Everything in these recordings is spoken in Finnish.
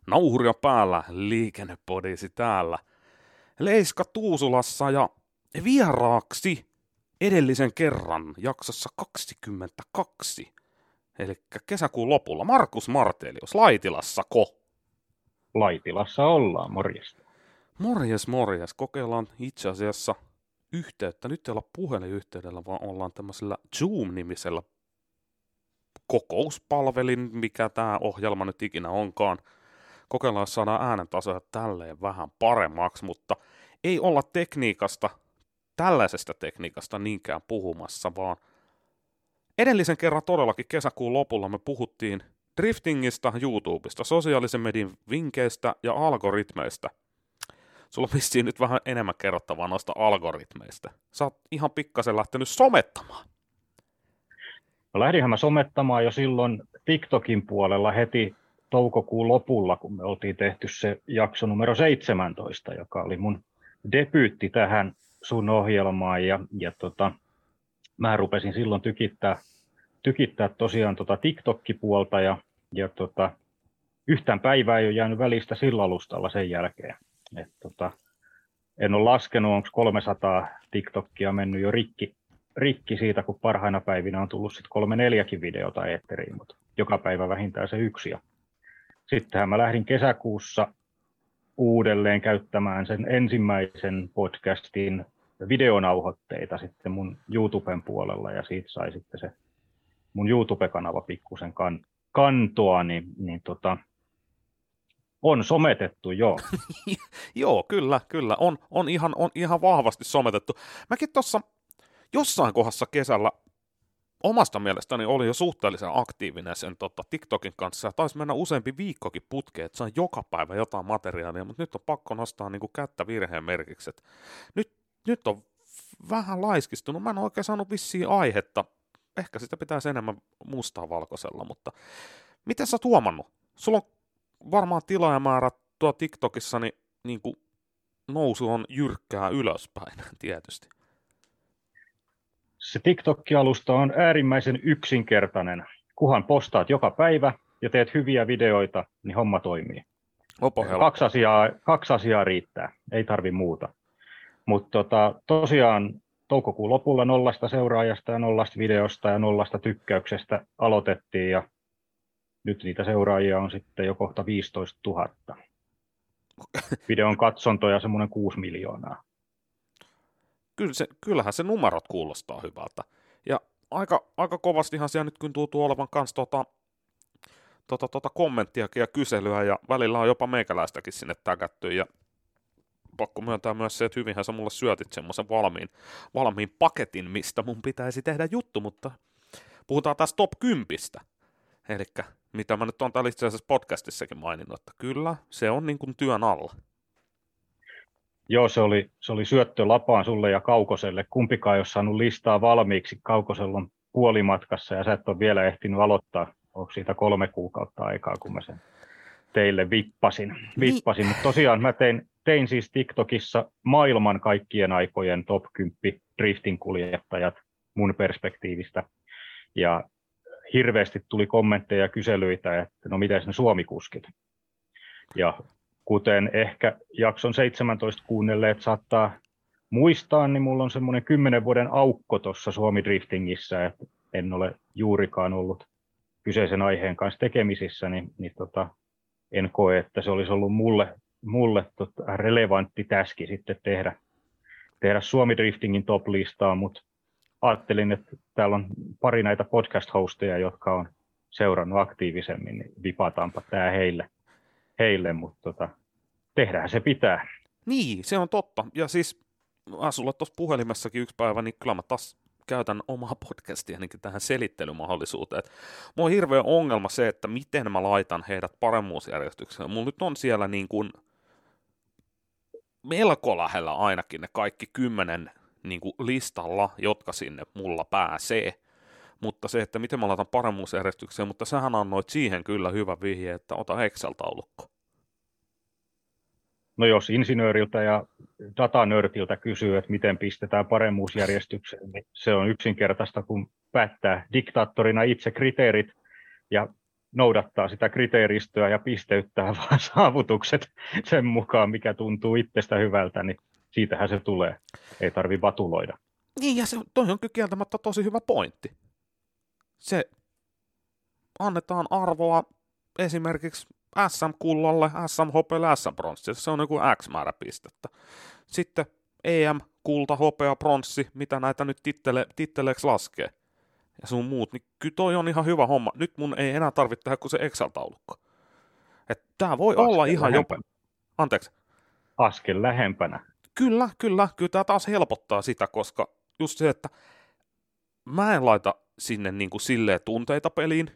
Nauhuria päällä, liikennepodisi täällä. Leiska Tuusulassa ja vieraaksi edellisen kerran jaksossa 22. Eli kesäkuun lopulla Markus Martelius Laitilassako? Laitilassa ollaan, morjesta. Morjes. Kokeillaan itse asiassa yhteyttä. Nyt ei olla puhelinyhteydellä, vaan ollaan tämmöisellä Zoom-nimisellä kokouspalvelin, mikä tämä ohjelma nyt ikinä onkaan. Kokeillaan, jos saadaan äänentasoja tälleen vähän paremmaksi, mutta ei olla tällaisesta tekniikasta niinkään puhumassa, vaan edellisen kerran todellakin kesäkuun lopulla me puhuttiin driftingista, YouTubesta, sosiaalisen median vinkkeistä ja algoritmeista. Sulla on vissiin nyt vähän enemmän kerrottavaa noista algoritmeista. Sä oot ihan pikkasen lähtenyt somettamaan. No lähdinhän mä somettamaan jo silloin TikTokin puolella heti toukokuun lopulla, kun me oltiin tehty se jakso numero 17, joka oli mun debyytti tähän sun ohjelmaan. Ja mä rupesin silloin tykittää tosiaan TikTok-puolta ja yhtään päivää ei ole jäänyt välistä sillä alustalla sen jälkeen. En ole laskenut, onko 300 TikTokia mennyt jo rikki siitä, kun parhaina päivinä on tullut sitten 3-4 videota eetteriin, mutta joka päivä vähintään se yksi. Sittenhän mä lähdin kesäkuussa uudelleen käyttämään sen ensimmäisen podcastin videonauhoitteita sitten mun YouTuben puolella, ja siitä sai sitten se mun YouTube-kanava pikkusen kantoa, niin on sometettu, joo. Joo, kyllä. On ihan vahvasti sometettu. Mäkin tuossa jossain kohdassa kesällä omasta mielestäni oli jo suhteellisen aktiivinen sen TikTokin kanssa, ja taisi mennä useampi viikkokin putkeen, että saan joka päivä jotain materiaalia, mutta nyt on pakko nostaa niin kuin kättä virheen merkiksi. Nyt on vähän laiskistunut, mä en oikein saanut vissiin aihetta, ehkä sitä pitäisi enemmän mustaa valkoisella, mutta miten sä oot huomannut? Sulla on varmaan tilaajamäärä tuo TikTokissa, niin kuin nousu on jyrkkää ylöspäin tietysti. Se TikTok-alusta on äärimmäisen yksinkertainen. Kunhan postaat joka päivä ja teet hyviä videoita, niin homma toimii. Kaksi asiaa riittää, ei tarvi muuta. Mutta tosiaan toukokuun lopulla 0 seuraajasta ja 0 videosta ja 0 tykkäyksestä aloitettiin, ja nyt niitä seuraajia on sitten jo kohta 15 000. Videon katsontoja semmoinen 6 miljoonaa. Kyllähän se numerot kuulostaa hyvältä. Ja aika kovastihan siellä nyt kun tuntuu olevan kans kommenttiakin ja kyselyä, ja välillä on jopa meikäläistäkin sinne tägätty, ja pakko myöntää myös se, että hyvinhän sä mulle syötit semmoisen valmiin paketin, mistä mun pitäisi tehdä juttu, mutta puhutaan tästä top 10. Elikkä mitä mä nyt on täällä itse asiassa podcastissakin maininnut, että kyllä, se on niin kuin työn alla. Joo, se oli syöttö lapaan sulle ja Kaukoselle. Kumpikaan ei ole saanut listaa valmiiksi. Kaukosella on puolimatkassa ja sä et ole vielä ehtinyt aloittaa. Onko siitä 3 kuukautta aikaa, kun mä sen teille vippasin. Mutta tosiaan mä tein siis TikTokissa maailman kaikkien aikojen top 10 driftin kuljettajat mun perspektiivistä. Ja hirveästi tuli kommentteja ja kyselyitä, että no miten ne Suomi-kuskit. Ja kuten ehkä jakson 17 kuunnelleet saattaa muistaa, niin mulla on semmoinen 10 vuoden aukko tuossa Suomi-driftingissä, että en ole juurikaan ollut kyseisen aiheen kanssa tekemisissä, niin en koe, että se olisi ollut mulle relevantti täski sitten tehdä Suomi-driftingin top-listaa, mutta ajattelin, että täällä on pari näitä podcast-hosteja, jotka on seurannut aktiivisemmin, niin vipataanpa tämä heille, mutta tehdään se pitää. Niin, se on totta. Ja siis sulla tuossa puhelimessakin yksi päivä, niin kyllä mä taas käytän omaa podcastia niin tähän selittelymahdollisuuteen. Mulla on hirveä ongelma se, että miten mä laitan heidät paremmuusjärjestykseen. Mulla nyt on siellä niin kuin melko lähellä ainakin ne kaikki 10 niin kuin listalla, jotka sinne mulla pääsee. Mutta se, että miten mä laitan paremmuusjärjestykseen, mutta sähän annoit siihen kyllä hyvä vihje, että ota Excel-taulukko. No jos insinööriltä ja datanörtiltä kysyy, että miten pistetään paremmuusjärjestykseen, niin se on yksinkertaista, kun päättää diktaattorina itse kriteerit ja noudattaa sitä kriteeristöä ja pisteyttää vaan saavutukset sen mukaan, mikä tuntuu itsestä hyvältä, niin siitähän se tulee. Ei tarvi vatuloida. Niin, ja toi on kyllä kieltämättä tosi hyvä pointti. Se annetaan arvoa esimerkiksi SM-kullalle, SM-hopealle, SM-pronssille. Se on joku X määrä pistettä. Sitten EM, kulta, hopea, pronssi, mitä näitä nyt titteleeksi laskee. Ja sun muut, niin kyllä toi on ihan hyvä homma. Nyt mun ei enää tarvitse tehdä kuin se Excel-taulukko. Että tää voi olla ihan jopa... Anteeksi. Askel lähempänä. Kyllä tää taas helpottaa sitä, koska just se, että mä en laita sinne niin kuin silleen tunteita peliin,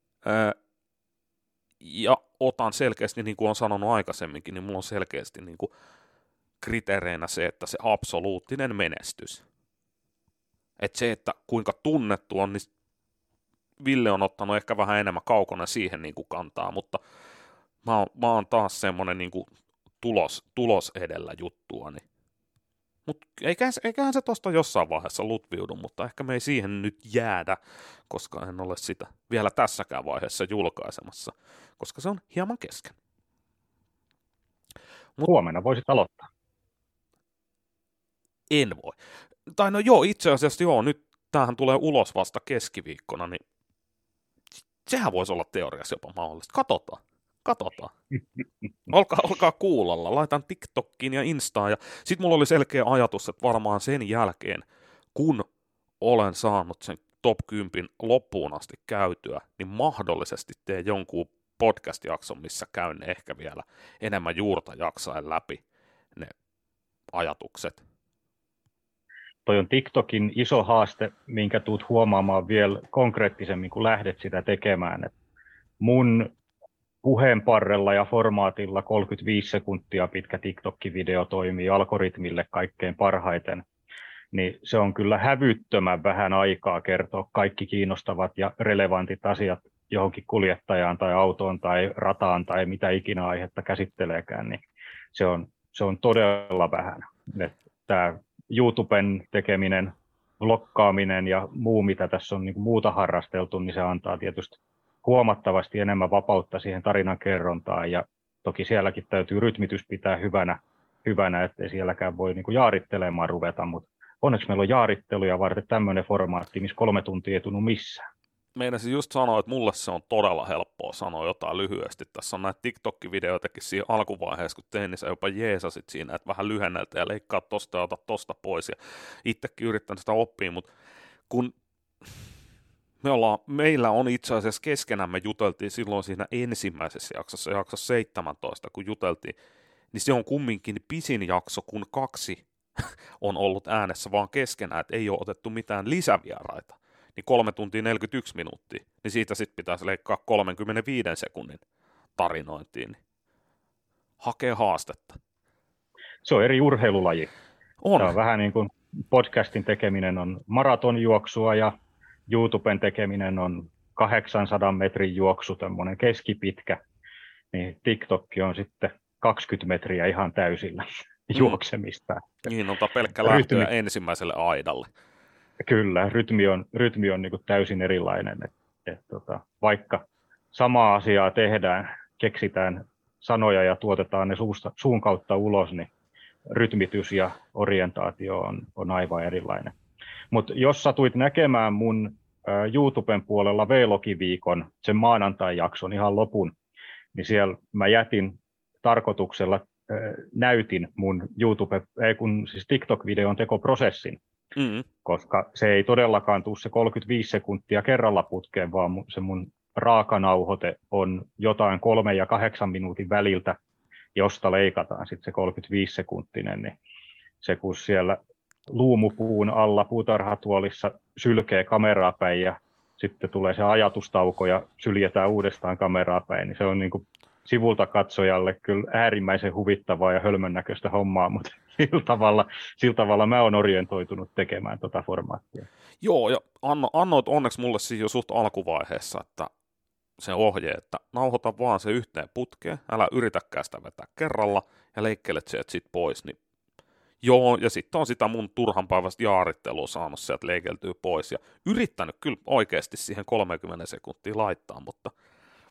ja otan selkeästi, niin kuin on sanonut aikaisemminkin, niin mulla on selkeästi niin kuin kriteereinä se, että se absoluuttinen menestys. Että se, että kuinka tunnettu on, niin Ville on ottanut ehkä vähän enemmän kaukana siihen niin kuin kantaa, mutta mä oon taas semmonen niin kuin tulos edellä juttua. Niin. Mutta eiköhän se tosta jossain vaiheessa lutviudu, mutta ehkä me ei siihen nyt jäädä, koska en ole sitä vielä tässäkään vaiheessa julkaisemassa, koska se on hieman kesken. Huomenna voisit aloittaa. En voi. Tai no joo, itse asiassa joo, nyt tämähän tulee ulos vasta keskiviikkona, niin sehän voisi olla teoriassa jopa mahdollista. Katsotaan. Olkaa kuulolla. Laitan TikTokkiin ja Instaan. Ja sit mulla oli selkeä ajatus, että varmaan sen jälkeen, kun olen saanut sen top 10 loppuun asti käytyä, niin mahdollisesti teen jonkun podcast-jakson, missä käyn ne ehkä vielä enemmän juurta jaksaen läpi ne ajatukset. Toi on TikTokin iso haaste, minkä tuut huomaamaan vielä konkreettisemmin, kun lähdet sitä tekemään. Et mun puheenparrella ja formaatilla 35 sekuntia pitkä TikTok-video toimii algoritmille kaikkein parhaiten, niin se on kyllä hävyttömän vähän aikaa kertoa kaikki kiinnostavat ja relevantit asiat johonkin kuljettajaan tai autoon tai rataan tai mitä ikinä aihetta käsitteleekään, niin se on todella vähän. Tämä YouTuben tekeminen, vloggaaminen ja muu, mitä tässä on niin kuin muuta harrasteltu, niin se antaa tietysti huomattavasti enemmän vapautta siihen tarinan kerrontaan, ja toki sielläkin täytyy rytmitys pitää hyvänä ettei sielläkään voi niin kuin jaarittelemaan ruveta, mutta onneksi meillä on jaaritteluja varten tämmöinen formaatti, missä 3 tuntia ei tunnu missään. Meinasin just sanoa, että mulle se on todella helppoa sanoa jotain lyhyesti. Tässä on näitä TikTok-videoitakin siinä alkuvaiheessa, kun tein, niin sä jopa jeesasit siinä, että vähän lyhenneltä ja leikkaa tosta ja ota tosta pois. Ja itsekin yrittänyt sitä oppia, mutta kun meillä on itse asiassa keskenämme juteltiin silloin siinä ensimmäisessä jaksossa 17, kun juteltiin, niin se on kumminkin pisin jakso, kun 2 on ollut äänessä vaan keskenään, että ei ole otettu mitään lisävieraita. Niin 3 tuntia 41 minuuttia, niin siitä sitten pitäisi leikkaa 35 sekunnin tarinointiin. Hakee haastetta. Se on eri urheilulaji. On. Se on vähän niin kuin podcastin tekeminen on maratonjuoksua ja YouTuben tekeminen on 800 metrin juoksu, tämmöinen keskipitkä. Niin TikTok on sitten 20 metriä ihan täysillä juoksemista. Niin, on pelkkä lähtöä ensimmäiselle aidalle. Kyllä, rytmi on niin kuin täysin erilainen. Vaikka samaa asiaa tehdään, keksitään sanoja ja tuotetaan ne suun kautta ulos, niin rytmitys ja orientaatio on aivan erilainen. Mutta jos satuit näkemään mun YouTuben puolella Vlogiviikon, sen maanantai-jakson ihan lopun, niin siellä mä jätin tarkoituksella, näytin mun siis TikTok-videon tekoprosessin, koska se ei todellakaan tule se 35 sekuntia kerralla putkeen, vaan se mun raakanauhoite on jotain 3 ja 8 minuutin väliltä, josta leikataan sitten se 35-sekuntinen, niin se kun siellä luumupuun alla puutarhatuolissa sylkee kameraa päin ja sitten tulee se ajatustauko ja syljetään uudestaan kameraa päin, niin se on niin kuin sivulta katsojalle kyllä äärimmäisen huvittavaa ja hölmön näköistä hommaa, mutta sillä tavalla mä oon orientoitunut tekemään tota formaattia. Joo, ja annoit onneksi mulle siinä jo suht alkuvaiheessa, että se ohje, että nauhoita vaan se yhteen putkeen, älä yritäkään sitä vetää kerralla ja leikkelet sieltä sit pois, niin joo, ja sitten on sitä mun turhanpäiväistä jaarittelua saanut sieltä leikeltyä pois ja yrittänyt kyllä oikeasti siihen 30 sekuntia laittaa, mutta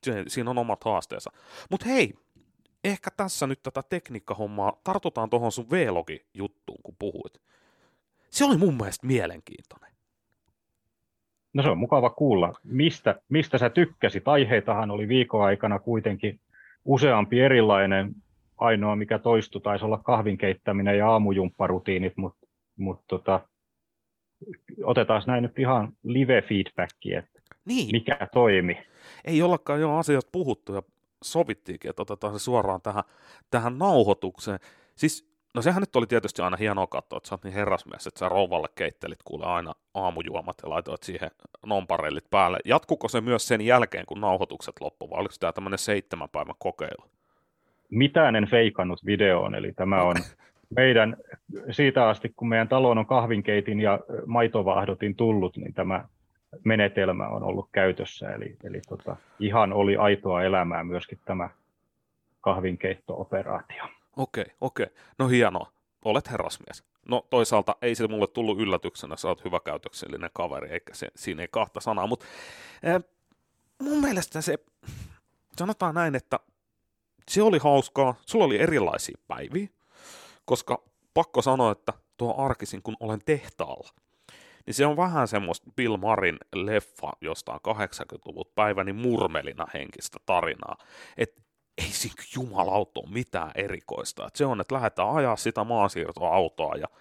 siinä on omat haasteensa. Mutta hei, ehkä tässä nyt tätä tekniikkahommaa, tartutaan tuohon sun V-logi-juttuun, kun puhuit. Se oli mun mielestä mielenkiintoinen. No se on mukava kuulla. Mistä sä tykkäsit? Aiheitahan oli viikon aikana kuitenkin useampi erilainen. Ainoa, mikä toistui, taisi olla kahvin keittäminen ja aamujumpparutiinit, mutta otetaan näin nyt ihan live-feedbackia, että Niin. mikä toimi. Ei ollakaan jo asiasta puhuttu ja sovittiinkin, että otetaan se suoraan tähän nauhoitukseen. Siis, no sehän nyt oli tietysti aina hienoa katsoa, että sä oot niin herrasmies, että sä rouvalle keittelit kuule aina aamujuomat ja laitoit siihen nonparellit päälle. Jatkuko se myös sen jälkeen, kun nauhoitukset loppuivat, vai oliko tämä tämmöinen 7 päivän kokeilu? Mitään en feikannut videoon, eli tämä on meidän, siitä asti kun meidän taloon on kahvinkeitin ja maitovahdotin tullut, niin tämä menetelmä on ollut käytössä, eli ihan oli aitoa elämää myöskin tämä kahvinkeitto-operaatio. Okei. No hienoa. Olet herrasmies. No toisaalta ei se mulle tullut yllätyksenä, sä oot hyväkäytöksellinen kaveri, eikä siinä ei kahta sanaa, mutta mun mielestä se, sanotaan näin, että se oli hauskaa, sulla oli erilaisia päiviä, koska pakko sanoa, että tuo arkisin, kun olen tehtaalla, niin se on vähän semmoista Bill Murrayn leffa jostain 80-luvut päiväni murmelina henkistä tarinaa, että ei siinä jumalauta ole mitään erikoista. Et se on, että lähdetään ajaa sitä maasiirtoautoa ja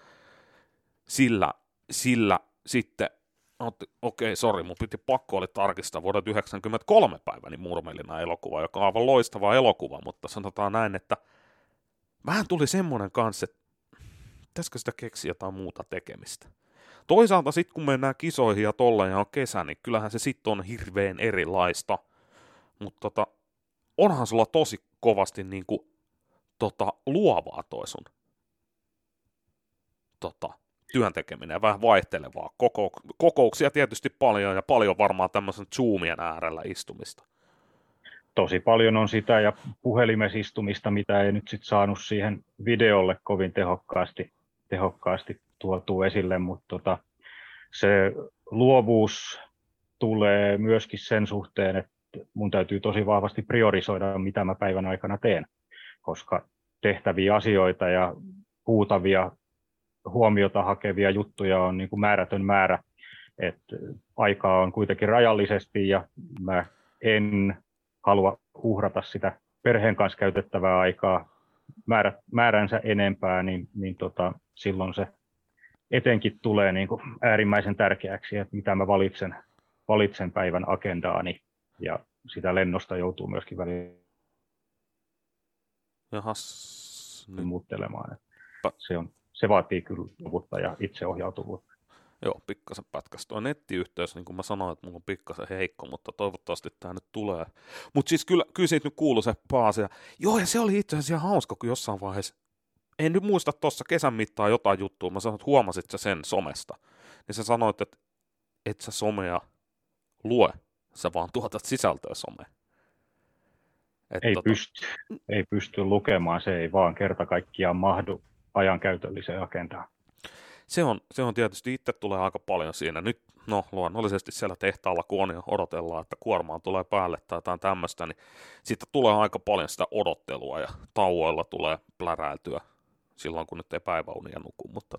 sillä sitten, mun piti pakko oli tarkistaa vuoden 1993 päiväni murmelina elokuva, joka on aivan loistava elokuva, mutta sanotaan näin, että vähän tuli semmoinen kanssa, että pitäisikö sitä keksiä jotain muuta tekemistä. Toisaalta sitten kun mennään kisoihin ja tolleen ja on kesä, niin kyllähän se sitten on hirveän erilaista, mutta onhan sulla tosi kovasti niinku, luovaa toi sun työn tekeminen ja vähän vaihtelevaa. Kokouksia tietysti paljon ja paljon varmaan tämmöisen Zoomien äärellä istumista. Tosi paljon on sitä ja puhelimessa istumista, mitä ei nyt sit saanut siihen videolle kovin tehokkaasti tuotua esille, mutta se luovuus tulee myöskin sen suhteen, että mun täytyy tosi vahvasti priorisoida, mitä mä päivän aikana teen, koska tehtäviä asioita ja huutavia huomiota hakevia juttuja on niin kuin määrätön määrä, että aikaa on kuitenkin rajallisesti ja mä en halua uhrata sitä perheen kanssa käytettävää aikaa määränsä enempää, niin silloin se etenkin tulee niin kuin äärimmäisen tärkeäksi, että mitä mä valitsen päivän agendaani, ja sitä lennosta joutuu myöskin välillä muuttelemaan. Se vaatii kyllä luvuutta ja itseohjautuvuutta. Joo, pikkasen pätkäs. Tuo nettiyhteys, niin kuin mä sanoin, että mulla on pikkasen heikko, mutta toivottavasti tämä nyt tulee. Mutta siis kyllä siitä nyt kuului se paasia. Joo, ja se oli itse asiassa ihan hauska, kun jossain vaiheessa, en nyt muista tuossa kesän mittaan jotain juttua, mä sanoin, että huomasit sä sen somesta. Niin sä sanoit, että et sä somea lue, sä vaan tuotat sisältöä someen. Ei pysty lukemaan, se ei vaan kerta kaikkiaan mahdu ajankäytölliseen agendaan. Se on tietysti, itse tulee aika paljon siinä. Nyt, no luonnollisesti siellä tehtaalla, kun on ja odotellaan, että kuormaan tulee päälle tai jotain tämmöistä, niin siitä tulee aika paljon sitä odottelua ja tauoilla tulee pläräiltyä silloin, kun nyt ei päiväunia nuku. Mutta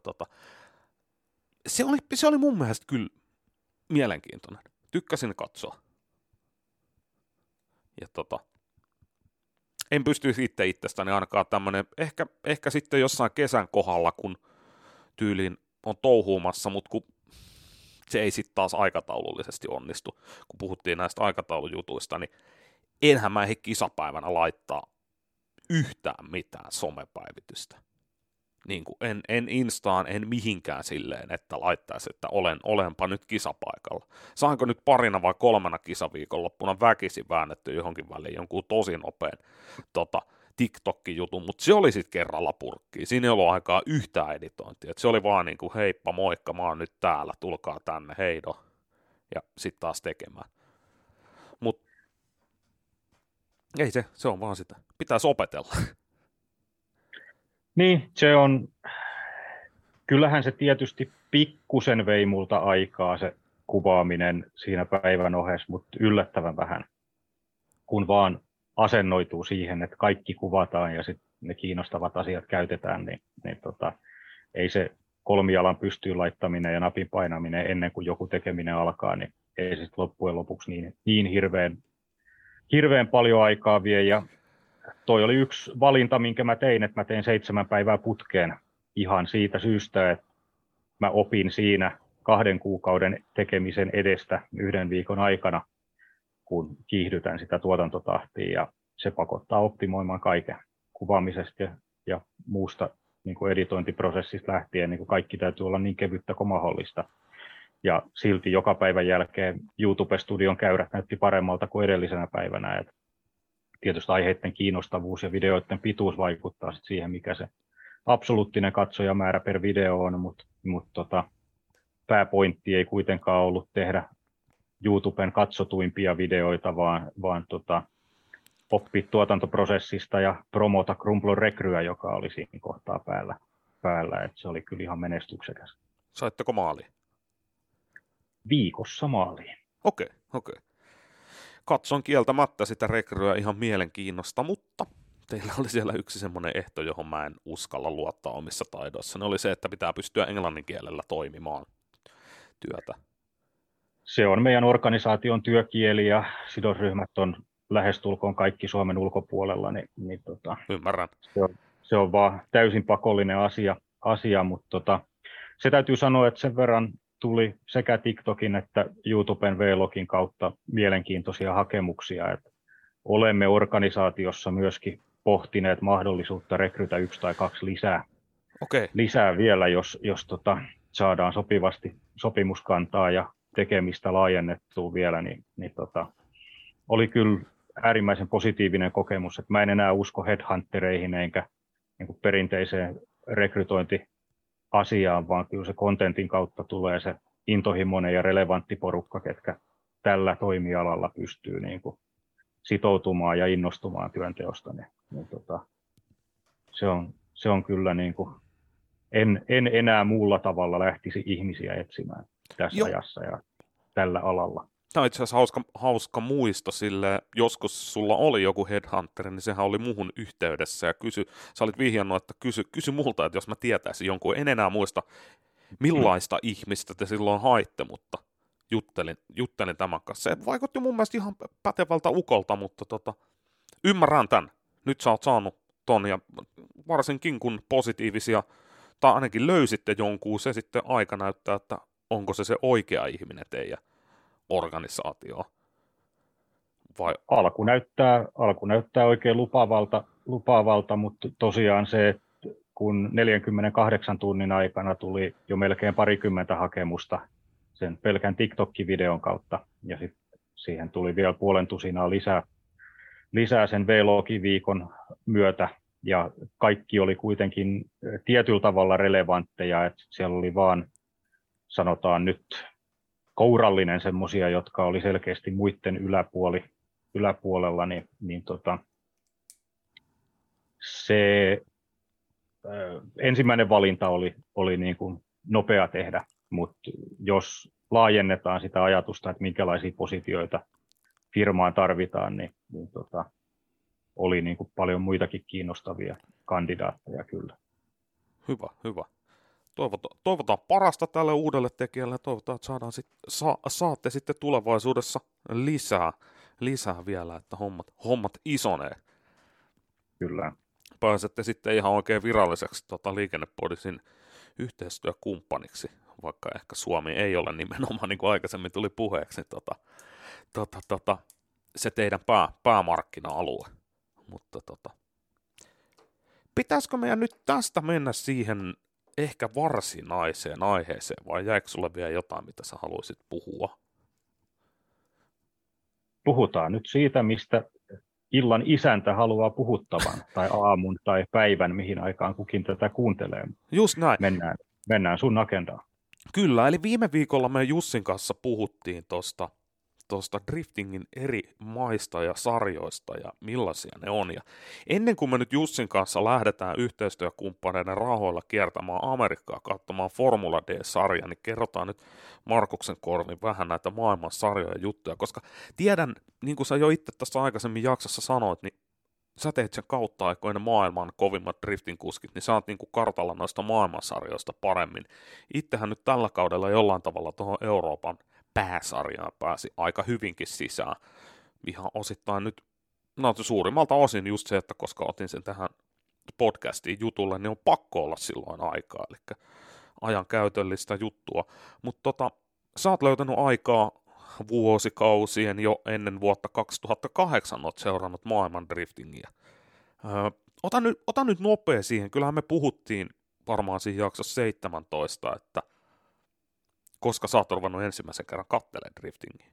se oli mun mielestä kyllä mielenkiintoinen. Tykkäsin katsoa. Ja en pysty itsestäni ainakaan tämmöinen, ehkä sitten jossain kesän kohdalla, kun tyyliin on touhuumassa, mutta kun se ei sitten taas aikataulullisesti onnistu. Kun puhuttiin näistä aikataulujutuista, niin enhän mä ehdi kisapäivänä laittaa yhtään mitään somepäivitystä. Niin kuin en Instaan, en mihinkään silleen, että laittaisi, että olenpa nyt kisapaikalla. Saanko nyt parina vai 3 kisaviikonloppuna väkisin väännetty johonkin väliin jonkun tosi nopean TikTok-jutun, mutta se oli sitten kerralla purkkiin. Siinä ei ollut aikaa yhtään editointia. Et se oli vaan niin kuin heippa, moikka, mä oon nyt täällä, tulkaa tänne, heido. Ja sitten taas tekemään. Mutta ei se on vaan sitä. Pitäisi opetella. Niin, kyllähän se tietysti pikkusen vei multa aikaa se kuvaaminen siinä päivän ohessa, mutta yllättävän vähän. kun vaan asennoituu siihen, että kaikki kuvataan ja sitten ne kiinnostavat asiat käytetään, niin ei se kolmijalan pystyyn laittaminen ja napin painaminen ennen kuin joku tekeminen alkaa, niin ei se loppujen lopuksi niin hirveän paljon aikaa vie. Ja toi oli yksi valinta, minkä mä tein, että mä tein 7 päivää putkeen ihan siitä syystä, että mä opin siinä 2 kuukauden tekemisen edestä 1 viikon aikana, kun kiihdytän sitä tuotantotahtia, ja se pakottaa optimoimaan kaiken kuvaamisesta ja muusta niin kuin editointiprosessista lähtien, niin kuin kaikki täytyy olla niin kevyttä kuin mahdollista. Ja silti joka päivän jälkeen YouTube-studion käyrät näytti paremmalta kuin edellisenä päivänä. Et tietysti aiheiden kiinnostavuus ja videoiden pituus vaikuttaa sit siihen, mikä se absoluuttinen katsojamäärä per video on, mutta pääpointti ei kuitenkaan ollut tehdä YouTuben katsotuimpia videoita, vaan oppia tuotantoprosessista ja promota Crumplon rekryä, joka oli siinä kohtaa päällä. Et se oli kyllä ihan menestyksekäs. Saitteko maaliin? Viikossa maaliin. Okei. Katson kieltämättä sitä rekryä ihan mielenkiinnosta, mutta teillä oli siellä yksi semmoinen ehto, johon mä en uskalla luottaa omissa taidoissa. Ne oli se, että pitää pystyä englannin kielellä toimimaan työtä. Se on meidän organisaation työkieli ja sidosryhmät on lähestulkoon kaikki Suomen ulkopuolella. Ymmärrän. Se on vaan täysin pakollinen asia, mutta se täytyy sanoa, että sen verran tuli sekä TikTokin että YouTuben Vlogin kautta mielenkiintoisia hakemuksia, että olemme organisaatiossa myöskin pohtineet mahdollisuutta rekrytä 1 tai 2 lisää vielä, jos saadaan sopivasti sopimuskantaa ja tekemistä laajennettua vielä, niin oli kyllä äärimmäisen positiivinen kokemus, että mä en enää usko headhuntereihin enkä niin kuin perinteiseen rekrytointiasiaan, vaan kyllä se kontentin kautta tulee se intohimoinen ja relevantti porukka, ketkä tällä toimialalla pystyy niin kuin sitoutumaan ja innostumaan työnteosta. Se on kyllä, niin kuin, en enää muulla tavalla lähtisi ihmisiä etsimään tässä ajassa ja tällä alalla. Tämä on itse asiassa hauska muisto, sille joskus sulla oli joku headhunter, niin sehän oli muhun yhteydessä ja sä olit vihjannut, että kysy multa, että jos mä tietäisin jonkun, en enää muista millaista ihmistä te silloin haitte, mutta juttelin tämän kanssa. Se vaikutti mun mielestä ihan pätevältä ukolta, mutta ymmärrän tämän. Nyt sä oot saanut ton ja varsinkin kun positiivisia, tai ainakin löysitte jonkun, se sitten aika näyttää, että onko se oikea ihminen teidän organisaatio. Vai? Alku näyttää oikein lupaavalta, mutta tosiaan se, että kun 48 tunnin aikana tuli jo melkein 20 hakemusta sen pelkän TikTok-videon kautta, ja sitten siihen tuli vielä 50 lisää sen Vlog-viikon myötä, ja kaikki oli kuitenkin tietyllä tavalla relevantteja, että siellä oli vaan, sanotaan nyt, kourallinen semmoisia, jotka oli selkeästi muiden yläpuolella, niin se ensimmäinen valinta oli niin kuin nopea tehdä, mutta jos laajennetaan sitä ajatusta, että minkälaisia positioita firmaan tarvitaan, niin oli niin kuin paljon muitakin kiinnostavia kandidaatteja kyllä. Hyvä. Toivotaan parasta tälle uudelle tekijälle ja toivotaan, että saatte sitten tulevaisuudessa lisää vielä, että hommat isonee. Kyllä. Pääsette sitten ihan oikein viralliseksi Liikennepodisin yhteistyökumppaniksi, vaikka ehkä Suomi ei ole nimenomaan, niin kuin aikaisemmin tuli puheeksi, se teidän päämarkkina-alue. Mutta pitäisikö meidän nyt tästä mennä siihen ehkä varsinaiseen aiheeseen, vai jäikö sulle vielä jotain, mitä sä haluaisit puhua? Puhutaan nyt siitä, mistä illan isäntä haluaa puhuttavan, tai aamun tai päivän, mihin aikaan kukin tätä kuuntelee. Just näin. Mennään sun agendaan. Kyllä, eli viime viikolla me Jussin kanssa puhuttiin tuosta tuosta driftingin eri maista ja sarjoista ja millaisia ne on. Ja ennen kuin me nyt Jussin kanssa lähdetään yhteistyökumppaneiden rahoilla kiertämään Amerikkaa katsomaan Formula D-sarjaa, niin kerrotaan nyt Markuksen korvin vähän näitä maailman sarjoja juttuja, koska tiedän, niin kuin sä jo itse tässä aikaisemmin jaksossa sanoit, niin sä teet sen kautta aikoina maailman kovimmat drifting-kuskit, niin sä oot niin kuin kartalla noista maailmansarjoista paremmin. Itsehän nyt tällä kaudella jollain tavalla tuohon Euroopan pääsarjaan pääsi aika hyvinkin sisään. Ihan osittain nyt, no suurimmalta osin just se, että koska otin sen tähän podcastiin jutulle, niin on pakko olla silloin aikaa, eli ajan käytöllistä juttua. Mutta sä oot löytänyt aikaa vuosikausien jo ennen vuotta 2008 oot seurannut maailman driftingiä. Ota nyt nopea siihen, kyllähän me puhuttiin varmaan siinä jaksossa 17, että koska sä oot ruvennut ensimmäisen kerran kattelemaan driftingiä.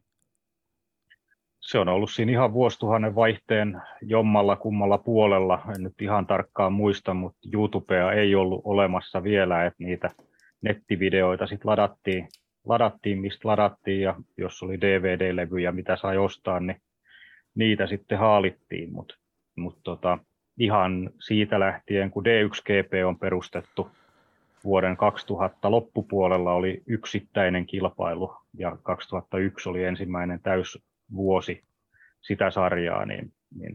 Se on ollut siinä ihan vuosituhannen vaihteen jommalla kummalla puolella, en nyt ihan tarkkaan muista, mutta YouTubea ei ollut olemassa vielä, että niitä nettivideoita sitten ladattiin, mistä ladattiin, ja jos oli DVD-levyjä, mitä sai ostaa, niin niitä sitten haalittiin, mutta ihan siitä lähtien, kun D1GP on perustettu vuoden 2000 loppupuolella oli yksittäinen kilpailu, ja 2001 oli ensimmäinen täysvuosi sitä sarjaa, niin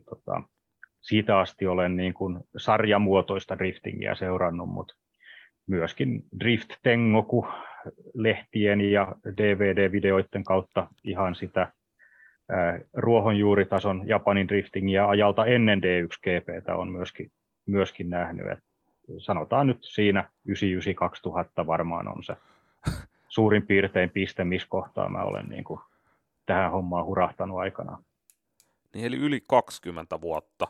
siitä asti olen niin kuin sarjamuotoista driftingiä seurannut, mutta myöskin Drift Tengoku lehtien ja DVD-videoiden kautta ihan sitä ruohonjuuritason Japanin driftingiä ajalta ennen D1GPtä on myöskin nähnyt. Et sanotaan nyt siinä 99-2000 varmaan on se suurin piirtein piste, missä kohtaa mä olen niin kuin tähän hommaan hurahtanut aikanaan. Niin eli yli 20 vuotta.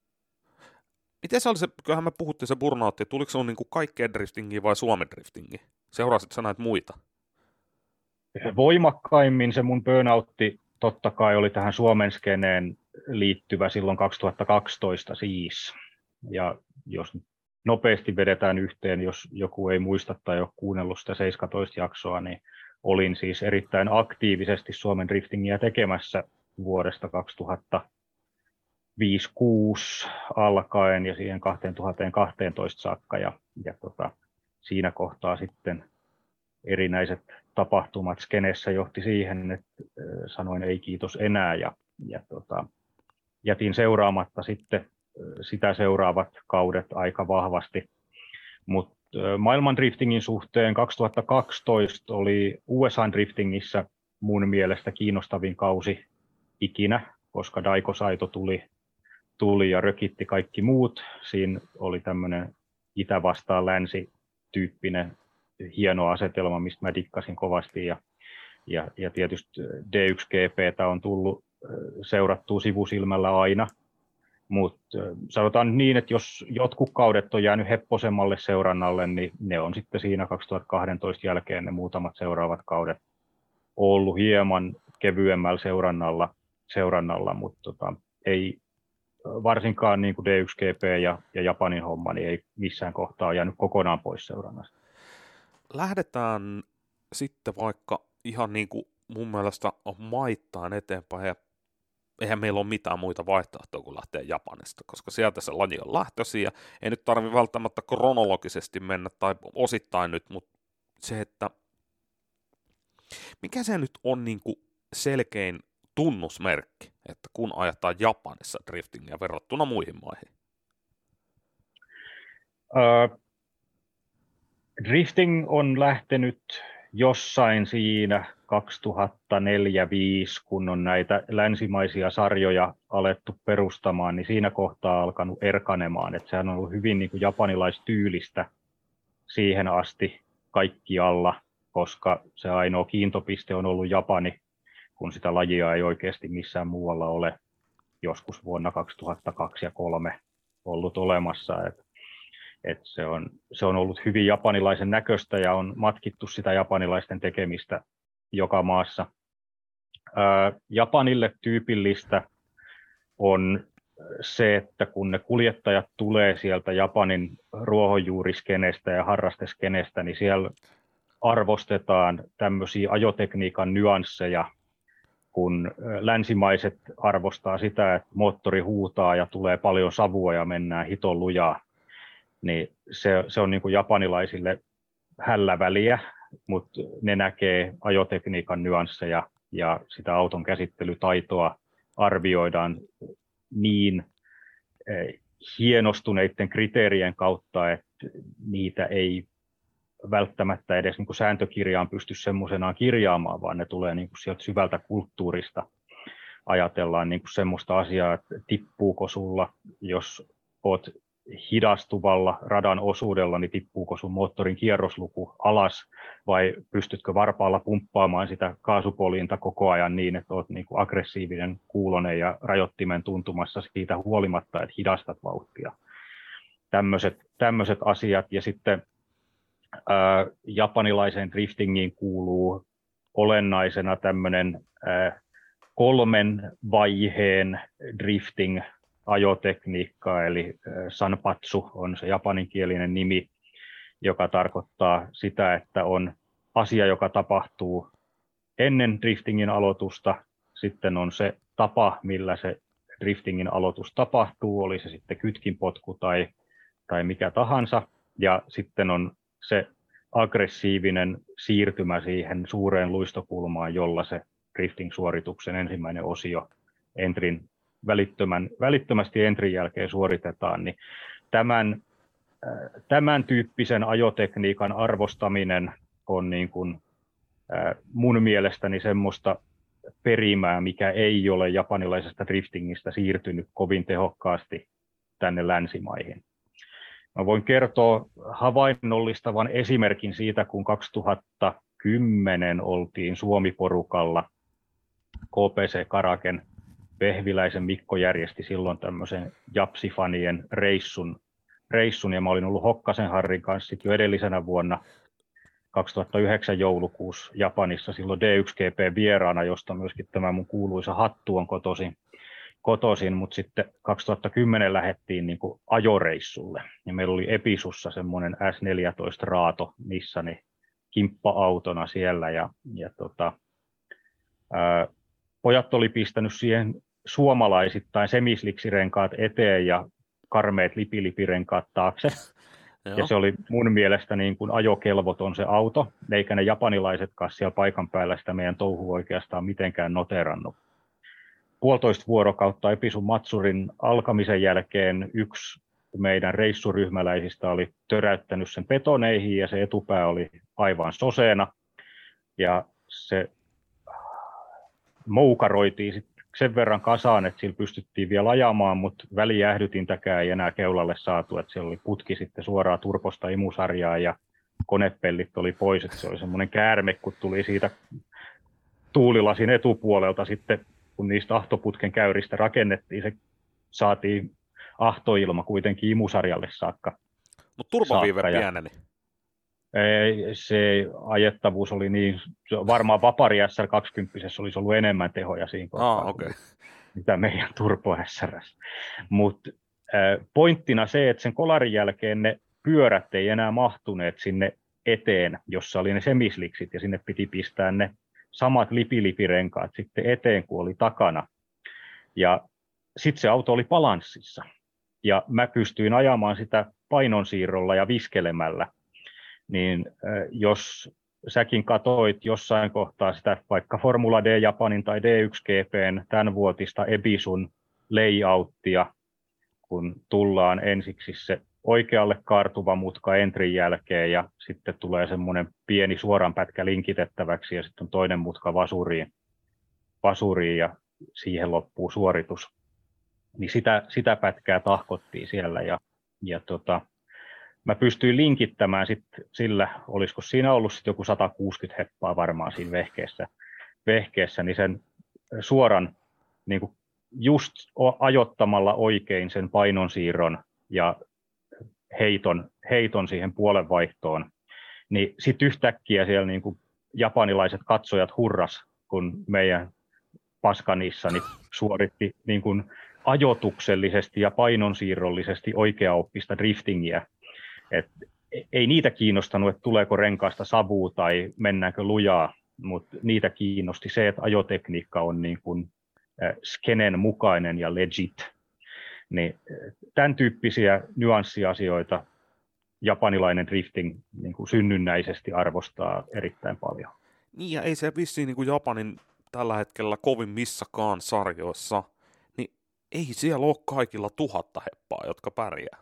Miten se oli se, kyllähän me puhuttiin se burnoutti, tuliko se on niin kuin kaikkea driftingiä vai Suomen driftingiä? Seurasit sä näitä muita? Voimakkaimmin se mun burnoutti totta kai oli tähän Suomen skeneen liittyvä silloin 2012 siis. Ja jos nopeasti vedetään yhteen, jos joku ei muista tai ole kuunnellut sitä 17 jaksoa, niin olin siis erittäin aktiivisesti Suomen driftingiä tekemässä vuodesta 2005-2006 alkaen ja siihen 2012 saakka. Ja siinä kohtaa sitten erinäiset tapahtumat skeneessä johti siihen, että sanoin ei kiitos enää ja jätin seuraamatta sitten sitä seuraavat kaudet aika vahvasti. Mutta maailman driftingin suhteen 2012 oli USA driftingissä mun mielestä kiinnostavin kausi ikinä, koska Daiko Saito tuli ja rökitti kaikki muut. Siinä oli tämmöinen itä vastaan länsi -tyyppinen hieno asetelma, mistä mä dikkasin kovasti. Ja tietysti D1GPtä on tullut seurattua sivusilmällä aina. Mutta sanotaan niin, että jos jotkut kaudet on jäänyt hepposemmalle seurannalle, niin ne on sitten siinä 2012 jälkeen ne muutamat seuraavat kaudet ollut hieman kevyemmällä seurannalla, mutta ei varsinkaan niin kuin D1GP ja Japanin homma, niin ei missään kohtaa jäänyt kokonaan pois seurannasta. Lähdetään sitten vaikka ihan niin kuin mun mielestä on maittain eteenpäin, ja eihän meillä ole mitään muita vaihtoehtoja kuin lähteä Japanista, koska sieltä se laji on lähtöisin, ja ei nyt tarvitse välttämättä kronologisesti mennä, tai osittain nyt, mutta se, että mikä se nyt on niin kuin selkein tunnusmerkki, että kun ajetaan Japanissa driftingia verrattuna muihin maihin? Drifting on lähtenyt jossain siinä 2004-2005, kun on näitä länsimaisia sarjoja alettu perustamaan, niin siinä kohtaa alkanut erkanemaan. Että sehän on ollut hyvin niin kuin japanilaistyylistä siihen asti kaikkialla, koska se ainoa kiintopiste on ollut Japani, kun sitä lajia ei oikeasti missään muualla ole joskus vuonna 2002 ja 2003 ollut olemassa. Se on ollut hyvin japanilaisen näköistä ja on matkittu sitä japanilaisten tekemistä joka maassa. Japanille tyypillistä on se, että kun ne kuljettajat tulee sieltä Japanin ruohonjuuriskenestä ja harrasteskenestä, niin siellä arvostetaan tämmöisiä ajotekniikan nyansseja, kun länsimaiset arvostaa sitä, että moottori huutaa ja tulee paljon savua ja mennään hiton lujaa, niin se on niin kuin japanilaisille hälläväliä, mutta ne näkee ajotekniikan nyansseja ja sitä auton käsittelytaitoa arvioidaan niin hienostuneiden kriteerien kautta, että niitä ei välttämättä edes niin kuin sääntökirjaan pysty semmoisenaan kirjaamaan, vaan ne tulee niin kuin sieltä syvältä kulttuurista. Ajatellaan niin kuin semmoista asiaa, että tippuuko sulla, jos olet hidastuvalla radan osuudella, niin tippuuko sun moottorin kierrosluku alas, vai pystytkö varpaalla pumppaamaan sitä kaasupoljinta koko ajan niin, että olet niin kuin aggressiivinen, kuulonen ja rajoittimen tuntumassa siitä huolimatta, että hidastat vauhtia. Tämmöiset asiat, ja sitten japanilaiseen driftingiin kuuluu olennaisena tämmöinen 3 vaiheen drifting-ajotekniikka, eli sanpatsu on se japaninkielinen nimi, joka tarkoittaa sitä, että on asia, joka tapahtuu ennen driftingin aloitusta, sitten on se tapa, millä se driftingin aloitus tapahtuu, oli se sitten kytkinpotku tai mikä tahansa, ja sitten on se aggressiivinen siirtymä siihen suureen luistokulmaan, jolla se drifting-suorituksen ensimmäinen osio välittömästi entrin jälkeen suoritetaan, niin tämän tyyppisen ajotekniikan arvostaminen on niin kuin mun mielestäni semmoista perimää, mikä ei ole japanilaisesta driftingistä siirtynyt kovin tehokkaasti tänne länsimaihin. Mä voin kertoa havainnollistavan esimerkin siitä, kun 2010 oltiin Suomi-porukalla. KPC Karaken Vehviläisen Mikko järjesti silloin tämmöisen Japsifanien reissun, ja mä olin ollut Hokkasen Harrin kanssa jo edellisenä vuonna 2009 joulukuussa Japanissa silloin D1GP vieraana, josta myöskin tämä mun kuuluisa hattu on kotoisin, mutta sitten 2010 lähdettiin niin kuin ajoreissulle, ja meillä oli Episussa semmoinen S14 Raato Nissani kimppa-autona siellä, ja pojat oli pistänyt siihen suomalaisittain semisliksirenkaat eteen ja karmeet lipilipirenkaat taakse. Ja se oli mun mielestä niin kuin ajokelvoton se auto, eikä ne japanilaisetkaan siellä paikan päällä sitä meidän touhua oikeastaan mitenkään noterannut. 1,5 vuorokautta Episun Matsurin alkamisen jälkeen yksi meidän reissuryhmäläisistä oli töräyttänyt sen betoneihin, ja se etupää oli aivan soseena, ja se moukaroitiin sitten sen verran kasaan, että sillä pystyttiin vielä ajamaan, mutta välijäähdytintäkään ei enää keulalle saatu, että siellä oli putki sitten suoraan turposta imusarjaa ja konepellit oli pois, että se oli semmoinen käärme, kun tuli siitä tuulilasin etupuolelta sitten, kun niistä ahtoputken käyristä rakennettiin, se saatiin ahtoilma kuitenkin imusarjalle saakka. Mutta turboviive pieneni. Se ajettavuus oli niin, varmaan Vapari SR20 olisi ollut enemmän tehoja siinä kohtaa, mitä meidän Turbo SRS. Mutta pointtina se, että sen kolarin jälkeen ne pyörät ei enää mahtuneet sinne eteen, jossa oli ne semisliksit, ja sinne piti pistää ne samat lipilipirenkaat sitten eteen kuin oli takana. Ja sitten se auto oli balanssissa, ja mä pystyin ajamaan sitä painonsiirrolla ja viskelemällä. Niin jos säkin katoit jossain kohtaa sitä vaikka Formula D Japanin tai D1GPn tämänvuotista Ebisun layouttia, kun tullaan ensiksi se oikealle kaartuva mutka entrin jälkeen, ja sitten tulee semmoinen pieni suoran pätkä linkitettäväksi, ja sitten on toinen mutka vasuriin ja siihen loppuu suoritus. Niin sitä pätkää tahkottiin siellä, ja mä pystyin linkittämään sitten sillä, olisiko siinä ollut sitten joku 160 heppaa varmaan siinä vehkeessä, niin sen suoran niin kuin just ajottamalla oikein sen painonsiirron ja heiton siihen puolenvaihtoon, niin sitten yhtäkkiä siellä niin kuin japanilaiset katsojat hurras, kun meidän Paskanissani suoritti niin kuin ajotuksellisesti ja painonsiirrollisesti oikeaoppista driftingiä. Et ei niitä kiinnostanut, että tuleeko renkaasta savua tai mennäänkö lujaa, mutta niitä kiinnosti se, että ajotekniikka on niin kuin skenen mukainen ja legit. Niin tämän tyyppisiä nyanssiasioita japanilainen drifting niin kuin synnynnäisesti arvostaa erittäin paljon. Niin, ja ei se vissiin niin kuin Japanin tällä hetkellä kovin missakaan sarjoissa, niin ei siellä ole kaikilla 1000 heppaa, jotka pärjää.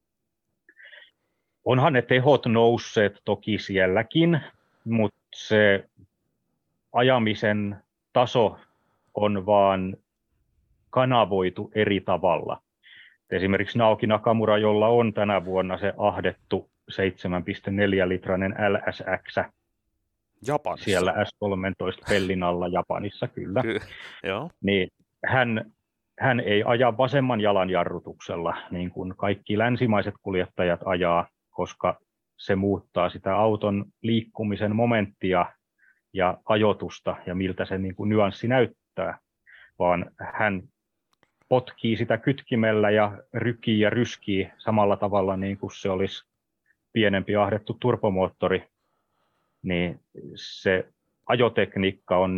Onhan ne tehot nousseet toki sielläkin, mutta se ajamisen taso on vaan kanavoitu eri tavalla. Esimerkiksi Naoki Nakamura, jolla on tänä vuonna se ahdettu 7,4-litrainen LSX Japanissa. siellä S13 pellin alla Japanissa, kyllä. Joo. Niin hän ei aja vasemman jalan jarrutuksella, niin kuin kaikki länsimaiset kuljettajat ajaa, koska se muuttaa sitä auton liikkumisen momenttia ja ajoitusta ja miltä se niin kuin nyanssi näyttää, vaan hän potkii sitä kytkimellä ja rykii ja ryskii samalla tavalla niin kuin se olisi pienempi ahdettu turbomoottori, niin se ajotekniikka on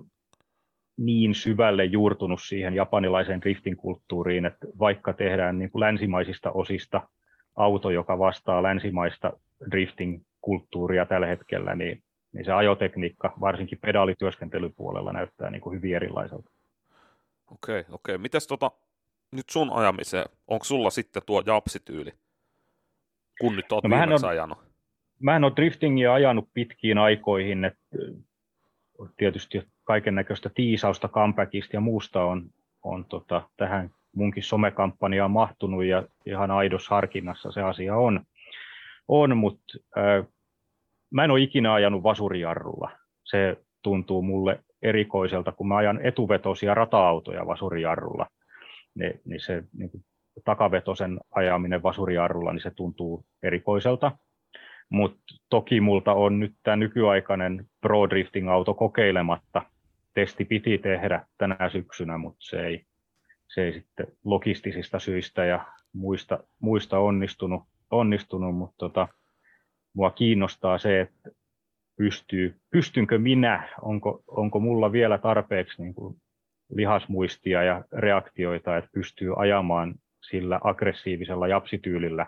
niin syvälle juurtunut siihen japanilaiseen drifting-kulttuuriin, että vaikka tehdään niin kuin länsimaisista osista auto, joka vastaa länsimaista drifting-kulttuuria tällä hetkellä, niin se ajotekniikka, varsinkin pedaalityöskentelypuolella, näyttää niin kuin hyvin erilaiselta. Okei. Mites nyt sun ajamiseen, onko sulla sitten tuo japsityyli, kun nyt oot viimeksi ajanut? Mä en ole driftingia ajanut pitkiin aikoihin, että tietysti kaiken näköistä tiisausta comebackista ja muusta on tähän munkin somekampanjaan mahtunut ja ihan aidossa harkinnassa se asia on mutta mä en ole ikinä ajanut vasurijarrulla. Se tuntuu mulle erikoiselta, kun mä ajan etuvetoisia rata-autoja vasurijarrulla, niin se niin kuin takavetosen ajaminen vasurijarrulla, niin se tuntuu erikoiselta. Mutta toki multa on nyt tämä nykyaikainen Pro Drifting-auto kokeilematta. Testi piti tehdä tänä syksynä, mutta se ei sitten logistisista syistä ja muista onnistunut mutta mua kiinnostaa se, että pystynkö minä, onko mulla vielä tarpeeksi niin kuin lihasmuistia ja reaktioita, että pystyy ajamaan sillä aggressiivisella japsityylillä,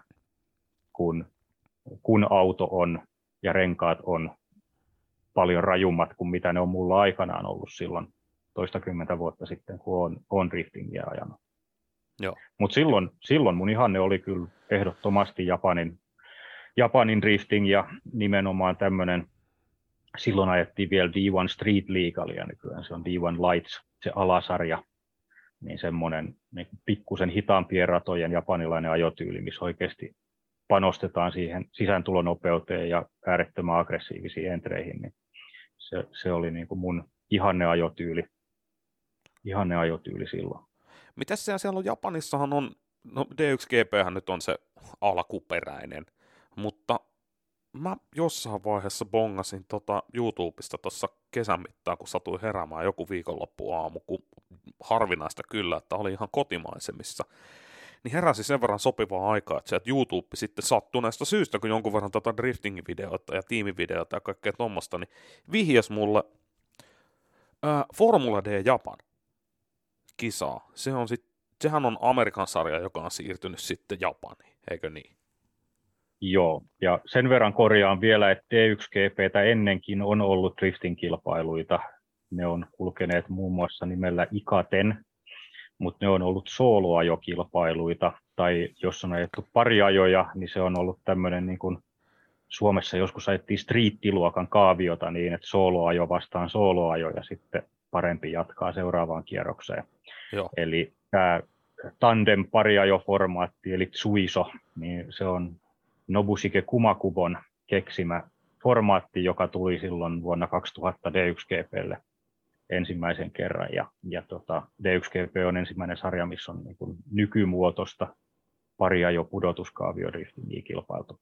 kun auto on ja renkaat on paljon rajummat kuin mitä ne on mulla aikanaan ollut silloin toistakymmentä vuotta sitten, kun on driftingiä ajanut. Mutta silloin mun ihanne oli kyllä ehdottomasti Japanin drifting ja nimenomaan tämmöinen, silloin ajettiin vielä D1 Street Legal ja nykyään se on D1 Lights, se alasarja, niin semmoinen niin pikkusen hitaampien ratojen japanilainen ajotyyli, missä oikeasti panostetaan siihen sisääntulonopeuteen ja äärettömän aggressiivisiin entreihin, niin se oli niin kuin mun ihanne ajotyyli silloin. Mitäs siellä on? Japanissahan on, no D1GPhän nyt on se alkuperäinen, mutta mä jossain vaiheessa bongasin YouTubesta tuossa kesän mittaan, kun satuin heräämään joku viikonloppuaamu, kun harvinaista kyllä, että oli ihan kotimaisemissa, niin heräsi sen verran sopivaa aikaa, että sieltä YouTube sitten sattuneesta syystä, kun jonkun verran drifting-videoita ja tiimivideoita ja kaikkea tuommoista, niin vihjas mulle Formula D Japan kisaa. Sehän on Amerikan sarja, joka on siirtynyt sitten Japaniin, eikö niin? Joo, ja sen verran korjaan vielä, että D1GPtä ennenkin on ollut drifting-kilpailuita. Ne on kulkeneet muun muassa nimellä Ikaten, mutta ne on ollut soloajokilpailuita, tai jos on ajettu pariajoja, niin se on ollut tämmöinen, niin kuin Suomessa joskus ajettiin streettiluokan kaaviota niin, että soloajo vastaan soloajo, ja sitten parempi jatkaa seuraavaan kierrokseen. Joo. Eli tämä tandem pariajoformaatti, eli Tsuiso, niin se on Nobushige Kumakubon keksimä formaatti, joka tuli silloin vuonna 2000 D1GPlle ensimmäisen kerran. Ja D1GP on ensimmäinen sarja, missä on niin kuin nykymuotoista pariajo pudotuskaaviodriftingiä kilpailtu.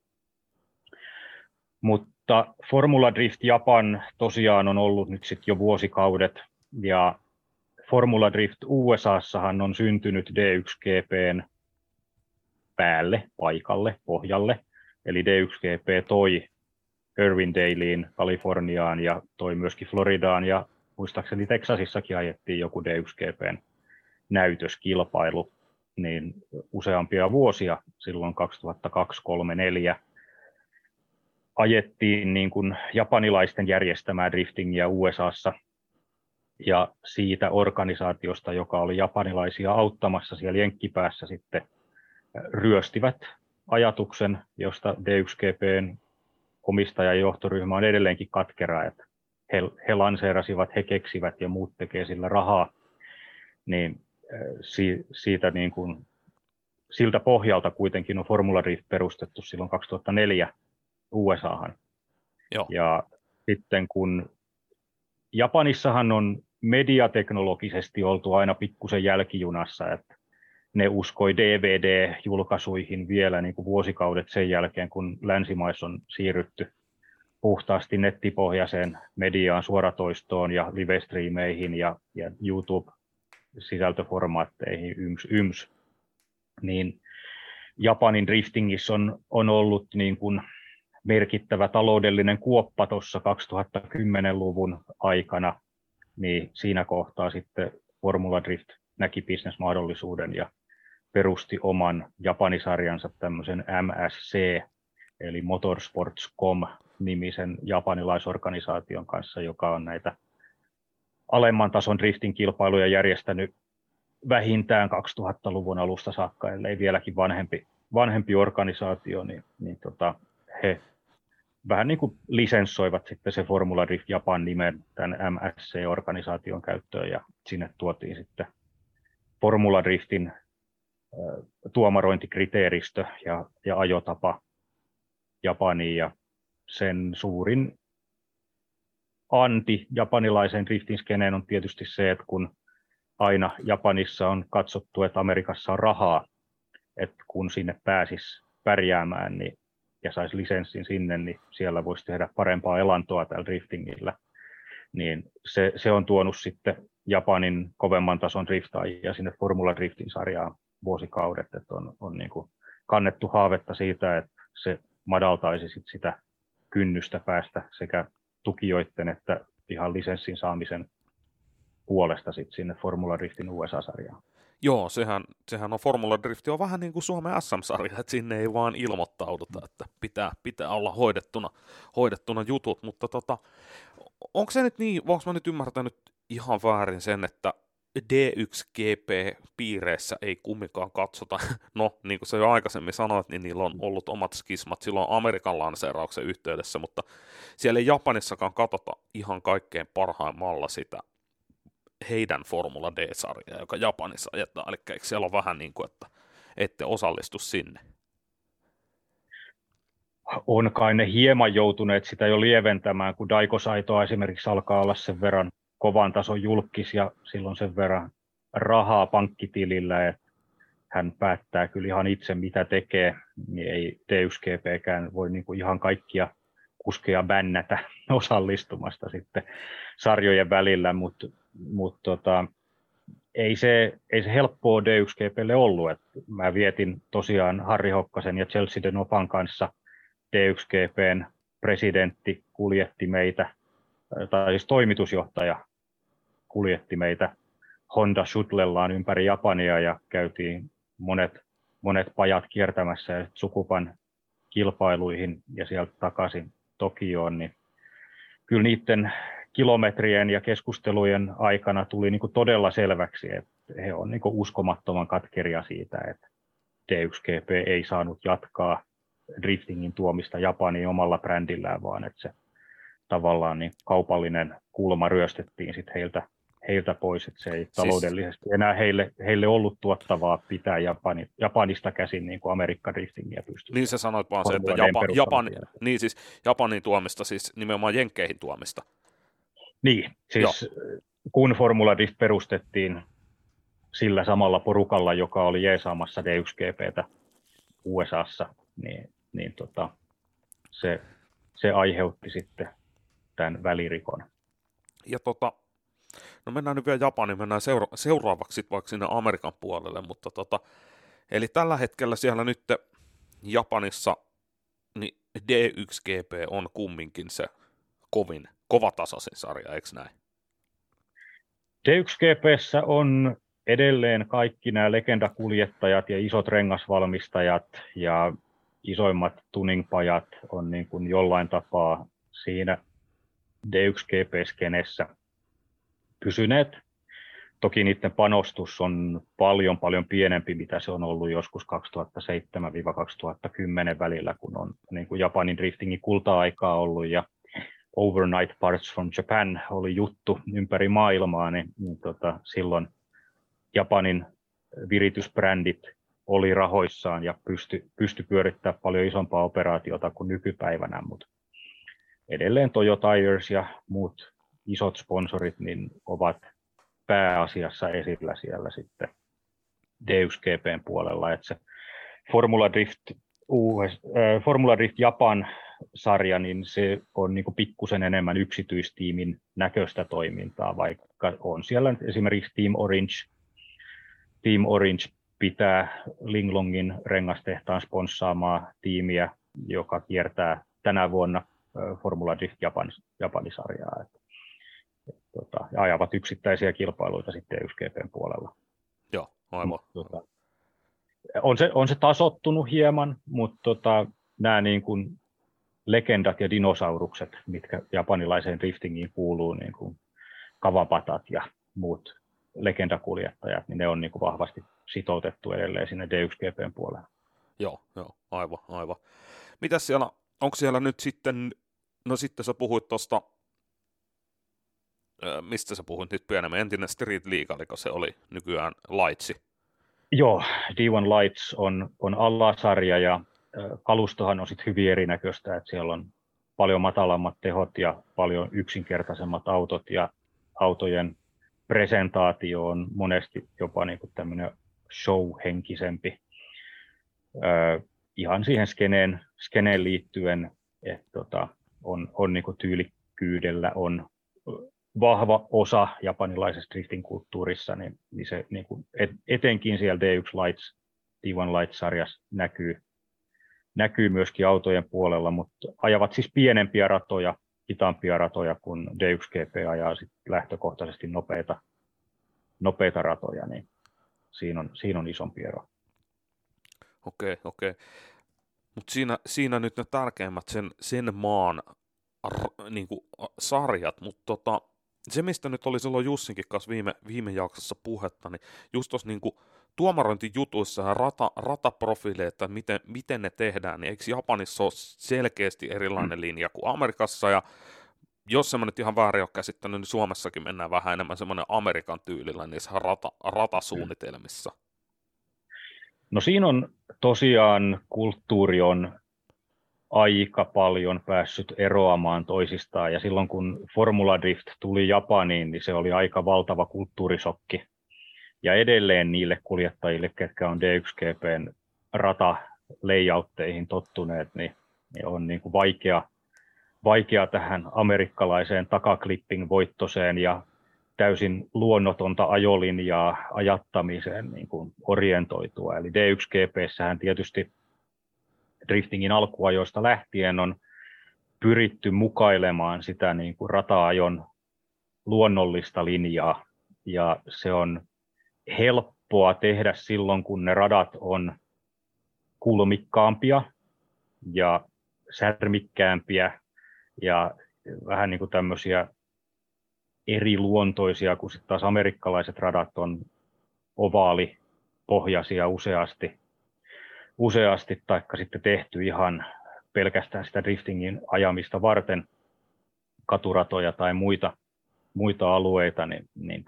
Mutta Formula Drift Japan tosiaan on ollut nyt sitten jo vuosikaudet, ja Formula Drift USAssahan on syntynyt D1GPn paikalle, pohjalle. Eli D1GP toi Irwindaleen, Kaliforniaan ja toi myöskin Floridaan ja muistaakseni Texasissakin ajettiin joku D1GPn näytöskilpailu, niin useampia vuosia silloin 2002, 3, 4 ajettiin niin kuin japanilaisten järjestämää driftingiä USAssa ja siitä organisaatiosta, joka oli japanilaisia auttamassa siellä jenkkipäässä sitten ryöstivät ajatuksen, josta D1GPn omistaja- ja johtoryhmä on edelleenkin katkera, että he lanseerasivat, he keksivät ja muut tekee sillä rahaa, niin siitä niin kuin, siltä pohjalta kuitenkin on Formula Drift perustettu silloin 2004 USAhan. Joo. Ja sitten kun Japanissahan on mediateknologisesti oltu aina pikkusen jälkijunassa, että ne uskoi DVD-julkaisuihin vielä niin kuin vuosikaudet sen jälkeen, kun länsimaissa on siirrytty puhtaasti nettipohjaiseen mediaan, suoratoistoon ja livestriimeihin ja YouTube-sisältöformaatteihin yms. Niin Japanin driftingissä on ollut niin kuin merkittävä taloudellinen kuoppa tuossa 2010-luvun aikana, niin siinä kohtaa sitten Formula Drift näki bisnesmahdollisuuden ja perusti oman japanisarjansa tämmöisen MSC, eli Motorsports.com-nimisen japanilaisorganisaation kanssa, joka on näitä alemman tason driftin kilpailuja järjestänyt vähintään 2000-luvun alusta saakka, ellei vieläkin vanhempi organisaatio, niin he vähän niin kuin lisenssoivat sitten se Formula Drift Japan nimen tämän MSC-organisaation käyttöön, ja sinne tuotiin sitten Formula Driftin tuomarointikriteeristö ja ajotapa Japaniin, ja sen suurin anti japanilaisen driftin skeneen on tietysti se, että kun aina Japanissa on katsottu, että Amerikassa on rahaa, että kun sinne pääsisi pärjäämään niin, ja saisi lisenssin sinne, niin siellä voisi tehdä parempaa elantoa tällä driftingillä. Niin se on tuonut sitten Japanin kovemman tason driftaajia sinne Formula Driftin sarjaan vuosikaudet, että on niin kuin kannettu haavetta siitä, että se madaltaisi sit sitä kynnystä päästä sekä tukijoiden että ihan lisenssin saamisen puolesta sit sinne Formula Driftin USA-sarjaan. Joo, sehän on Formula Drift on vähän niin kuin Suomen SM-sarja, että sinne ei vaan ilmoittauduta, että pitää olla hoidettuna jutut, mutta onko se nyt niin, voinko mä nyt ymmärtänyt ihan väärin sen, että D1GP-piireissä ei kumminkaan katsota, no niin kuin sä jo aikaisemmin sanoit, niin niillä on ollut omat skismat silloin Amerikan lanseerauksen yhteydessä, mutta siellä ei Japanissakaan katsota ihan kaikkein parhaimmalla sitä heidän Formula D-sarjaa, joka Japanissa ajetaan, eli eikö siellä ole vähän niin kuin, että ette osallistu sinne? On kai ne hieman joutuneet sitä jo lieventämään, kun Daiko Saito esimerkiksi alkaa olla sen verran kovan tason julkis ja silloin sen verran rahaa pankkitilillä, että hän päättää kyllä ihan itse mitä tekee, niin ei D1GPkään voi niin kuin ihan kaikkia kuskeja bännätä osallistumasta sitten sarjojen välillä, mutta ei se helppoa D1GPlle ollut. Et mä vietin tosiaan Harri Hokkasen ja Chelsea Denopan kanssa D1GPn presidentti kuljetti meitä, tai siis toimitusjohtaja kuljetti meitä Honda Shuttlellaan ympäri Japania ja käytiin monet pajat kiertämässä ja Tsukuban kilpailuihin ja sieltä takaisin Tokioon, niin kyllä niiden kilometrien ja keskustelujen aikana tuli niin kuin todella selväksi, että he on niin kuin uskomattoman katkeria siitä, että D1GP ei saanut jatkaa driftingin tuomista Japaniin omalla brändillään, vaan että se tavallaan niin kaupallinen kulma ryöstettiin sit heiltä pois, että se ei taloudellisesti enää heille ollut tuottavaa pitää Japanista käsin niin kuin Amerikka driftingiä pystyy. Niin sä sanoit vaan se, että Japanin tuomista, siis nimenomaan Jenkkeihin tuomista. Niin, siis kun Formula Drift perustettiin sillä samalla porukalla, joka oli jeesaamassa D1GPtä USAssa, niin se aiheutti sitten tämän välirikon. Ja no mennään nyt vielä Japaniin, mennään seuraavaksi vaikka sinne Amerikan puolelle, mutta eli tällä hetkellä siellä nyt Japanissa niin D1GP on kumminkin se kovatasaisin sarja, eikö näin? D1GP:ssä on edelleen kaikki nämä legendakuljettajat ja isot rengasvalmistajat ja isoimmat tuningpajat on niin kuin jollain tapaa siinä D1GP-skenessä pysyneet. Toki niiden panostus on paljon pienempi, mitä se on ollut joskus 2007-2010 välillä, kun on niin kuin Japanin driftingin kulta-aikaa ollut ja Overnight Parts from Japan oli juttu ympäri maailmaa, niin silloin Japanin viritysbrändit oli rahoissaan ja pysty pyörittämään paljon isompaa operaatiota kuin nykypäivänä, mutta edelleen Toyo Tires ja muut isot sponsorit niin ovat pääasiassa esillä siellä sitten D1GP:n puolella, että se Formula Drift Japan sarja, niin se on niin kuin pikkusen enemmän yksityistiimin näköistä toimintaa, vaikka on siellä esimerkiksi Team Orange pitää Linglongin rengastehtaan sponssaamaa tiimiä, joka kiertää tänä vuonna Formula Drift Japanin sarjaa. Ja ajavat yksittäisiä kilpailuita sitten D1GP:n puolella. Joo, aivan. On se tasottunut hieman, mutta nämä niin kuin legendat ja dinosaurukset, mitkä japanilaiseen driftingiin kuuluu, niin kuin Kawabatat ja muut legendakuljettajat, niin ne on niin kuin vahvasti sitoutettu edelleen sinne D1GP:n puolelle. Joo, aivan. Mitäs siellä, onko siellä nyt sitten, no sitten sä puhuit tuosta, mistä sä puhuit nyt pienemmän, entinen Street League, oliko se oli nykyään Lightsi? Joo, D1 Lights on alasarja ja kalustohan on sitten hyvin erinäköistä, että siellä on paljon matalammat tehot ja paljon yksinkertaisemmat autot ja autojen presentaatio on monesti jopa niin kuin tämmöinen show-henkisempi. Ihan siihen skeneen liittyen, että on niin kuin tyylikkyydellä on vahva osa japanilaisessa drifting-kulttuurissa, niin se niin kuin etenkin siellä D1 Lights-sarjassa näkyy myöskin autojen puolella, mutta ajavat siis pienempiä ratoja, hitaampia ratoja, kun D1GP ajaa sit lähtökohtaisesti nopeita ratoja, niin siinä on isompi ero. Okei. Mutta siinä nyt ne tärkeimmät sen maan niin kuin sarjat, mutta se, mistä nyt oli silloin Jussinkin kanssa viime jaksossa puhetta, niin just tuossa niin tuomarointijutuissa ja rataprofiileita, miten ne tehdään, niin eikö Japanissa ole selkeästi erilainen linja kuin Amerikassa, ja jos en mä nyt ihan väärin ole käsittänyt, niin Suomessakin mennään vähän enemmän semmoinen Amerikan tyylillä niissä ratasuunnitelmissa. No siinä on tosiaan kulttuuri on aika paljon päässyt eroamaan toisistaan, ja silloin kun Formula Drift tuli Japaniin, niin se oli aika valtava kulttuurisokki. Ja edelleen niille kuljettajille, ketkä on D1GP:n ratalayoutteihin tottuneet, niin on niin kuin vaikea tähän amerikkalaiseen takaklipping-voittoseen ja täysin luonnotonta ajolinjaa ajattamiseen niin kuin orientoitua. Eli D1GP:ssähän tietysti driftingin alkuajoista lähtien on pyritty mukailemaan sitä niin kuin rata-ajon luonnollista linjaa, ja se on helppoa tehdä silloin, kun ne radat on kulmikkaampia ja särmikkäämpiä ja vähän niin kuin tämmöisiä eriluontoisia, kun sitten taas amerikkalaiset radat on ovaalipohjaisia useasti taikka sitten tehty ihan pelkästään sitä driftingin ajamista varten, katuratoja tai muita alueita, niin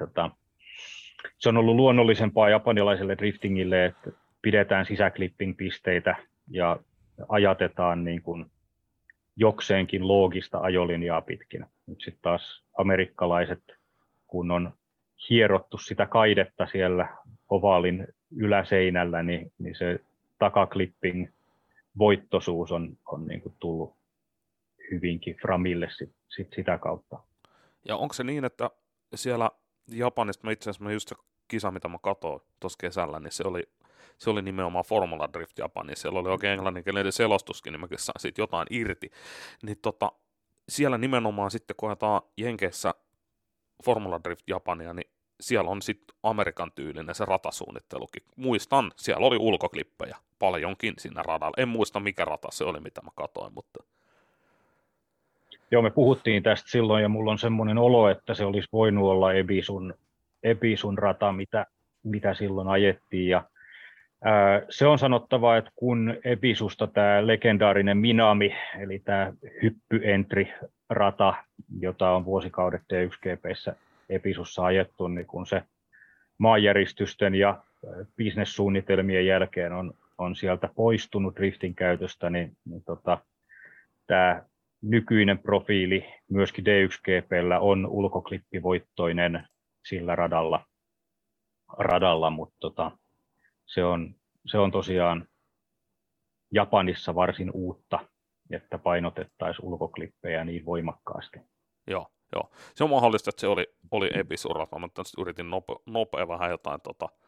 se on ollut luonnollisempaa japanilaiselle driftingille, että pidetään sisäklipping-pisteitä ja ajatetaan niin kuin jokseenkin loogista ajolinjaa pitkin. Nyt sitten taas amerikkalaiset, kun on hierottu sitä kaidetta siellä ovaalin yläseinällä, niin se takaklipping voittosuus on niin kuin tullut hyvinkin framille sitä kautta. Ja onko se niin, että siellä Japanista, itse asiassa just se kisa, mitä mä katsoin tuossa kesällä, niin se oli se oli nimenomaan Formula Drift Japani, siellä oli oikein englanninkielinen selostuskin, niin mäkin saan siitä jotain irti, niin siellä nimenomaan sitten koetaan Jenkeissä Formula Drift Japania, niin siellä on sitten Amerikan tyylinen se ratasuunnittelukin. Muistan, siellä oli ulkoklippejä paljonkin siinä radalla. En muista mikä rata se oli, mitä mä katoin, mutta... Joo, me puhuttiin tästä silloin ja mulla on semmoinen olo, että se olisi voinut olla Ebisun rata, mitä silloin ajettiin. Ja, se on sanottava, että kun Ebisusta tämä legendaarinen Minami, eli tämä hyppyentry-rata, jota on vuosikaudet D1GP:ssä Ebisussa ajettu, niin kun se maanjäristysten ja bisnessuunnitelmien jälkeen on sieltä poistunut driftin käytöstä, niin tämä nykyinen profiili myöskin D1GP:llä on ulkoklippivoittoinen sillä radalla, mutta se on tosiaan Japanissa varsin uutta, että painotettaisiin ulkoklippejä niin voimakkaasti. Joo. Se on mahdollista, että se oli Ebisurata, mutta yritin nopea vähän jotain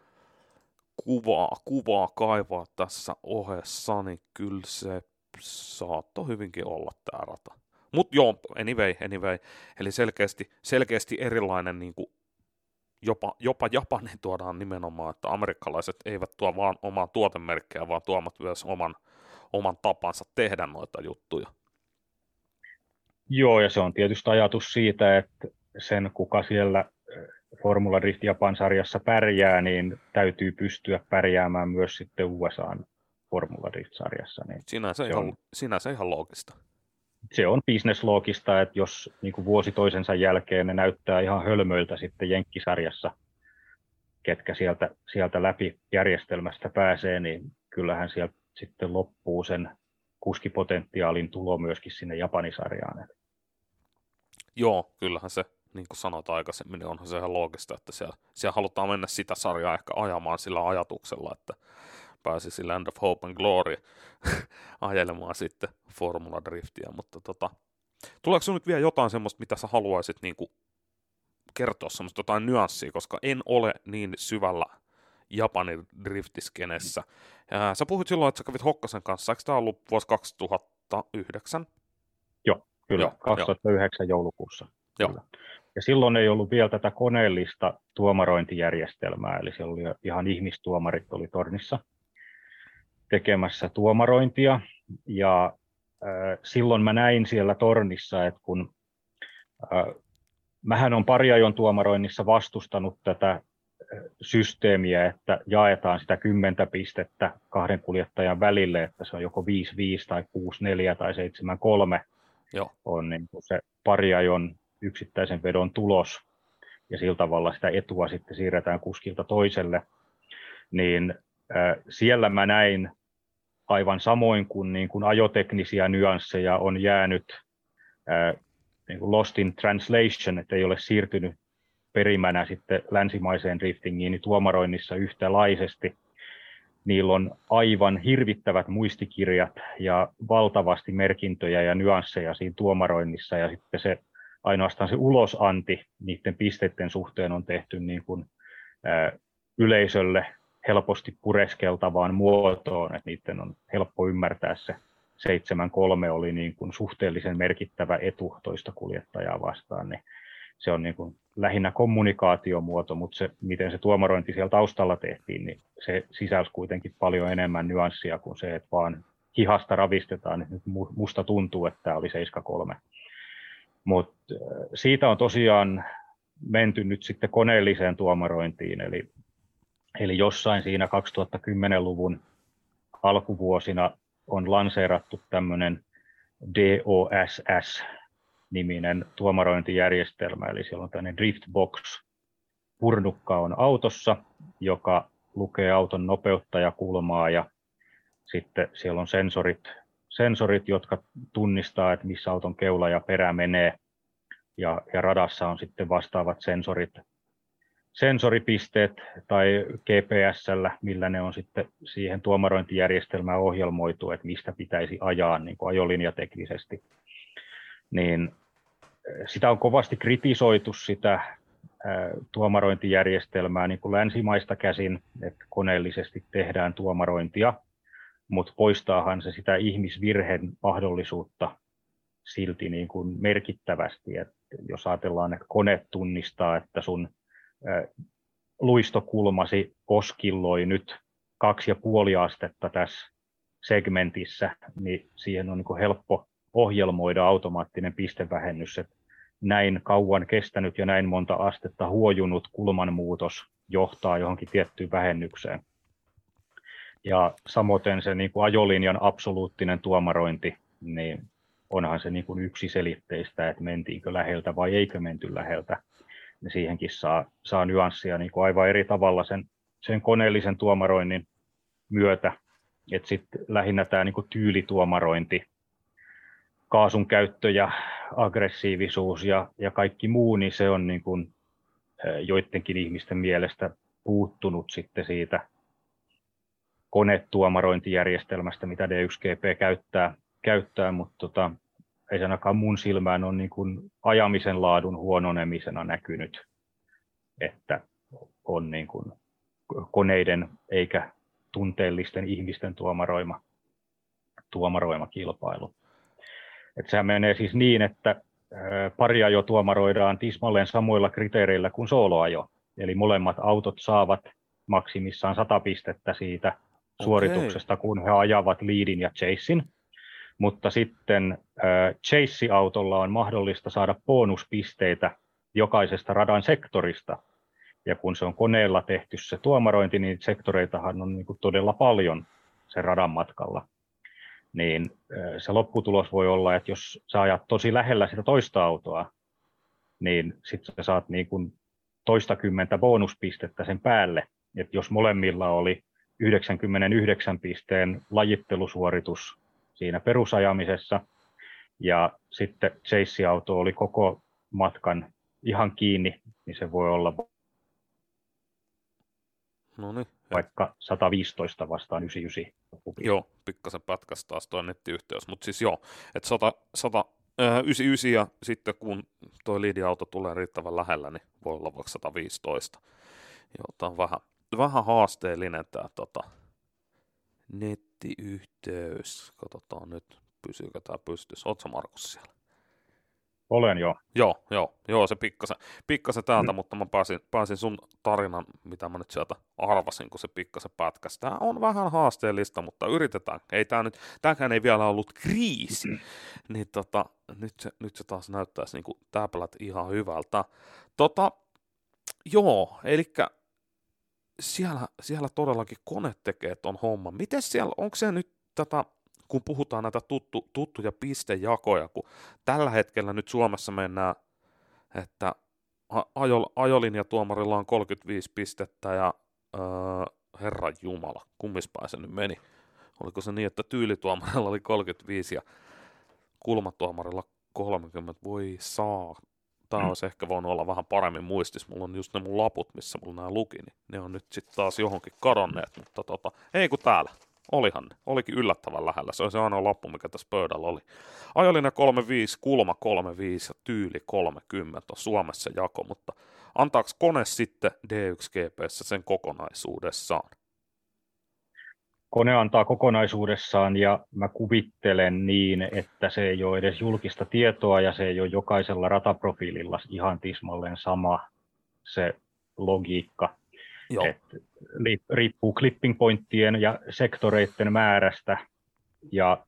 kuvaa kaivaa tässä ohessa, niin kyllä se saattoi hyvinkin olla tämä rata. Mutta joo, anyway. Eli selkeästi erilainen, niin kuin jopa Japanin tuodaan nimenomaan, että amerikkalaiset eivät tuo vaan omaa tuotemerkkiä, vaan tuomat myös oman tapansa tehdä noita juttuja. Joo, ja se on tietysti ajatus siitä, että sen kuka siellä Formula Drift Japan-sarjassa pärjää, niin täytyy pystyä pärjäämään myös sitten USA:n Formula Drift-sarjassa. Niin sinänsä ihan loogista. Se on bisnesloogista, että jos niin kuin vuosi toisensa jälkeen ne näyttää ihan hölmöiltä sitten Jenkkisarjassa, ketkä sieltä läpi järjestelmästä pääsee, niin kyllähän sieltä sitten loppuu sen kuskipotentiaalin tulo myöskin sinne Japanisarjaan. Joo, kyllähän se, niin kuin sanoit aikaisemmin, niin onhan se ihan loogista, että siellä halutaan mennä sitä sarjaa ehkä ajamaan sillä ajatuksella, että pääsisi Land of Hope and Glory ajelemaan sitten Formula Driftiä, mutta tuleeko sinulle nyt vielä jotain semmoista, mitä sä haluaisit niin kuin kertoa semmoista jotain nyanssia, koska en ole niin syvällä Japanin driftiskenessä. Sä puhuit silloin, että sä kävit Hokkasen kanssa, eikö tämä ollut vuosi 2009? Joo, kyllä, Joo, 2009 joulukuussa. Joo. Kyllä. Ja silloin ei ollut vielä tätä koneellista tuomarointijärjestelmää, eli siellä oli ihan ihmistuomarit oli tornissa tekemässä tuomarointia, ja silloin mä näin siellä tornissa, että kun mähän on pari ajon tuomaroinnissa vastustanut tätä systeemiä, että jaetaan sitä 10 pistettä kahden kuljettajan välille, että se on joko 5-5 tai 6-4 tai 7-3 on niin kuin se pari ajon yksittäisen vedon tulos, ja sillä tavalla sitä etua sitten siirretään kuskilta toiselle, niin siellä mä näin aivan samoin kuin, niin kuin ajoteknisiä nyansseja on jäänyt niin kuin lost in translation, että ei ole siirtynyt perimänä sitten länsimaiseen driftingiin, niin tuomaroinnissa yhtälaisesti. Niillä on aivan hirvittävät muistikirjat ja valtavasti merkintöjä ja nyansseja siinä tuomaroinnissa, ja sitten se ainoastaan se ulosanti niiden pisteiden suhteen on tehty niin kuin, yleisölle helposti pureskeltavaan muotoon, että niiden on helppo ymmärtää se 7-3 oli niin kuin suhteellisen merkittävä etu toista kuljettajaa vastaan, niin se on niin kuin lähinnä kommunikaatiomuoto, mutta se, miten se tuomarointi siellä taustalla tehtiin, niin se sisälsi kuitenkin paljon enemmän nyanssia kuin se, että vaan hihasta ravistetaan, että nyt musta tuntuu, että tämä oli 7-3. Mutta siitä on tosiaan menty nyt sitten koneelliseen tuomarointiin, eli jossain siinä 2010-luvun alkuvuosina on lanseerattu tämmöinen DOSS-niminen tuomarointijärjestelmä, eli siellä on tämmöinen driftbox. Purnukka on autossa, joka lukee auton nopeutta ja kulmaa, ja sitten siellä on sensorit, jotka tunnistaa, että missä auton keula ja perä menee, ja radassa on sitten vastaavat sensoripisteet tai GPS:llä, millä ne on sitten siihen tuomarointijärjestelmään ohjelmoitu, että mistä pitäisi ajaa niin kuin ajolinjateknisesti. Niin sitä on kovasti kritisoitu sitä tuomarointijärjestelmää niin kuin länsimaista käsin, että koneellisesti tehdään tuomarointia, mutta poistaahan se sitä ihmisvirheen mahdollisuutta silti niin kuin merkittävästi. Et jos ajatellaan, että kone tunnistaa, että sun luistokulmasi oskilloi nyt 2,5 astetta tässä segmentissä, niin siihen on niin kuin helppo ohjelmoida automaattinen pistevähennys, että näin kauan kestänyt ja näin monta astetta huojunut kulmanmuutos johtaa johonkin tiettyyn vähennykseen. Ja samoin se niin kuin ajolinjan absoluuttinen tuomarointi, niin onhan se niin kuin yksiselitteistä, että mentiinkö läheltä vai eikö menty läheltä. Ja siihenkin saa nyanssia niin kuin aivan eri tavalla sen koneellisen tuomaroinnin myötä. Että sitten lähinnä tämä niin kuin tyylituomarointi, kaasun käyttö ja aggressiivisuus ja kaikki muu, niin se on niin kuin joidenkin ihmisten mielestä puuttunut sitten siitä konetuomarointijärjestelmästä, mitä D1GP käyttää, mutta ei se ainakaan mun silmään ole niin kuin ajamisen laadun huononemisena näkynyt, että on niin kuin koneiden eikä tunteellisten ihmisten tuomaroima kilpailu. Että sehän menee siis niin, että pariajo tuomaroidaan tismalleen samoilla kriteereillä kuin sooloajo. Eli molemmat autot saavat maksimissaan 100 pistettä siitä suorituksesta, kun he ajavat leadin ja chasein. Mutta sitten chase-autolla on mahdollista saada bonuspisteitä jokaisesta radan sektorista. Ja kun se on koneella tehty se tuomarointi, niin sektoreitahan on niin kuin todella paljon sen radan matkalla. Niin se lopputulos voi olla, että jos sä ajat tosi lähellä sitä toista autoa, niin sitten sä saat niin kuin toistakymmentä bonuspistettä sen päälle. Et jos molemmilla oli 99 pisteen lajittelusuoritus siinä perusajamisessa, ja sitten chase-auto oli koko matkan ihan kiinni, niin se voi olla vaikka 115 vastaan 99. Joo, pikkasen pätkäs taas tuo nettiyhteys, mutta siis joo, että 199 ja sitten kun tuo lead-auto tulee riittävän lähellä, niin voi olla vaikka 115. Joo, tämä on vähän haasteellinen tämä nettiyhteys. Katsotaan nyt, pysyykö tämä pystyssä. Ootko Markus siellä? Olen jo. Joo, se pikkasen täältä, mutta mä pääsin sun tarinan, mitä mä nyt sieltä arvasin, kun se pikkasen pätkäsi. Tämä on vähän haasteellista, mutta yritetään. Tämäkään ei vielä ollut kriisi, niin nyt se taas näyttäisi niin kuin täpälät ihan hyvältä. Joo, eli siellä todellakin kone tekee ton homman. Miten siellä, onko se nyt kun puhutaan näitä tuttuja pistejakoja, kun tällä hetkellä nyt Suomessa mennään, että ajolinjatuomarilla on 35 pistettä ja Herran Jumala, kummispäin se nyt meni. Oliko se niin, että tyylituomarilla oli 35 ja kulmatuomarilla 30? Voi saa. Tämä olisi ehkä voinut olla vähän paremmin muistis. Mulla on just ne mun laput, missä mulla nämä luki, niin ne on nyt sitten taas johonkin kadonneet, mutta ei kun täällä. Olikin yllättävän lähellä. Se on se ainoa lappu, mikä tässä pöydällä oli. Ajolinja 35, kulma 35 ja tyyli 30 on Suomessa jako, mutta antaako kone sitten D1GP:ssä sen kokonaisuudessaan? Kone antaa kokonaisuudessaan ja mä kuvittelen niin, että se ei ole edes julkista tietoa ja se ei ole jokaisella rataprofiililla ihan tismalleen sama se logiikka. Riippuu clipping pointtien ja sektoreiden määrästä ja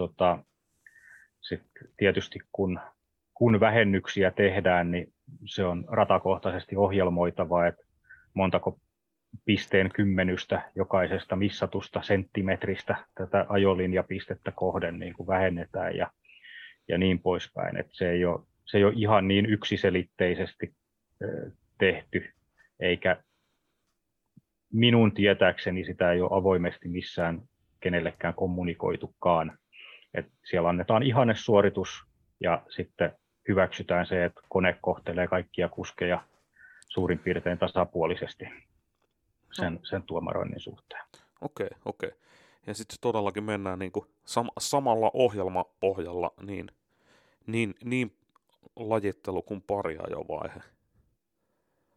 sit tietysti kun vähennyksiä tehdään, niin se on ratakohtaisesti ohjelmoitava, että montako pisteen kymmenystä jokaisesta missatusta senttimetristä tätä ajolinjapistettä kohden niin kuin vähennetään ja niin poispäin. Et se ei ole ihan niin yksiselitteisesti tehty, eikä minun tietääkseni sitä ei ole avoimesti missään kenellekään kommunikoitukaan. Et siellä annetaan ihannesuoritus ja sitten hyväksytään se, että kone kohtelee kaikkia kuskeja suurin piirtein tasapuolisesti sen tuomaroinnin suhteen. Okei. Ja sitten todellakin mennään niin kuin samalla ohjelmapohjalla niin lajittelu kuin pariajovaihe.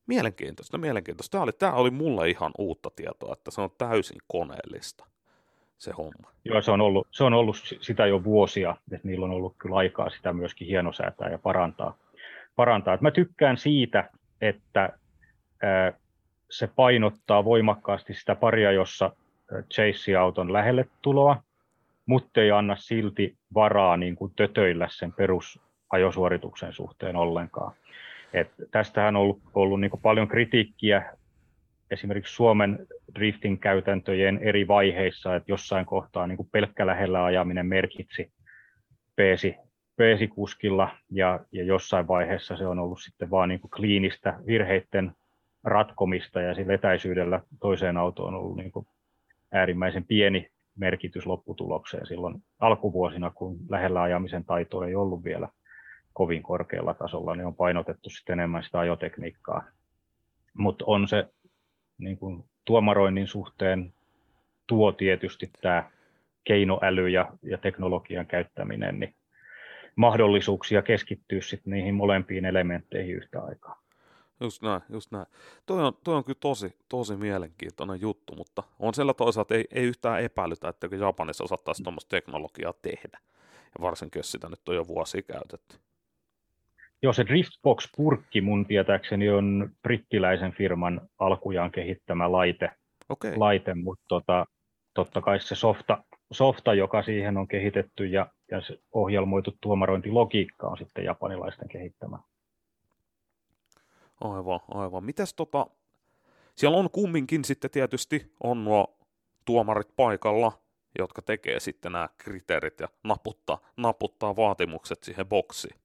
Mielenkiintoista. Tämä oli mulle ihan uutta tietoa, että se on täysin koneellista, se homma. Joo, se on ollut sitä jo vuosia, että niillä on ollut kyllä aikaa sitä myöskin hienosäätää ja parantaa. Mä tykkään siitä, että se painottaa voimakkaasti sitä paria, jossa chase-auton lähelle tuloa, mutta ei anna silti varaa niin kuin tötöillä sen perusajosuorituksen suhteen ollenkaan. Tästähän on ollut niin kuin paljon kritiikkiä esimerkiksi Suomen driftin käytäntöjen eri vaiheissa, että jossain kohtaa niin kuin pelkkä lähellä ajaminen merkitsi peesikuskilla ja jossain vaiheessa se on ollut sitten vaan niin kuin kliinistä virheiden ratkomista ja sillä etäisyydellä toiseen autoon on ollut niin kuin äärimmäisen pieni merkitys lopputulokseen silloin alkuvuosina, kun lähellä ajamisen taito ei ollut vielä kovin korkealla tasolla, niin on painotettu sitten enemmän sitä ajotekniikkaa. Mutta on se niin kuin tuomaroinnin suhteen tuo tietysti tämä keinoäly ja teknologian käyttäminen, niin mahdollisuuksia keskittyä sitten niihin molempiin elementteihin yhtä aikaa. Just näin. Toi on kyllä tosi mielenkiintoinen juttu, mutta on siellä toisaalta ei yhtään epäilytä, että Japanissa osattaisi tuommoista teknologiaa tehdä. Ja varsinkin, jos sitä nyt on jo vuosia käytetty. Joo, se Driftbox-purkki mun tietääkseni on brittiläisen firman alkujaan kehittämä laite, mutta totta kai se softa, joka siihen on kehitetty ja se ohjelmoitu tuomarointilogiikka on sitten japanilaisten kehittämä. Aivan. Mites siellä on kumminkin sitten tietysti on nuo tuomarit paikalla, jotka tekee sitten nämä kriteerit ja naputtaa vaatimukset siihen boksiin.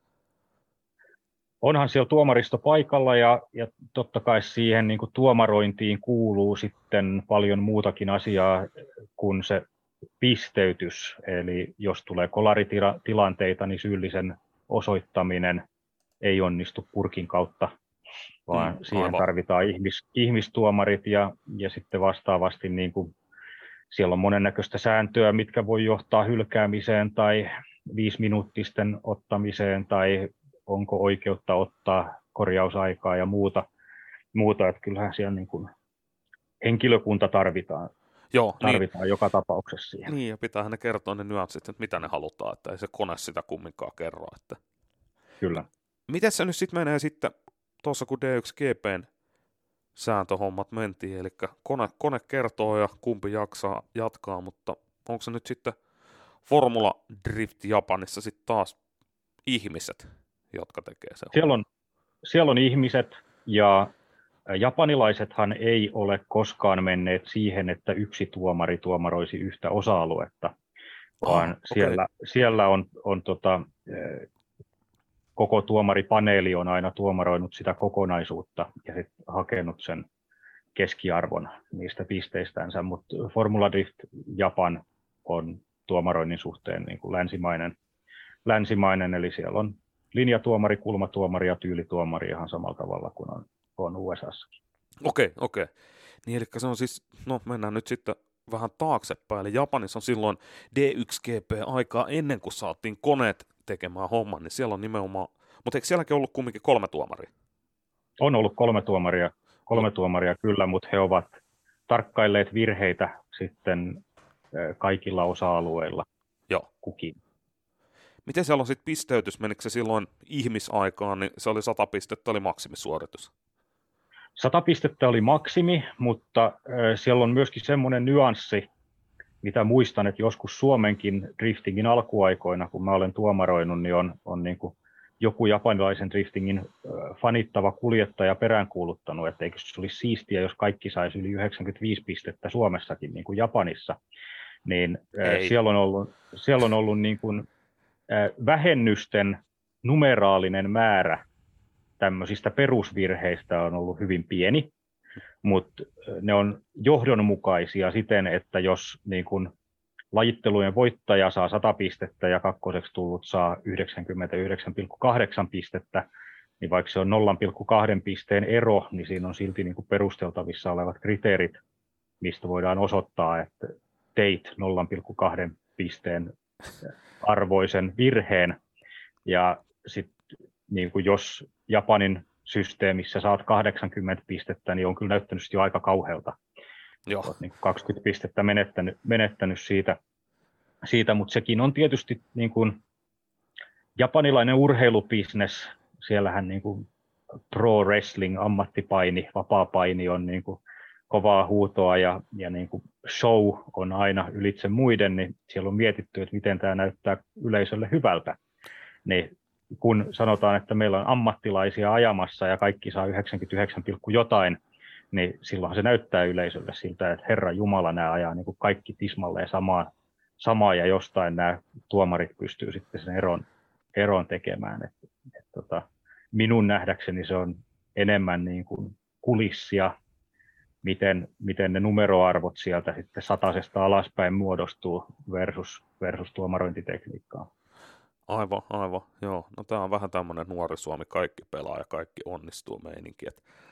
Onhan siellä tuomaristo paikalla ja totta kai siihen niin kuin tuomarointiin kuuluu sitten paljon muutakin asiaa kuin se pisteytys. Eli jos tulee kolaritilanteita, niin syyllisen osoittaminen ei onnistu purkin kautta, vaan siihen tarvitaan ihmistuomarit ja sitten vastaavasti niin kuin siellä on monennäköistä sääntöä, mitkä voi johtaa hylkäämiseen tai 5-minuuttisten ottamiseen tai onko oikeutta ottaa korjausaikaa ja muuta. Että kyllähän siellä niin kuin henkilökunta tarvitaan joka tapauksessa siihen. Niin, ja pitäähän ne kertoa ne nyanssit, että mitä ne halutaan, että ei se kone sitä kumminkaan kerro. Että. Kyllä. Miten se nyt sitten menee sitten, tuossa kun D1GPn sääntöhommat mentiin, eli kone kertoo ja kumpi jaksaa jatkaa, mutta onko se nyt sitten Formula Drift Japanissa sitten taas ihmiset, jotka tekee sen? Siellä on ihmiset, ja japanilaisethan ei ole koskaan menneet siihen, että yksi tuomari tuomaroisi yhtä osa-aluetta, vaan siellä on koko tuomaripaneeli on aina tuomaroinut sitä kokonaisuutta ja sitten hakenut sen keskiarvon niistä pisteistänsä, mutta Formula Drift Japan on tuomaroinnin suhteen niin kuin länsimainen, eli siellä on linjatuomari, kulmatuomari ja tyylituomari ihan samalla tavalla kuin on USAssakin. Okei. Niin, eli se on siis, mennään nyt sitten vähän taaksepäin, eli Japanissa on silloin D1GP-aikaa ennen kuin saatiin koneet tekemään homman, niin siellä on nimenomaan, mutta eikö sielläkin ollut kumminkin 3 tuomaria? On ollut 3 tuomaria kyllä, mutta he ovat tarkkailleet virheitä sitten kaikilla osa-alueilla kukin. Miten siellä on sitten pisteytys? Menikö se silloin ihmisaikaan, niin se oli 100 pistettä, oli maksimisuoritus? 100 pistettä oli maksimi, mutta siellä on myöskin semmoinen nyanssi, mitä muistan, että joskus Suomenkin driftingin alkuaikoina, kun mä olen tuomaroinut, niin on niin kuin joku japanilaisen driftingin fanittava kuljettaja peräänkuuluttanut, että eikö se olisi siistiä, jos kaikki saisi yli 95 pistettä Suomessakin, niin kuin Japanissa. Niin siellä on ollut niin kuin vähennysten numeraalinen määrä tämmöisistä perusvirheistä on ollut hyvin pieni, mutta ne on johdonmukaisia siten, että jos niin kun lajittelujen voittaja saa 100 pistettä ja kakkoseksi tullut saa 99,8 pistettä, niin vaikka se on 0,2 pisteen ero, niin siinä on silti niin kun perusteltavissa olevat kriteerit, mistä voidaan osoittaa, että teit 0,2 pisteen arvoisen virheen. Ja sitten niin kun jos Japanin systeemissä saat 80 pistettä, niin on kyllä näyttänyt jo aika kauhealta. Joo. Olet niin 20 pistettä menettänyt siitä, mutta sekin on tietysti niin kuin japanilainen urheilubisnes. Siellähän niin kuin pro wrestling, ammattipaini, vapaapaini on niin kuin kovaa huutoa ja niin kuin show on aina ylitse muiden, niin siellä on mietitty, että miten tämä näyttää yleisölle hyvältä. Niin kun sanotaan, että meillä on ammattilaisia ajamassa ja kaikki saa 99, jotain, niin silloin se näyttää yleisölle siltä, että Herra Jumala, nämä ajaa niin kuin kaikki tismalleen samaa ja jostain nämä tuomarit pystyy sitten sen eron tekemään. Minun nähdäkseni se on enemmän niin kuin kulissia, miten ne numeroarvot sieltä sitten satasesta alaspäin muodostuu versus tuomarointitekniikkaa. Aivan, joo. No tää on vähän tämmönen nuori Suomi, kaikki pelaa ja kaikki onnistuu meininki.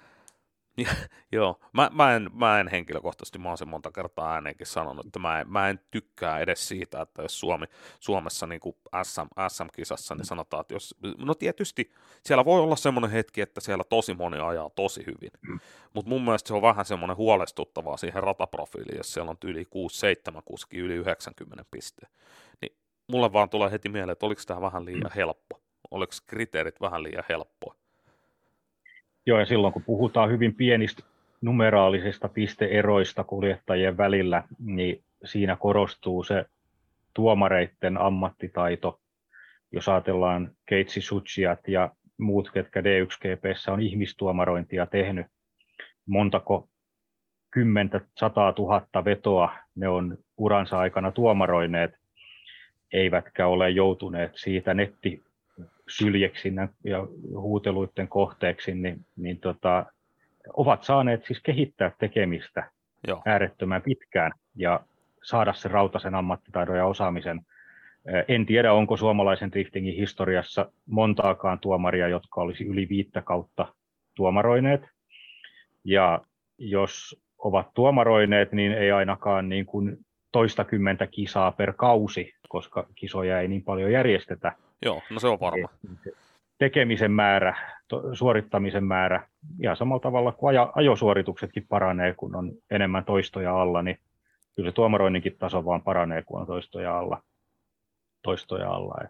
Joo, mä en henkilökohtaisesti, mä oon sen monta kertaa ääneenkin sanonut, että mä en tykkää edes siitä, että jos Suomessa niin kuin SM-kisassa, niin sanotaan, että no tietysti siellä voi olla semmoinen hetki, että siellä tosi moni ajaa tosi hyvin, mutta mun mielestä se on vähän semmoinen huolestuttavaa siihen rataprofiiliin, jos siellä on yli 6-7 kuskia yli 90 pisteen, niin mulle vaan tulee heti mieleen, että oliko tämä vähän liian helppo, oliko kriteerit vähän liian helppoa. Joo, ja silloin kun puhutaan hyvin pienistä numeraalisista pisteeroista kuljettajien välillä, niin siinä korostuu se tuomareiden ammattitaito. Jos ajatellaan Keitsi Tsuchiyat ja muut, ketkä D1GP:ssä on ihmistuomarointia tehnyt, montako 10 100 000 vetoa ne on uransa aikana tuomaroineet, eivätkä ole joutuneet siitä syljeksi ja huuteluiden kohteeksi, niin ovat saaneet siis kehittää tekemistä äärettömän pitkään ja saada sen rautaisen ammattitaidon ja osaamisen. En tiedä, onko suomalaisen driftingin historiassa montaakaan tuomaria, jotka olisi yli 5 kautta tuomaroineet. Ja jos ovat tuomaroineet, niin ei ainakaan niin kuin toistakymmentä kisaa per kausi, koska kisoja ei niin paljon järjestetä. Joo, no se on varma. Tekemisen määrä, suorittamisen määrä, ja samalla tavalla kuin ajosuorituksetkin paranee, kun on enemmän toistoja alla, niin kyllä se tuomaroinninkin taso vaan paranee, kun on toistoja alla.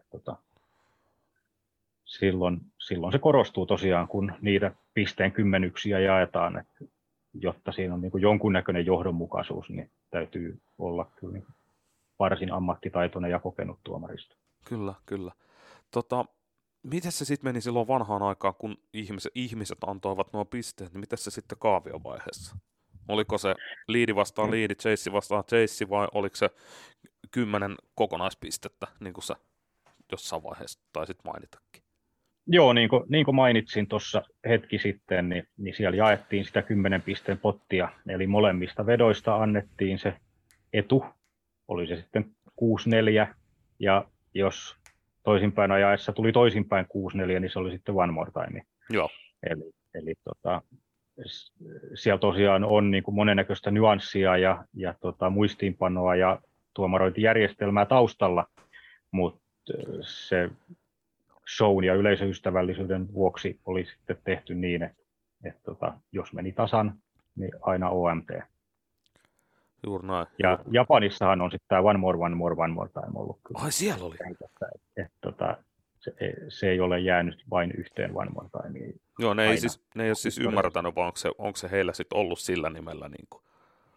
Silloin se korostuu tosiaan, kun niitä pisteen kymmenyksiä jaetaan, että jotta siinä on niin kuin jonkunnäköinen johdonmukaisuus, niin täytyy olla kyllä varsin ammattitaitoinen ja kokenut tuomaristo. Kyllä. Miten se sitten meni silloin vanhaan aikaan, kun ihmiset antoivat nuo pisteet, niin miten se sitten kaaviovaiheessa? Oliko se liidi vastaan liidi, chase vastaan chase, vai oliko se 10 kokonaispistettä, niin kuin sä jossain vaiheessa taisit mainitakin? Joo, niin kuin mainitsin tuossa hetki sitten, niin siellä jaettiin sitä 10 pisteen pottia, eli molemmista vedoista annettiin se etu, oli se sitten 6-4, ja jos toisinpäin ajaessa tuli toisinpäin 6-4, niin se oli sitten one more time. Joo. Eli siellä tosiaan on niin kuin monennäköistä nyanssia ja muistiinpanoa ja tuomarointijärjestelmää taustalla, mutta se shown ja yleisöystävällisyyden vuoksi oli sitten tehty niin, että jos meni tasan, niin aina OMT. Juuri näin. Ja Japanissahan on sitten tämä one more time ollut. Ai siellä oli? Se ei ole jäänyt vain yhteen one more timeen. Joo, ne ei ole siis ymmärtänyt, vaan onko se heillä sitten ollut sillä nimellä? Niin kuin?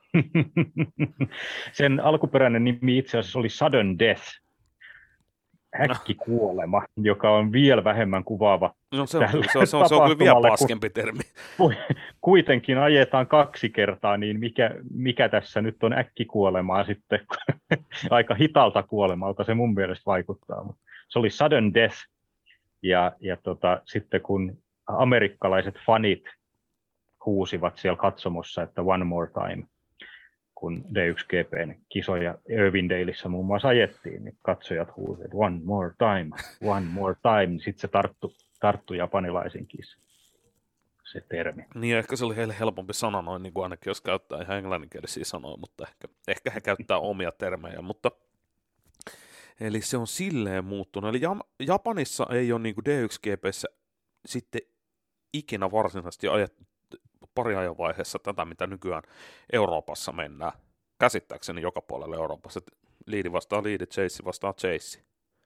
Sen alkuperäinen nimi itse asiassa oli Sudden Death, äkkikuolema, joka on vielä vähemmän kuvaava. No se on kyllä vielä paskempi termi. Kuitenkin ajetaan 2 kertaa, niin mikä tässä nyt on äkkikuolemaa sitten? Aika hitalta kuolemalta se mun mielestä vaikuttaa. Se oli Sudden Death, ja sitten kun amerikkalaiset fanit huusivat siellä katsomossa, että one more time, kun D1GP:n kisoja Irvindaleissa muun muassa ajettiin, niin katsojat huusivat one more time, sitten se tarttui japanilaisinkin se termi. Niin, ehkä se oli heille helpompi sana noin, niin kuin ainakin jos käyttää ihan englanninkielisiä sanoja, mutta ehkä he käyttää omia termejä, mutta eli se on silleen muuttunut. Eli Japanissa ei ole niin kuin D1GP:ssä sitten ikinä varsinaisesti ajettu pari ajan vaiheessa tätä, mitä nykyään Euroopassa mennään. Käsittääkseni joka puolella Euroopassa, että liidi vastaa liidi, chase vastaa chase.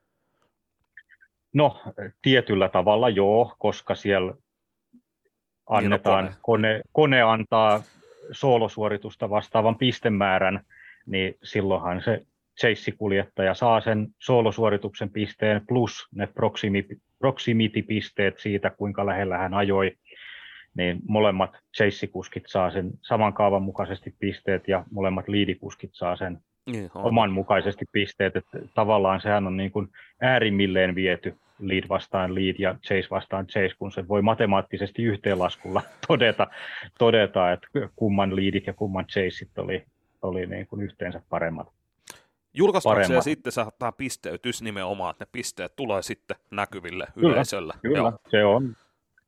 No, tietyllä tavalla joo, koska siellä annetaan, kone antaa soolosuoritusta vastaavan pistemäärän, niin silloinhan se chase-kuljettaja saa sen soolosuorituksen pisteen plus ne proximity-pisteet siitä, kuinka lähellä hän ajoi, niin molemmat chase-kuskit saa sen saman kaavan mukaisesti pisteet ja molemmat liidikuskit saa sen oman mukaisesti pisteet. Että tavallaan sehän on niin kuin äärimmilleen viety lead vastaan lead ja chase vastaan chase, kun se voi matemaattisesti yhteenlaskulla todeta, että kumman leadit ja kumman chaseit oli niin kuin yhteensä paremmat. Julkaistaanko se sitten tämä pisteytys nimenomaan, että ne pisteet tulee sitten näkyville yleisöllä? Kyllä. Se on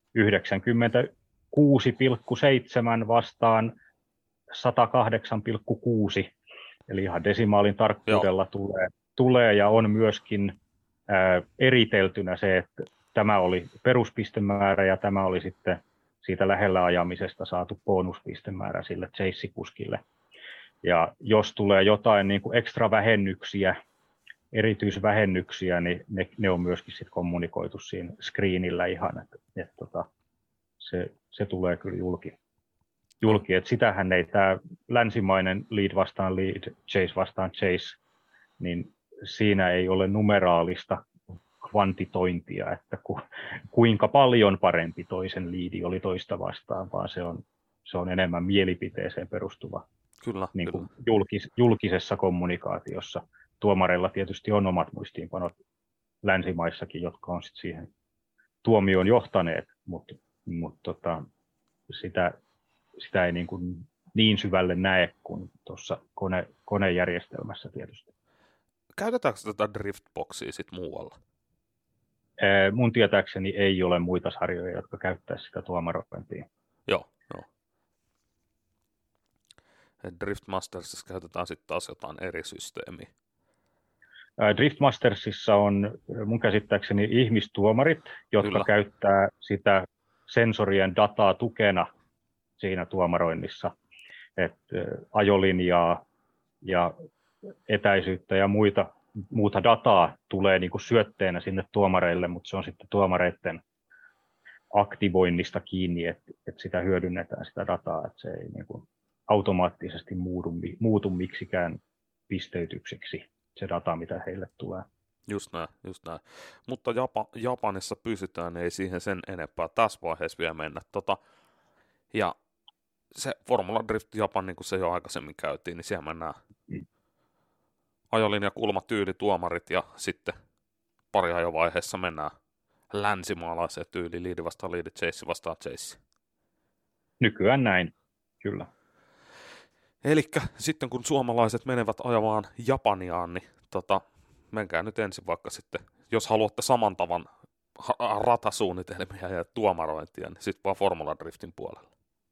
96,7 vastaan 108,6, eli ihan desimaalin tarkkuudella tulee ja on myöskin eriteltynä se, että tämä oli peruspistemäärä ja tämä oli sitten siitä lähellä ajamisesta saatu bonuspistemäärä sille chase-kuskille. Ja jos tulee jotain niin kuin ekstra vähennyksiä, erityisvähennyksiä, niin ne on myöskin sit kommunikoitu siinä screenillä ihan, että se tulee kyllä julki. Että sitähän ei tämä länsimainen lead vastaan lead, chase vastaan chase, niin siinä ei ole numeraalista kvantitointia, että kuinka paljon parempi toisen liidi oli toista vastaan, vaan se on enemmän mielipiteeseen perustuva. Kyllä, niin kuin julkisessa kommunikaatiossa. Tuomareilla tietysti on omat muistiinpanot länsimaissakin, jotka on sitten siihen tuomioon johtaneet, mutta sitä ei niin syvälle näe kuin tuossa konejärjestelmässä tietysti. Käytetäänkö tätä driftboxia sitten muualla? Mun tietääkseni ei ole muita sarjoja, jotka käyttävät sitä tuomarointiin. Joo. Driftmastersissa käytetään sitten taas jotain eri systeemiä. Driftmastersissa on mun käsittääkseni ihmistuomarit, jotka käyttää sitä sensorien dataa tukena siinä tuomaroinnissa. Että ajolinjaa ja etäisyyttä ja muuta dataa tulee niin kuin syötteenä sinne tuomareille, mutta se on sitten tuomareiden aktivoinnista kiinni, että sitä hyödynnetään sitä dataa, että se ei niin kuin automaattisesti muutu miksikään pisteytykseksi se data, mitä heille tulee. Just näin. Mutta Japanissa pysytään, ei siihen sen enempää tässä vaiheessa vielä mennä. Ja se Formula Drift Japan, niin kuin se jo aikaisemmin käytiin, niin siellä mennään ajolinja, kulmatyyli, tuomarit ja sitten pari ajovaiheessa mennään länsimaalaiseen tyyliin, liidi vastaan liidi, chase vastaan chase. Nykyään näin, kyllä. Elikkä sitten kun suomalaiset menevät ajamaan Japaniaan, niin menkää nyt ensin vaikka sitten, jos haluatte saman tavan ratasuunnitelmia ja tuomarointia, niin sitten vaan Formula Driftin puolella.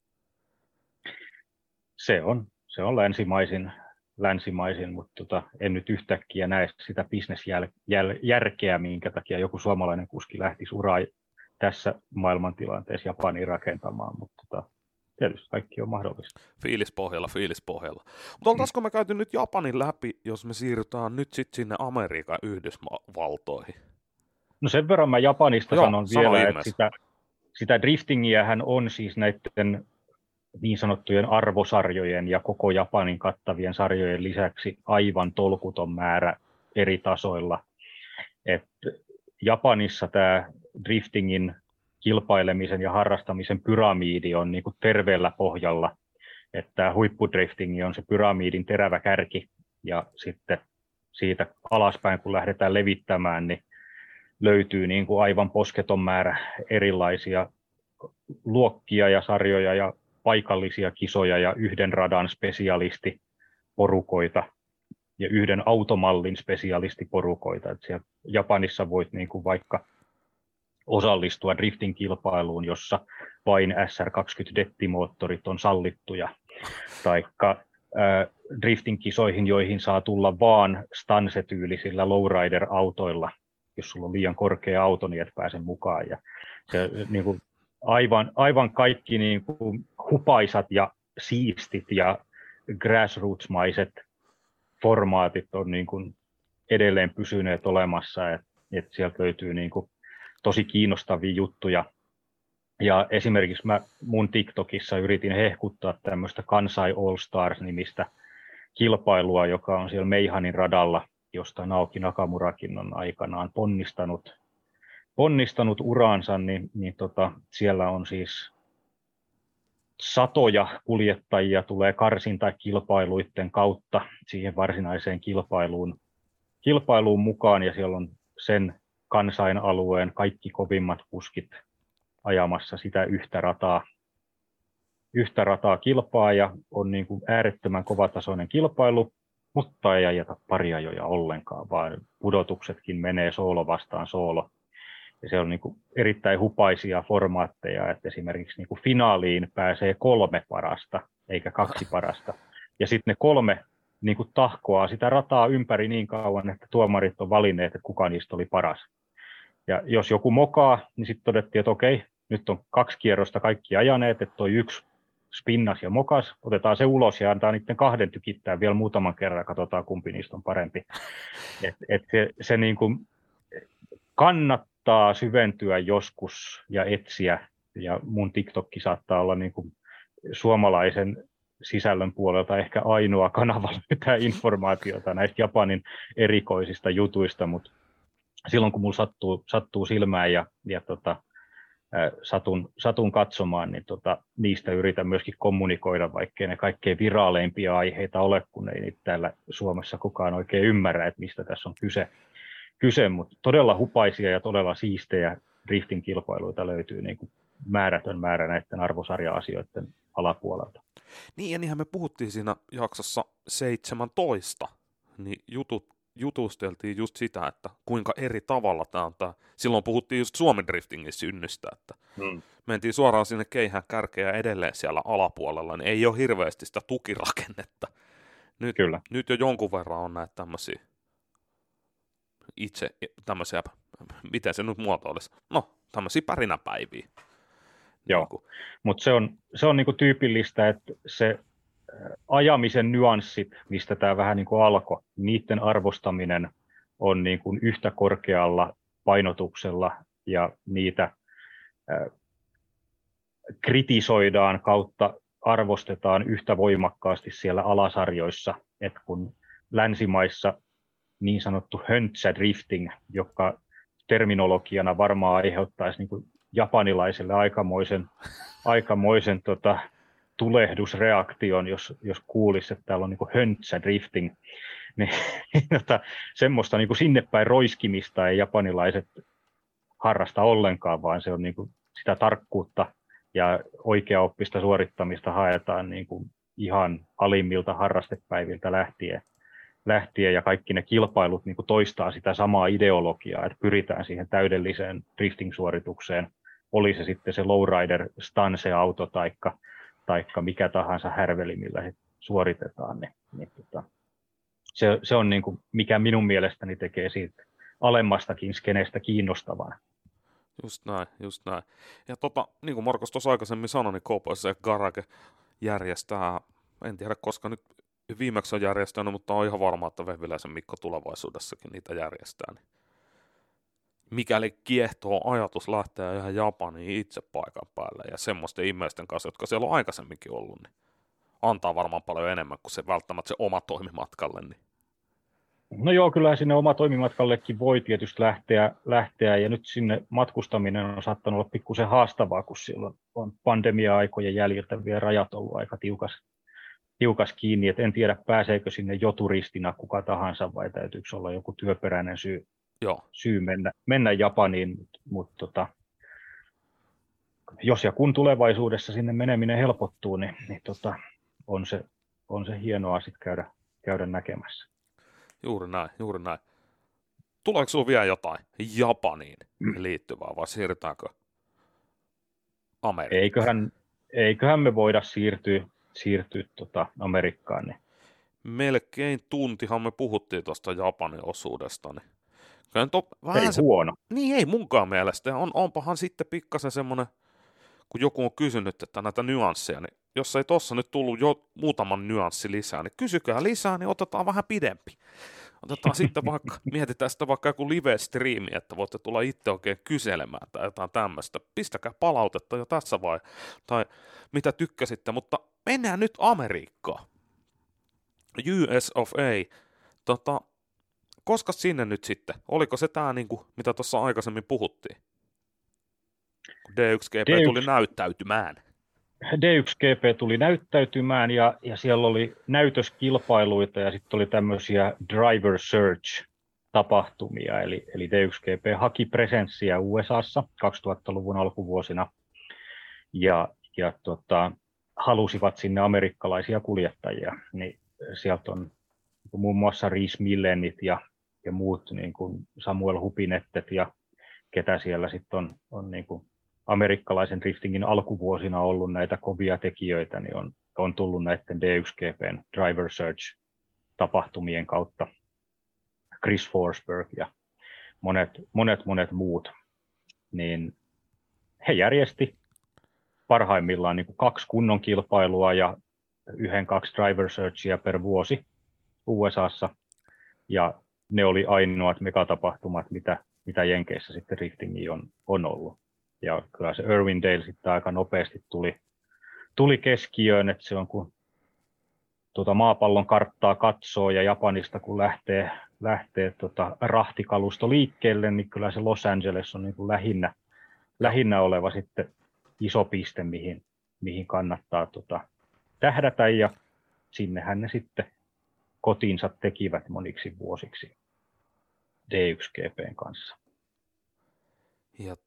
Se on länsimaisin, mutta en nyt yhtäkkiä näe sitä bisnesjärkeä, minkä takia joku suomalainen kuski lähtisi uraa tässä maailmantilanteessa Japaniin rakentamaan, mutta tietysti kaikki on mahdollista. Fiilispohjalla. Mutta oltaisiko me käyty nyt Japanin läpi, jos me siirrytään nyt sitten sinne Amerikan Yhdysvaltoihin? No sen verran mä Japanista sanon vielä, että sitä driftingiähän on siis näiden niin sanottujen arvosarjojen ja koko Japanin kattavien sarjojen lisäksi aivan tolkuton määrä eri tasoilla. Et Japanissa tämä driftingin kilpailemisen ja harrastamisen pyramiidi on niin kuin terveellä pohjalla, että huippudriftingi on se pyramidin terävä kärki ja sitten siitä alaspäin kun lähdetään levittämään, niin löytyy niin kuin aivan posketon määrä erilaisia luokkia ja sarjoja ja paikallisia kisoja ja yhden radan spesialistiporukoita ja yhden automallin spesialistiporukoita. Et siellä Japanissa voit niin kuin vaikka osallistua drifting-kilpailuun, jossa vain SR20-dettimoottorit on sallittuja, taikka drifting-kisoihin, joihin saa tulla vaan stansetyylisillä lowrider-autoilla. Jos sulla on liian korkea auto, niin et pääse mukaan. Ja se, niin kuin aivan kaikki niin kuin hupaisat ja siistit ja grassroots-maiset formaatit on niin kuin edelleen pysyneet olemassa, että sieltä löytyy niin kuin tosi kiinnostavia juttuja. Ja esimerkiksi mun TikTokissa yritin hehkuttaa tämmöistä Kansai All Stars-nimistä kilpailua, joka on siellä Meihanin radalla, josta Naoki Nakamurakin on aikanaan ponnistanut uraansa, niin siellä on siis satoja kuljettajia tulee karsintakilpailuiden kautta siihen varsinaiseen kilpailuun mukaan, ja siellä on sen Kansain alueen kaikki kovimmat kuskit ajamassa sitä yhtä rataa kilpaa, ja on niin kuin äärettömän kovatasoinen kilpailu, mutta ei ajeta pariajoja ollenkaan, vaan pudotuksetkin menee soolo vastaan soolo. Ja se on niin kuin erittäin hupaisia formaatteja, että esimerkiksi niin kuin finaaliin pääsee 3 parasta, eikä 2 parasta. Ja sitten ne 3 niin kuin tahkoaa sitä rataa ympäri niin kauan, että tuomarit on valinneet, että kuka niistä oli paras. Ja jos joku mokaa, niin sitten todettiin, että okei, nyt on 2 kierrosta kaikki ajaneet, että toi 1 spinnas ja mokas, otetaan se ulos ja antaa niiden 2 tykittää vielä muutaman kerran, katsotaan kumpi niistä on parempi. Se niin kuin kannattaa syventyä joskus ja etsiä, ja mun TikTokki saattaa olla niin kuin suomalaisen sisällön puolelta ehkä ainoa kanava löytää informaatiota näistä Japanin erikoisista jutuista, mutta silloin kun mulla sattuu silmään ja satun katsomaan, niin niistä yritän myöskin kommunikoida, vaikkei ne kaikkein viraaleimpia aiheita ole, kun ei niitä täällä Suomessa kukaan oikein ymmärrä, että mistä tässä on kyse, mutta todella hupaisia ja todella siistejä driftin kilpailuita löytyy niin kuin määrätön määrä näiden arvosarja-asioiden alapuolelta. Niin, ja niinhän me puhuttiin siinä jaksossa 17, niin jutusteltiin just sitä, että kuinka eri tavalla tämä on. Silloin puhuttiin just Suomen driftingin synnystä, että mentiin suoraan sinne keihään kärkeen ja edelleen siellä alapuolella, niin ei ole hirveästi sitä tukirakennetta. Nyt jo jonkun verran on näitä tämmöisiä, miten se nyt muotoilisi, tämmöisiä pärinäpäiviä. Joo, mutta se on niinku tyypillistä, että se ajamisen nyanssit, mistä tämä vähän niin kuin alkoi, niiden arvostaminen on niin kuin yhtä korkealla painotuksella, ja niitä kritisoidaan kautta arvostetaan yhtä voimakkaasti siellä alasarjoissa, että kun länsimaissa niin sanottu höntsädrifting, joka terminologiana varmaan aiheuttaisi niin kuin japanilaiselle aikamoisen tulehdusreaktion, jos kuulisi, että täällä on niin kuin höntsädrifting, niin semmoista niin kuin sinne päin roiskimista ei japanilaiset harrasta ollenkaan, vaan se on niin kuin sitä tarkkuutta ja oikeaoppista suorittamista haetaan niin kuin ihan alimmilta harrastepäiviltä lähtien, ja kaikki ne kilpailut niin kuin toistaa sitä samaa ideologiaa, että pyritään siihen täydelliseen drifting-suoritukseen, oli se sitten se lowrider stance-auto taikka mikä tahansa härveli, millä se suoritetaan, se on niin kuin, mikä minun mielestäni tekee siitä alemmastakin skenestä kiinnostavaa. Just näin. Ja niin kuin Markus tuossa aikaisemmin sanoi, niin KPC Garage järjestää, en tiedä koska nyt viimeksi on järjestänyt, mutta on ihan varma, että Vehviläisen Mikko tulevaisuudessakin niitä järjestää. Niin mikäli kiehtoo ajatus lähteä ihan Japaniin itse paikan päälle ja semmoisten ihmisten kanssa, jotka siellä on aikaisemminkin ollut, niin antaa varmaan paljon enemmän kuin se välttämättä se oma toimimatkalle. Niin. No joo, kyllä sinne oma toimimatkallekin voi tietysti lähteä, ja nyt sinne matkustaminen on saattanut olla pikkusen haastavaa, kun silloin on pandemia-aikojen jäljiltä vielä rajat ollut aika tiukas kiinni, että en tiedä pääseekö sinne jo turistina kuka tahansa vai täytyykö olla joku työperäinen syy mennä Japaniin, mutta jos ja kun tulevaisuudessa sinne meneminen helpottuu, niin on se hienoa sitten käydä näkemässä. Juuri näin. Tuleeko sinulla vielä jotain Japaniin liittyvää vai siirrytäänkö Amerikkaan? Eiköhän me voida siirtyä Amerikkaan. Niin. Melkein tuntihan me puhuttiin tuosta Japanin osuudesta. Niin. Ei huono. Niin ei munkaan mielestä. Onpahan sitten pikkasen semmoinen kun joku on kysynyt, että näitä nyansseja, niin jos ei tossa nyt tullut jo muutaman nyanssi lisää, niin kysykää lisää, niin otetaan vähän pidempi. Otetaan sitten vaikka, mietitään sitä vaikka joku live-striimi, että voitte tulla itse oikein kyselemään tai jotain tämmöistä. Pistäkää palautetta jo tässä tai mitä tykkäsitte, mutta mennään nyt Amerikkaan. US of A. Koska sinne nyt sitten? Oliko se tämä, niinku, mitä tuossa aikaisemmin puhuttiin? D1GP tuli näyttäytymään. D1GP tuli näyttäytymään ja siellä oli näytöskilpailuita ja sitten oli tämmöisiä driver search-tapahtumia. Eli D1GP haki presenssiä USAssa 2000-luvun alkuvuosina ja halusivat sinne amerikkalaisia kuljettajia. Niin sieltä on muun muassa Rhys Millenit ja muut niin kuin Samuel Hupinettet ja ketä siellä sitten on niin kuin amerikkalaisen driftingin alkuvuosina ollut näitä kovia tekijöitä, niin on tullut näiden D1GPn Driver Search-tapahtumien kautta. Chris Forsberg ja monet muut. Niin he järjesti parhaimmillaan niin kuin 2 kunnon kilpailua ja 1-2 Driver Searchia per vuosi USAssa. Ja ne oli ainoat megatapahtumat, mitä Jenkeissä sitten driftingiin on ollut. Ja kyllä se Irwindale sitten aika nopeasti tuli keskiöön, että se on kun maapallon karttaa katsoo ja Japanista kun lähtee rahtikalusto liikkeelle, niin kyllä se Los Angeles on niin kuin lähinnä oleva sitten iso piste, mihin kannattaa tähdätä ja sinnehän ne sitten kotiinsa tekivät moniksi vuosiksi D1GPn kanssa. Ja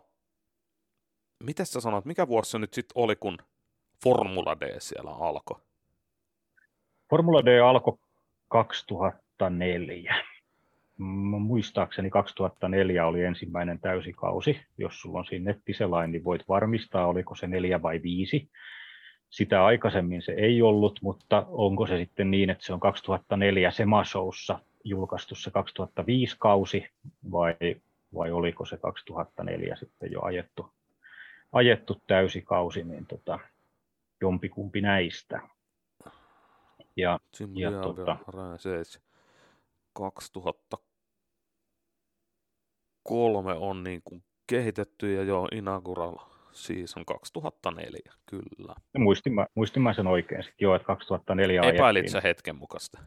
miten sä sanoit, mikä vuosi se nyt sitten oli, kun Formula D siellä alkoi? Formula D alkoi 2004. Muistaakseni 2004 oli ensimmäinen täysikausi. Jos sulla on siinä nettiselain, niin voit varmistaa, oliko se 4 vai 5. Sitä aikaisemmin se ei ollut, mutta onko se sitten niin, että se on 2004 Sema-showssa julkaistu se 2005 kausi, vai oliko se 2004 sitten jo ajettu täysikausi, niin jompikumpi näistä. Ja 2003 on niin kuin kehitetty ja jo inaugural season 2004, kyllä. Muistin mä sen oikein sitten jo, että 2004 ajettiin. Epäilit sä hetken mukaista?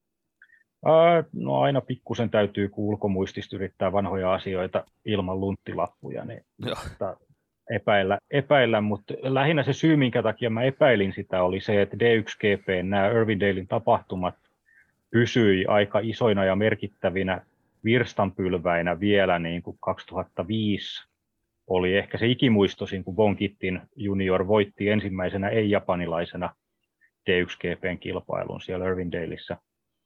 No aina pikkusen täytyy ulkomuistista yrittää vanhoja asioita ilman lunttilappuja, niin epäillä, mutta lähinnä se syy, minkä takia mä epäilin sitä, oli se, että D1GP, nämä Irwindalen tapahtumat pysyi aika isoina ja merkittävinä virstanpylväinä vielä niin kuin 2005 oli ehkä se ikimuistoisin, kun Von Gittin junior voitti ensimmäisenä ei-japanilaisena D1GPn kilpailun siellä Irwindaleissa.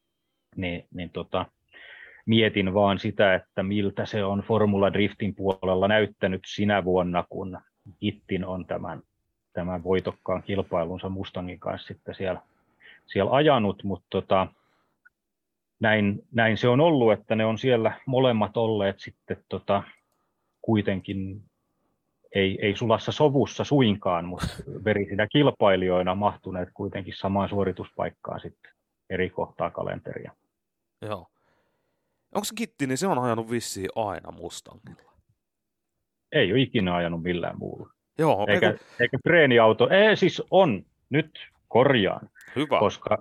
Mietin vaan sitä, että miltä se on Formula Driftin puolella näyttänyt sinä vuonna, kun Gittin on tämän voitokkaan kilpailunsa Mustangin kanssa sitten siellä ajanut, mutta näin se on ollut, että ne on siellä molemmat olleet sitten kuitenkin ei sulassa sovussa suinkaan, mutta verisinä kilpailijoina mahtuneet kuitenkin samaan suorituspaikkaan sitten eri kohtaa kalenteria. Joo. Onko se Gitti, niin se on ajanut vissiin aina Mustangilla? Ei ole ikinä ajanut millään muulla. Joo. Eikä treeniauto. Siis on. Nyt korjaan. Hyvä. Koska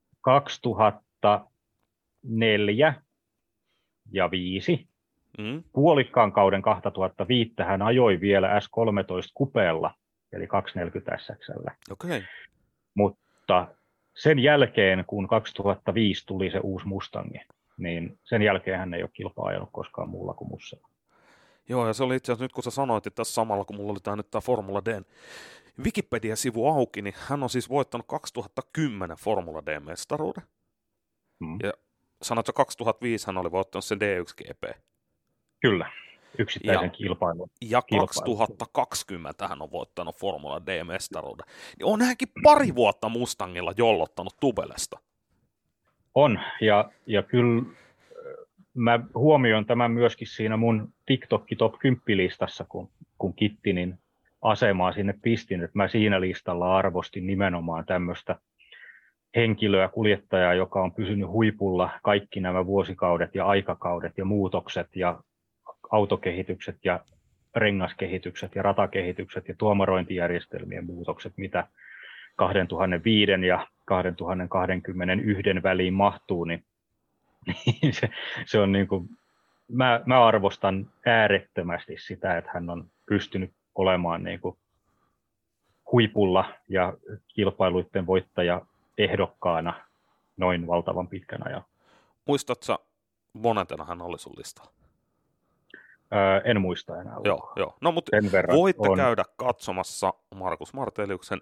2004 ja 2005, puolikkaan kauden 2005 hän ajoi vielä S13 kupeella, eli 240 SX:llä. Okei. Mutta sen jälkeen, kun 2005 tuli se uusi Mustangi, niin sen jälkeen hän ei ole kilpa-ajanut koskaan muulla kuin Mussella. Joo, ja se oli itse asiassa nyt, kun sä sanoit, että tässä samalla, kun mulla oli tämä Formula D:n Wikipedia-sivu auki, niin hän on siis voittanut 2010 Formula D-mestaruuden. Ja sanoit, että 2005 hän oli voittanut sen D1GP. Kyllä, yksittäisen kilpailun. Ja 2020 hän on voittanut Formula D-mestaruuden. Niin on hänkin pari vuotta Mustangilla jollottanut Tubelesta. On, ja kyllä mä huomioin tämän myöskin siinä mun TikTok Top 10-listassa, kun Gittinin asemaa sinne pistin, että mä siinä listalla arvostin nimenomaan tämmöistä henkilöä, kuljettajaa, joka on pysynyt huipulla kaikki nämä vuosikaudet ja aikakaudet ja muutokset ja autokehitykset ja rengaskehitykset ja ratakehitykset ja tuomarointijärjestelmien muutokset, mitä 2005 ja 2021 väliin mahtuu, niin se on niin kuin, mä arvostan äärettömästi sitä, että hän on pystynyt olemaan niin kuin huipulla ja kilpailuiden voittaja ehdokkaana noin valtavan pitkän ajan. Muistatko, monentena hän oli sun listalla? En muista enää. Joo. No mutta voitte käydä katsomassa Markus Marteliuksen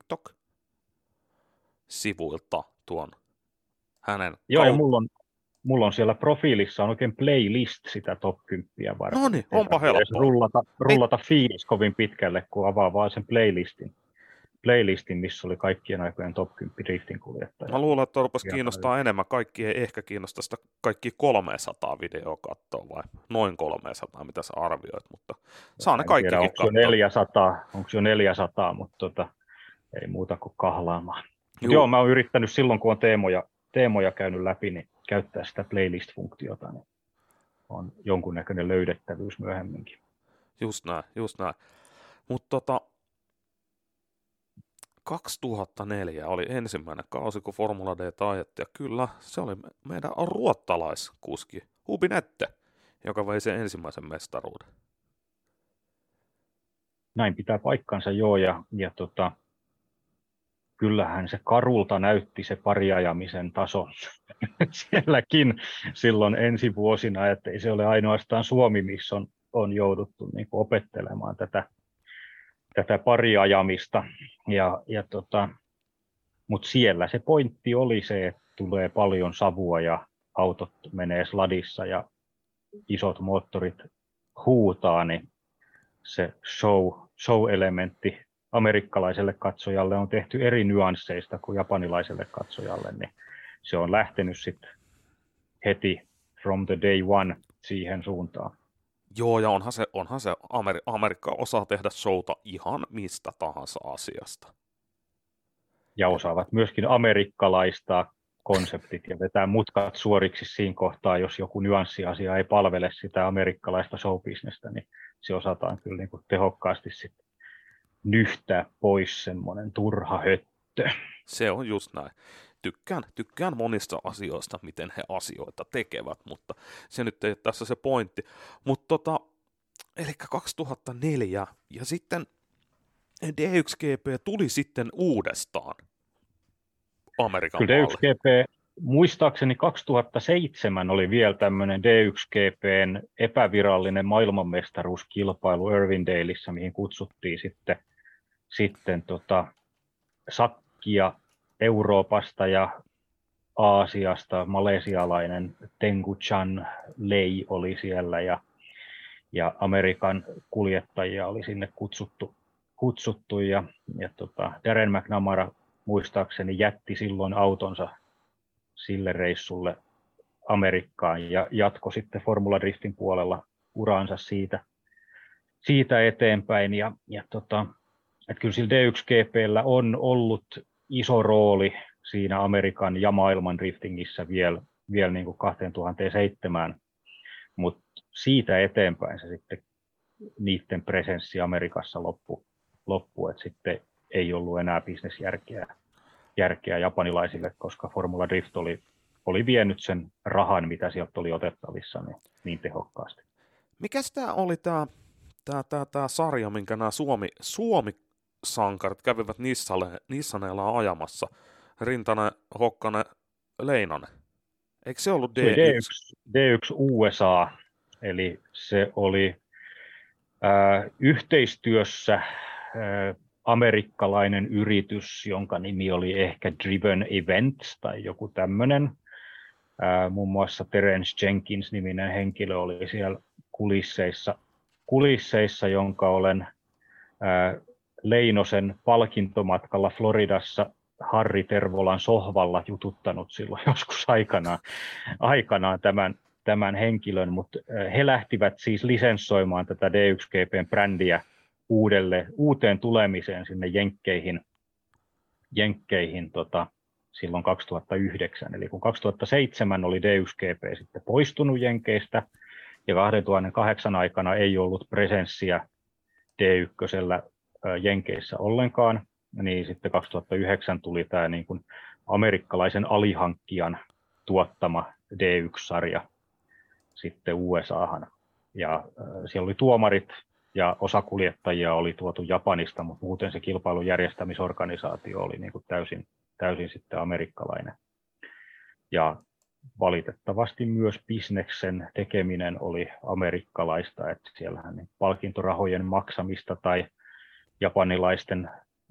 TikTok-sivuilta tuon hänen... Joo, ja mulla on siellä profiilissa on oikein playlist sitä top 10 varten. No niin, onpa helppoa. Rullata fiilis kovin pitkälle, kun avaa vaan sen playlistin, missä oli kaikkien aikojen top 10 driftin kuljettaja. Mä luulen, että rupesi kiinnostaa enemmän. Kaikki ei ehkä kiinnosta sitä kaikki 300 videoa katsoa, vai noin 300, mitä sä arvioit, mutta saa ne kaikkikin katsoa. Onko jo 400, mutta ei muuta kuin kahlaamaan. Joo, mä oon yrittänyt silloin, kun on teemoja käynyt läpi, niin käyttää sitä playlist-funktiota, niin on jonkunnäköinen löydettävyys myöhemminkin. Just näin. Mutta 2004 oli ensimmäinen kausi, kun Formula D ajettiin, ja kyllä se oli meidän ruottalaiskuski Hubinette, joka vei sen ensimmäisen mestaruuden. Näin pitää paikkansa, joo, ja kyllähän se karulta näytti se pariajamisen taso sielläkin silloin ensi vuosina, että ei se ole ainoastaan Suomi, missä on jouduttu niin kuin opettelemaan tätä pariajamista. Mutta siellä se pointti oli se, että tulee paljon savua ja autot menee sladissa ja isot moottorit huutaa, niin se show-elementti amerikkalaiselle katsojalle on tehty eri nyansseista kuin japanilaiselle katsojalle, niin se on lähtenyt sitten heti from the day one siihen suuntaan. Joo, ja onhan se Amerikka osaa tehdä showta ihan mistä tahansa asiasta. Ja osaavat myöskin amerikkalaista konseptit ja vetää mutkat suoriksi siinä kohtaa, jos joku nyanssiasia ei palvele sitä amerikkalaista showbisnestä, niin se osataan kyllä niin kuin tehokkaasti sitten nyhtää pois semmoinen turha höttö. Se on just näin. Tykkään monista asioista, miten he asioita tekevät, mutta se nyt ei ole tässä se pointti. Mutta eli 2004, ja sitten D1GP tuli sitten uudestaan Amerikan maalle. D1GP, muistaakseni 2007 oli vielä tämmöinen D1GPn epävirallinen maailmanmestaruuskilpailu Irvindaleissa, mihin kutsuttiin sitten sakkia Euroopasta ja Aasiasta. Malesialainen Tengu Chan Lei oli siellä ja Amerikan kuljettajia oli sinne kutsuttu ja Darren McNamara muistaakseni jätti silloin autonsa sille reissulle Amerikkaan ja jatkoi sitten Formula Driftin puolella uraansa siitä eteenpäin että kyllä sillä D1GP:llä on ollut iso rooli siinä Amerikan ja maailman driftingissä vielä niin kuin 2007, mutta siitä eteenpäin se sitten niiden presenssi Amerikassa loppui, että sitten ei ollut enää bisnesjärkeä japanilaisille, koska Formula Drift oli vienyt sen rahan, mitä sieltä oli otettavissa niin tehokkaasti. Mikäs tämä oli tämä sarja, minkä nämä Suomi-sankarit kävivät Nissaneilla ajamassa? Rintanen, Hokkanen, Leinonen. Eikö se ollut D1 USA, eli se oli yhteistyössä amerikkalainen yritys, jonka nimi oli ehkä Driven Events tai joku tämmöinen. Muun muassa Terence Jenkins-niminen henkilö oli siellä kulisseissa, jonka olen Leinosen palkintomatkalla Floridassa Harri Tervolan sohvalla jututtanut silloin joskus aikanaan tämän henkilön, mutta he lähtivät siis lisenssoimaan tätä D1GPn brändiä uuteen tulemiseen sinne Jenkkeihin silloin 2009. Eli kun 2007 oli D1GP sitten poistunut Jenkeistä ja 2008 aikana ei ollut presenssiä D1 Jenkeissä ollenkaan, niin sitten 2009 tuli tämä niin kuin amerikkalaisen alihankkijan tuottama D1-sarja sitten USAhan. Ja siellä oli tuomarit ja osa kuljettajia oli tuotu Japanista, mutta muuten se kilpailun järjestämisorganisaatio oli niin kuin täysin sitten amerikkalainen. Ja valitettavasti myös bisneksen tekeminen oli amerikkalaista, että siellähän niin palkintorahojen maksamista tai japanilaisten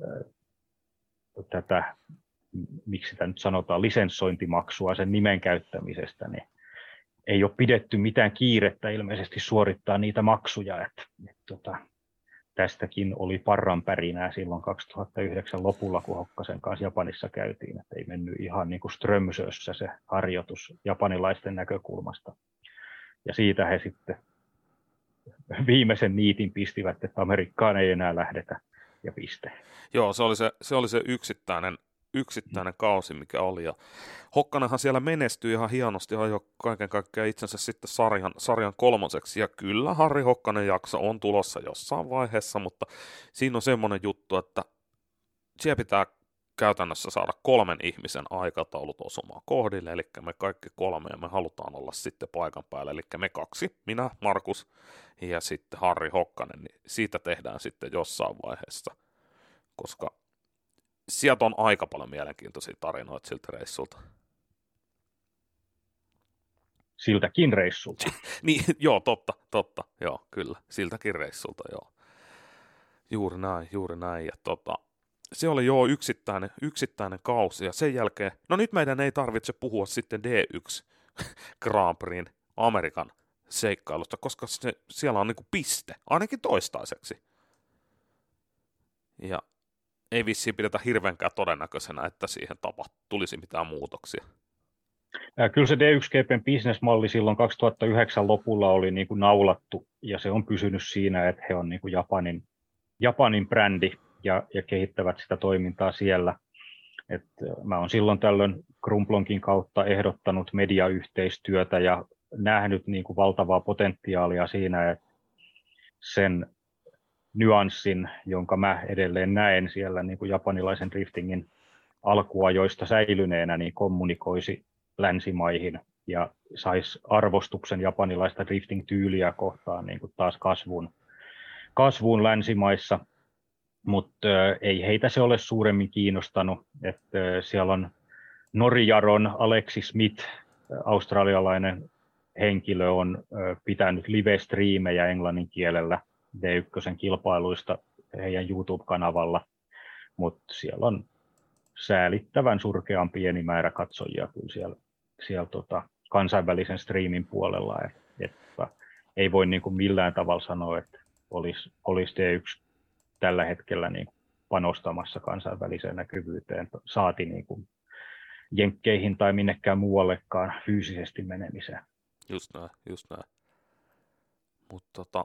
tätä, miksi sitä nyt sanotaan, lisenssointimaksua sen nimen käyttämisestä, niin ei ole pidetty mitään kiirettä ilmeisesti suorittaa niitä maksuja, että tästäkin oli parranpärinää silloin 2009 lopulla, kun Hokkasen kanssa Japanissa käytiin, että ei mennyt ihan niin kuin Strömsössä se harjoitus japanilaisten näkökulmasta. Ja siitä he sitten viimeisen niitin pistivät, että Amerikkaan ei enää lähdetä ja piste. Joo, se oli se yksittäinen kausi, mikä oli. Ja Hokkanenhan siellä menestyi ihan hienosti, ajoi kaiken kaikkiaan itsensä sitten sarjan kolmoseksi. Ja kyllä Harri Hokkanen jakso on tulossa jossain vaiheessa, mutta siinä on semmoinen juttu, että siellä pitää käytännössä saada 3 ihmisen aikataulut osumaan kohdille, eli me kaikki 3 ja me halutaan olla sitten paikan päällä, eli me 2, minä, Markus ja sitten Harri Hokkanen, niin siitä tehdään sitten jossain vaiheessa, koska sieltä on aika paljon mielenkiintoisia tarinoita siltä reissulta. Siltäkin reissulta. Niin, joo, totta, joo, kyllä, siltäkin reissulta, joo. Juuri näin, ja se oli jo yksittäinen kausi, ja sen jälkeen, no nyt meidän ei tarvitse puhua sitten D1 Grand Prixin Amerikan seikkailusta, koska siellä on niinku piste, ainakin toistaiseksi. Ja ei vissiin pidetä hirveänkään todennäköisenä, että siihen tulisi mitään muutoksia. Kyllä se D1GPn bisnesmalli silloin 2009 lopulla oli niin kuin naulattu, ja se on pysynyt siinä, että he on niin kuin Japanin brändi ja kehittävät sitä toimintaa siellä. Mä oon silloin tällöin Krumplonkin kautta ehdottanut mediayhteistyötä ja nähnyt niin kuin valtavaa potentiaalia siinä, että sen nyanssin, jonka mä edelleen näen siellä niin kuin japanilaisen driftingin alkuajoista säilyneenä, niin kommunikoisi länsimaihin ja saisi arvostuksen japanilaista drifting-tyyliä kohtaan niin kuin taas kasvuun länsimaissa, mutta ei heitä se ole suuremmin kiinnostanut. Että siellä on Norjaron Alexis Smith, australialainen henkilö, on pitänyt live-striimejä englannin kielellä D1 kilpailuista heidän YouTube-kanavalla, mutta siellä on säälittävän surkean pieni määrä katsojia kuin siellä kansainvälisen striimin puolella. Että ei voi niin kuin millään tavalla sanoa, että olisi D1 tällä hetkellä niin panostamassa kansainväliseen näkyvyyteen, saati niin kuin jenkkeihin tai minnekään muuallekaan fyysisesti menemiseen. Just näin. Mutta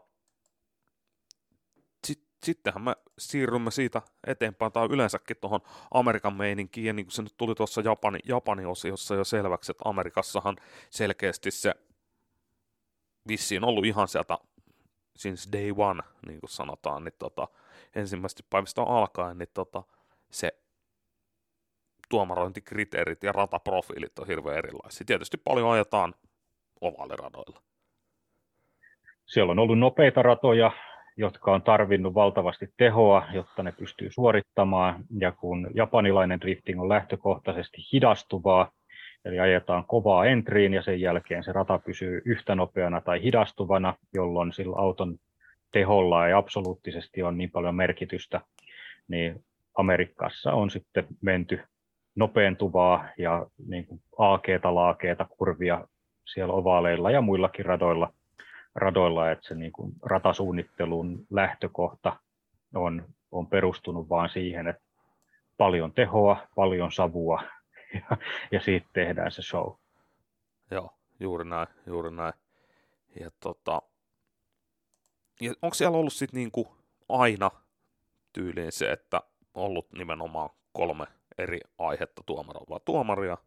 sittenhän me siirrymme siitä eteenpäin tai yleensäkin tuohon Amerikan meininkiin, ja niin kuin se nyt tuli tuossa Japanin osiossa jo selväksi, että Amerikassahan selkeästi se vissiin ollut ihan sieltä since day one, niin kuin sanotaan, niin ensimmäistä päivistä alkaen, niin se tuomarointikriteerit ja rataprofiilit on hirveän erilaisia. Tietysti paljon ajetaan ovaaliradoilla. Siellä on ollut nopeita ratoja, jotka on tarvinnut valtavasti tehoa, jotta ne pystyy suorittamaan, ja kun japanilainen drifting on lähtökohtaisesti hidastuvaa, eli ajetaan kovaa entriin ja sen jälkeen se rata pysyy yhtä nopeana tai hidastuvana, jolloin sillä auton teholla ei absoluuttisesti ole niin paljon merkitystä, niin Amerikassa on sitten menty nopeentuvaa ja niin kuin laakeeta kurvia siellä ovaaleilla ja muillakin radoilla, että se niin kuin ratasuunnittelun lähtökohta on perustunut vaan siihen, että paljon tehoa, paljon savua ja siitä tehdään se show. Joo, juuri näin. Ja onko siellä ollut sitten niinku aina tyyliin se, että ollut nimenomaan 3 eri aihetta tuomaroivaa tuomaria.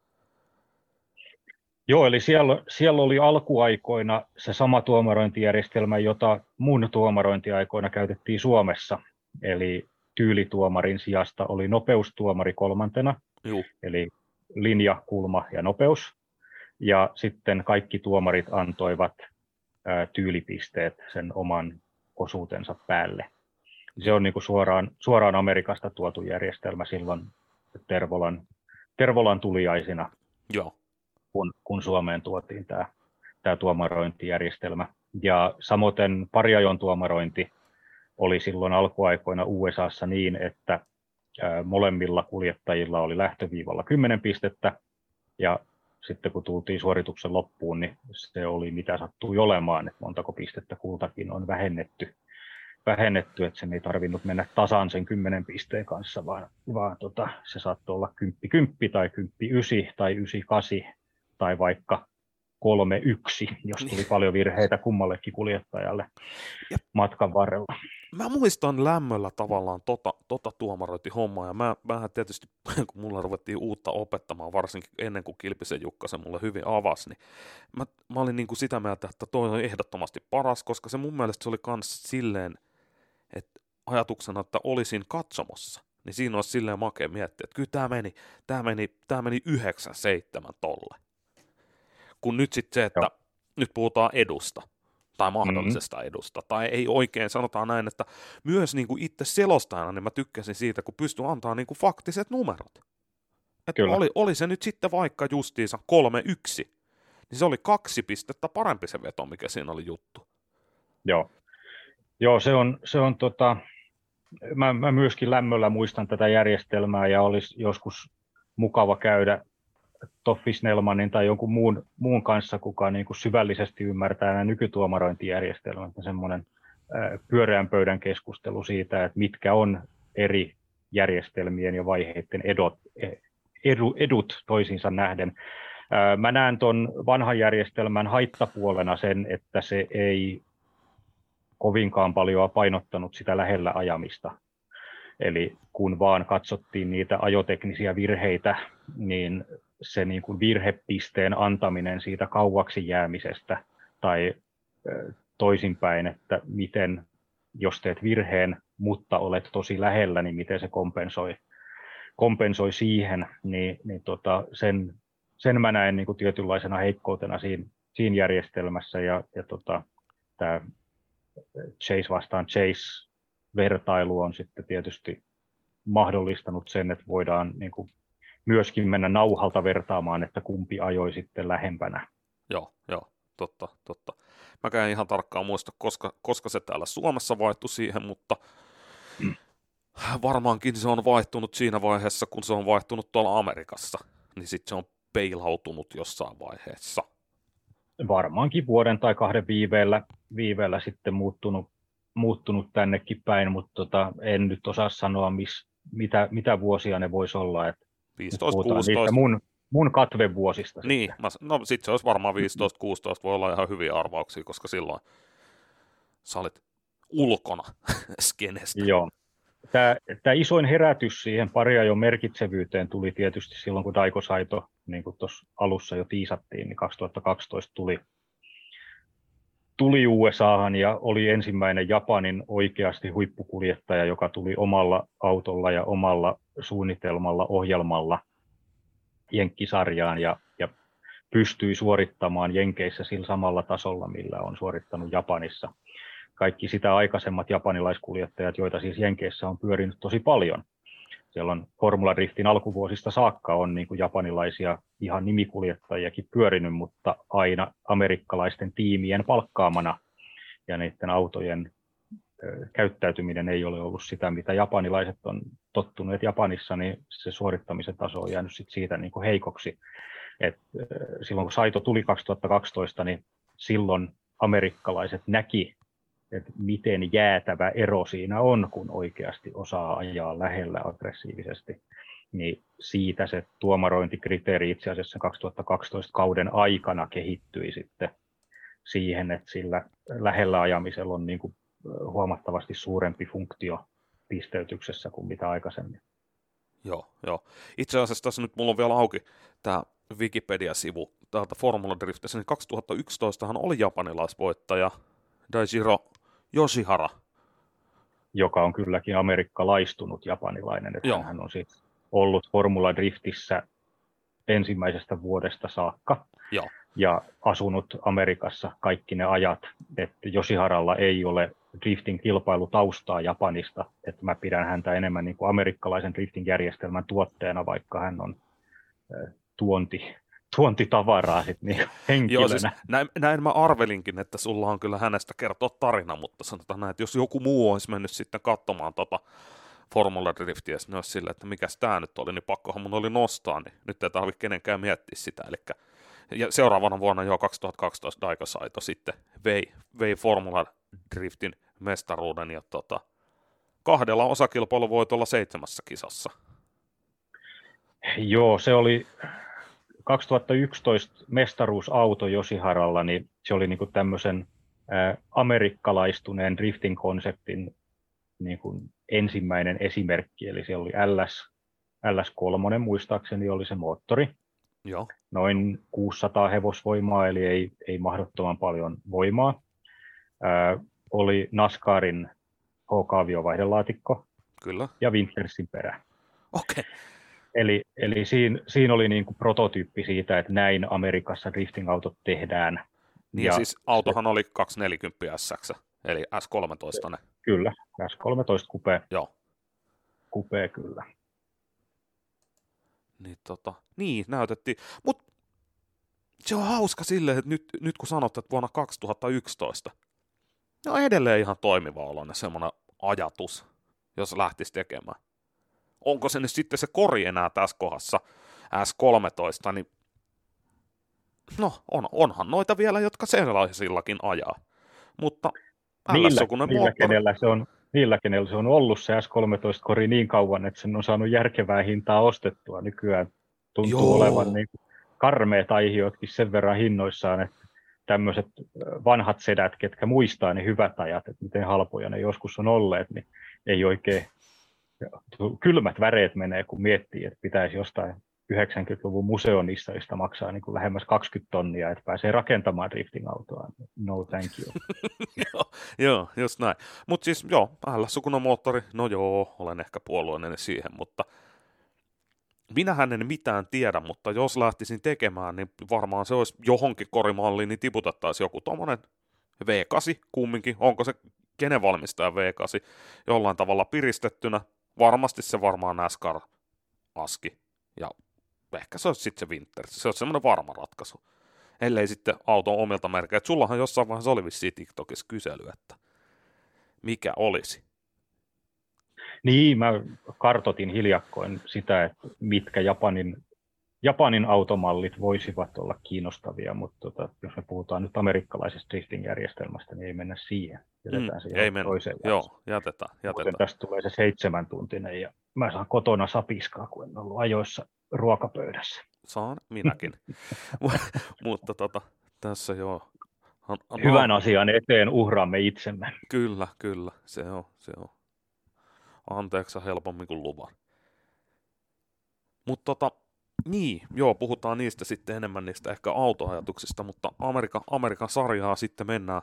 Joo, eli siellä oli alkuaikoina se sama tuomarointijärjestelmä, jota mun tuomarointiaikoina käytettiin Suomessa. Eli tyylituomarin sijasta oli nopeustuomari 3, eli linja, kulma ja nopeus. Ja sitten kaikki tuomarit antoivat tyylipisteet sen oman osuutensa päälle. Se on niin kuin suoraan Amerikasta tuotu järjestelmä silloin Tervolan tuliaisina. Joo. Kun Suomeen tuotiin tämä tuomarointijärjestelmä. Ja samoin pariajon tuomarointi oli silloin alkuaikoina USAssa niin, että molemmilla kuljettajilla oli lähtöviivalla 10 pistettä, ja sitten kun tultiin suorituksen loppuun, niin se oli mitä sattui olemaan, että montako pistettä kultakin on vähennetty, että sen ei tarvinnut mennä tasan sen 10 pisteen kanssa, vaan se saattoi olla 10-10 tai 10-9 tai 9-8 tai vaikka 3-1, jos tuli paljon virheitä kummallekin kuljettajalle matkan varrella. Mä muistan lämmöllä tavallaan tota tuomarointihommaa, ja mähän tietysti, kun mulla ruvettiin uutta opettamaan, varsinkin ennen kuin Kilpisen Jukka se mulle hyvin avasi, niin mä olin niin kuin sitä mieltä, että toi on ehdottomasti paras, koska se mun mielestä se oli kans silleen, että ajatuksena, että olisin katsomossa, niin siinä olisi silleen makea miettiä, että kyllä tää meni 9-7 tolle. Kun nyt sitten se, että nyt puhutaan edusta, tai mahdollisesta edusta, tai ei oikein sanotaan näin, että myös niin kuin itse selostajana, niin mä tykkäsin siitä, kun pystyn antaa niin kuin faktiset numerot. Että oli se nyt sitten vaikka justiinsa 3-1, niin se oli 2 pistettä parempi se veto, mikä siinä oli juttu. Joo, se on mä myöskin lämmöllä muistan tätä järjestelmää, ja olisi joskus mukava käydä Toffi Snellmanin tai jonkun muun kanssa, kuka niin kuin syvällisesti ymmärtää nämä nykytuomarointijärjestelmät, ja semmoinen pyöreän pöydän keskustelu siitä, että mitkä on eri järjestelmien ja vaiheiden edut toisiinsa nähden. Mä näen tuon vanhan järjestelmän haittapuolena sen, että se ei kovinkaan paljon painottanut sitä lähellä ajamista. Eli kun vaan katsottiin niitä ajoteknisiä virheitä, niin se niin kuin virhepisteen antaminen siitä kauaksi jäämisestä tai toisinpäin, että miten, jos teet virheen, mutta olet tosi lähellä, niin miten se kompensoi siihen, niin sen mä näen niin kuin tietynlaisena heikkoutena siinä järjestelmässä, ja tämä Chase vastaan Chase vertailu on sitten tietysti mahdollistanut sen, että voidaan niin kuin myöskin mennä nauhalta vertaamaan, että kumpi ajoi sitten lähempänä. Joo, totta. Mä en ihan tarkkaan muista, koska se täällä Suomessa vaihtui siihen, mutta varmaankin se on vaihtunut siinä vaiheessa, kun se on vaihtunut tuolla Amerikassa, niin sitten se on peilautunut jossain vaiheessa. Varmaankin vuoden tai 2 viiveellä sitten muuttunut tännekin päin, mutta en nyt osaa sanoa, mitä vuosia ne voisi olla. 15-16. Mun katvevuosista. Niin, no sitten se olisi varmaan 15-16, voi olla ihan hyviä arvauksia, koska silloin sä olit ulkona skenestä. Joo. Tämä isoin herätys siihen pariajon merkitsevyyteen tuli tietysti silloin, kun Daiko Saito, niin kuin tuossa alussa jo tiisattiin, niin 2012 tuli USAhan ja oli ensimmäinen Japanin oikeasti huippukuljettaja, joka tuli omalla autolla ja omalla suunnitelmalla, ohjelmalla jenkkisarjaan ja pystyi suorittamaan Jenkeissä sillä samalla tasolla, millä on suorittanut Japanissa. Kaikki sitä aikaisemmat japanilaiskuljettajat, joita siis Jenkeissä on pyörinyt tosi paljon. Siellä on Formula Driftin alkuvuosista saakka on niin kuin japanilaisia ihan nimikuljettajiakin pyörinyt, mutta aina amerikkalaisten tiimien palkkaamana. Ja niiden autojen käyttäytyminen ei ole ollut sitä, mitä japanilaiset on tottuneet Japanissa, niin se suorittamisen taso on jäänyt siitä niin kuin heikoksi. Silloin kun Saito tuli 2012, niin silloin amerikkalaiset näki, että miten jäätävä ero siinä on, kun oikeasti osaa ajaa lähellä aggressiivisesti. Niin siitä se tuomarointikriteeri itse asiassa 2012 kauden aikana kehittyi sitten siihen, että sillä lähellä ajamisella on niin kuin huomattavasti suurempi funktio pisteytyksessä kuin mitä aikaisemmin. Joo, joo. Itse asiassa tässä nyt mulla on vielä auki tämä Wikipedia-sivu täältä Formula Driftissä, niin 2011han oli japanilaisvoittaja Daijiro Yoshihara. Joka on kylläkin amerikkalaistunut japanilainen, että hän on siis ollut Formula Driftissä ensimmäisestä vuodesta saakka. Joo. Ja asunut Amerikassa kaikki ne ajat, että Yoshiharalla ei ole driftin kilpailutaustaa Japanista, että mä pidän häntä enemmän niin kuin amerikkalaisen driftin järjestelmän tuotteena, vaikka hän on tuontitavaraa sitten niin henkilönä. Joo, siis näin mä arvelinkin, että sulla on kyllä hänestä kertoa tarina, mutta sanotaan näin, että jos joku muu olisi mennyt sitten katsomaan Formula Driftiä, niin olisi silleen, että mikäs tämä nyt oli, niin pakkohan mun oli nostaa, niin nyt ei tarvitse kenenkään miettiä sitä. Ja seuraavana vuonna jo 2012 Daika Saito sitten vei Formula Driftin mestaruuden ja 2 osakilpailuvoitolla 7 kisassa. Joo, se oli 2011 mestaruusauto Yoshiharalla, niin se oli niin kuin tämmöisen amerikkalaistuneen drifting konseptin niin kuin ensimmäinen esimerkki, eli se oli LS3 muistaakseni oli se moottori. Joo. Noin 600 hevosvoimaa, eli ei mahdottoman paljon voimaa. Oli NASCARin H-kaaviovaihdelaatikko. Kyllä. Ja Wintersin perä. Okei. Eli siinä oli niin kuin prototyyppi siitä, että näin Amerikassa drifting-autot tehdään. Niin ja siis autohan oli 240 SX, eli S13. Kyllä, S13 Coupe. Joo. Coupe kyllä. Niin näytettiin. Mutta se on hauska silleen, että nyt kun sanot, että vuonna 2011, ne on edelleen ihan toimiva oloinen semmoinen ajatus, jos lähtisi tekemään. Onko se nyt sitten se kori enää tässä kohdassa S13, niin no onhan noita vielä, jotka sellaisillakin ajaa. Mutta niillä, kenellä se on ollut se S13-kori niin kauan, että sen on saanut järkevää hintaa ostettua. Nykyään tuntuu olevan niin karmeet aihiotkin sen verran hinnoissaan, että tämmöiset vanhat sedät, ketkä muistaa ne hyvät ajat, että miten halpoja ne joskus on olleet, niin ei oikein kylmät väreet menee, kun miettii, että pitäisi jostain 90-luvun museonissa maksaa niin kuin lähemmäs 20 tonnia, että pääsee rakentamaan drifting-autoa. No thank you. Joo, just näin. Mutta siis LS-sukunnan moottori, no joo, olen ehkä puolueinen siihen, mutta minähän en mitään tiedä, mutta jos lähtisin tekemään, niin varmaan se olisi johonkin korimalliin, niin tiputettaisiin joku tommonen V8 kumminkin. Onko se kenen valmistaja V8 jollain tavalla piristettynä? Varmasti se varmaan NASCAR-aski ja ehkä se olisi sitten se Winter. Se olisi semmoinen varma ratkaisu. Ellei sitten auton omilta merkeiltä. Sullahan jossain vaiheessa oli vissiin TikTokissa kysely, että mikä olisi. Niin, mä kartoitin hiljakkoin sitä, että mitkä Japanin automallit voisivat olla kiinnostavia, mutta jos me puhutaan nyt amerikkalaisesta drifting-järjestelmästä, niin ei mennä siihen. Jätetään se ei mennä. Toiseen. Joo, jätetään. Tästä tulee se 7-tuntinen ja mä saan kotona sapiskaa, kun en ollut ajoissa ruokapöydässä. Saan minäkin. Mutta tässä joo. Hyvän asian eteen uhraamme itsemme. Kyllä, se on. Anteeksi helpommin kuin luvan. Mutta puhutaan niistä sitten enemmän niistä ehkä autoajatuksista, mutta Amerikan sarjaa sitten mennään.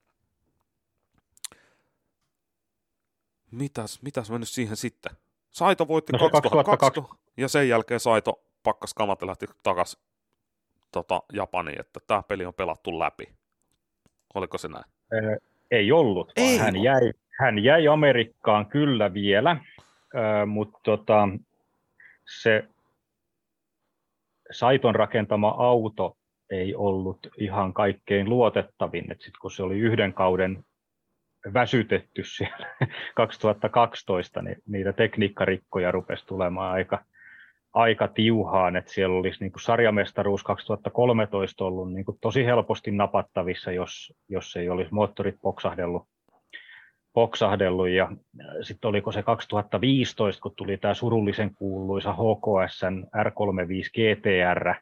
Mitäs me nyt siihen sitten? Saito voitti 2002 ja sen jälkeen Saito pakkas kamat ja lähti takas Japaniin, että tämä peli on pelattu läpi. Oliko se näin? Ei ollut, vaan hän jäi Amerikkaan kyllä vielä, mutta se Saiton rakentama auto ei ollut ihan kaikkein luotettavin, että sitten kun se oli yhden kauden väsytetty siellä 2012, niin niitä tekniikkarikkoja rupesi tulemaan aika tiuhaan, että siellä olisi niin kuin sarjamestaruus 2013 ollut niin kuin tosi helposti napattavissa, jos ei olisi moottorit poksahdellut ja sitten oliko se 2015, kun tuli tämä surullisen kuuluisa HKS:n R35 GTR,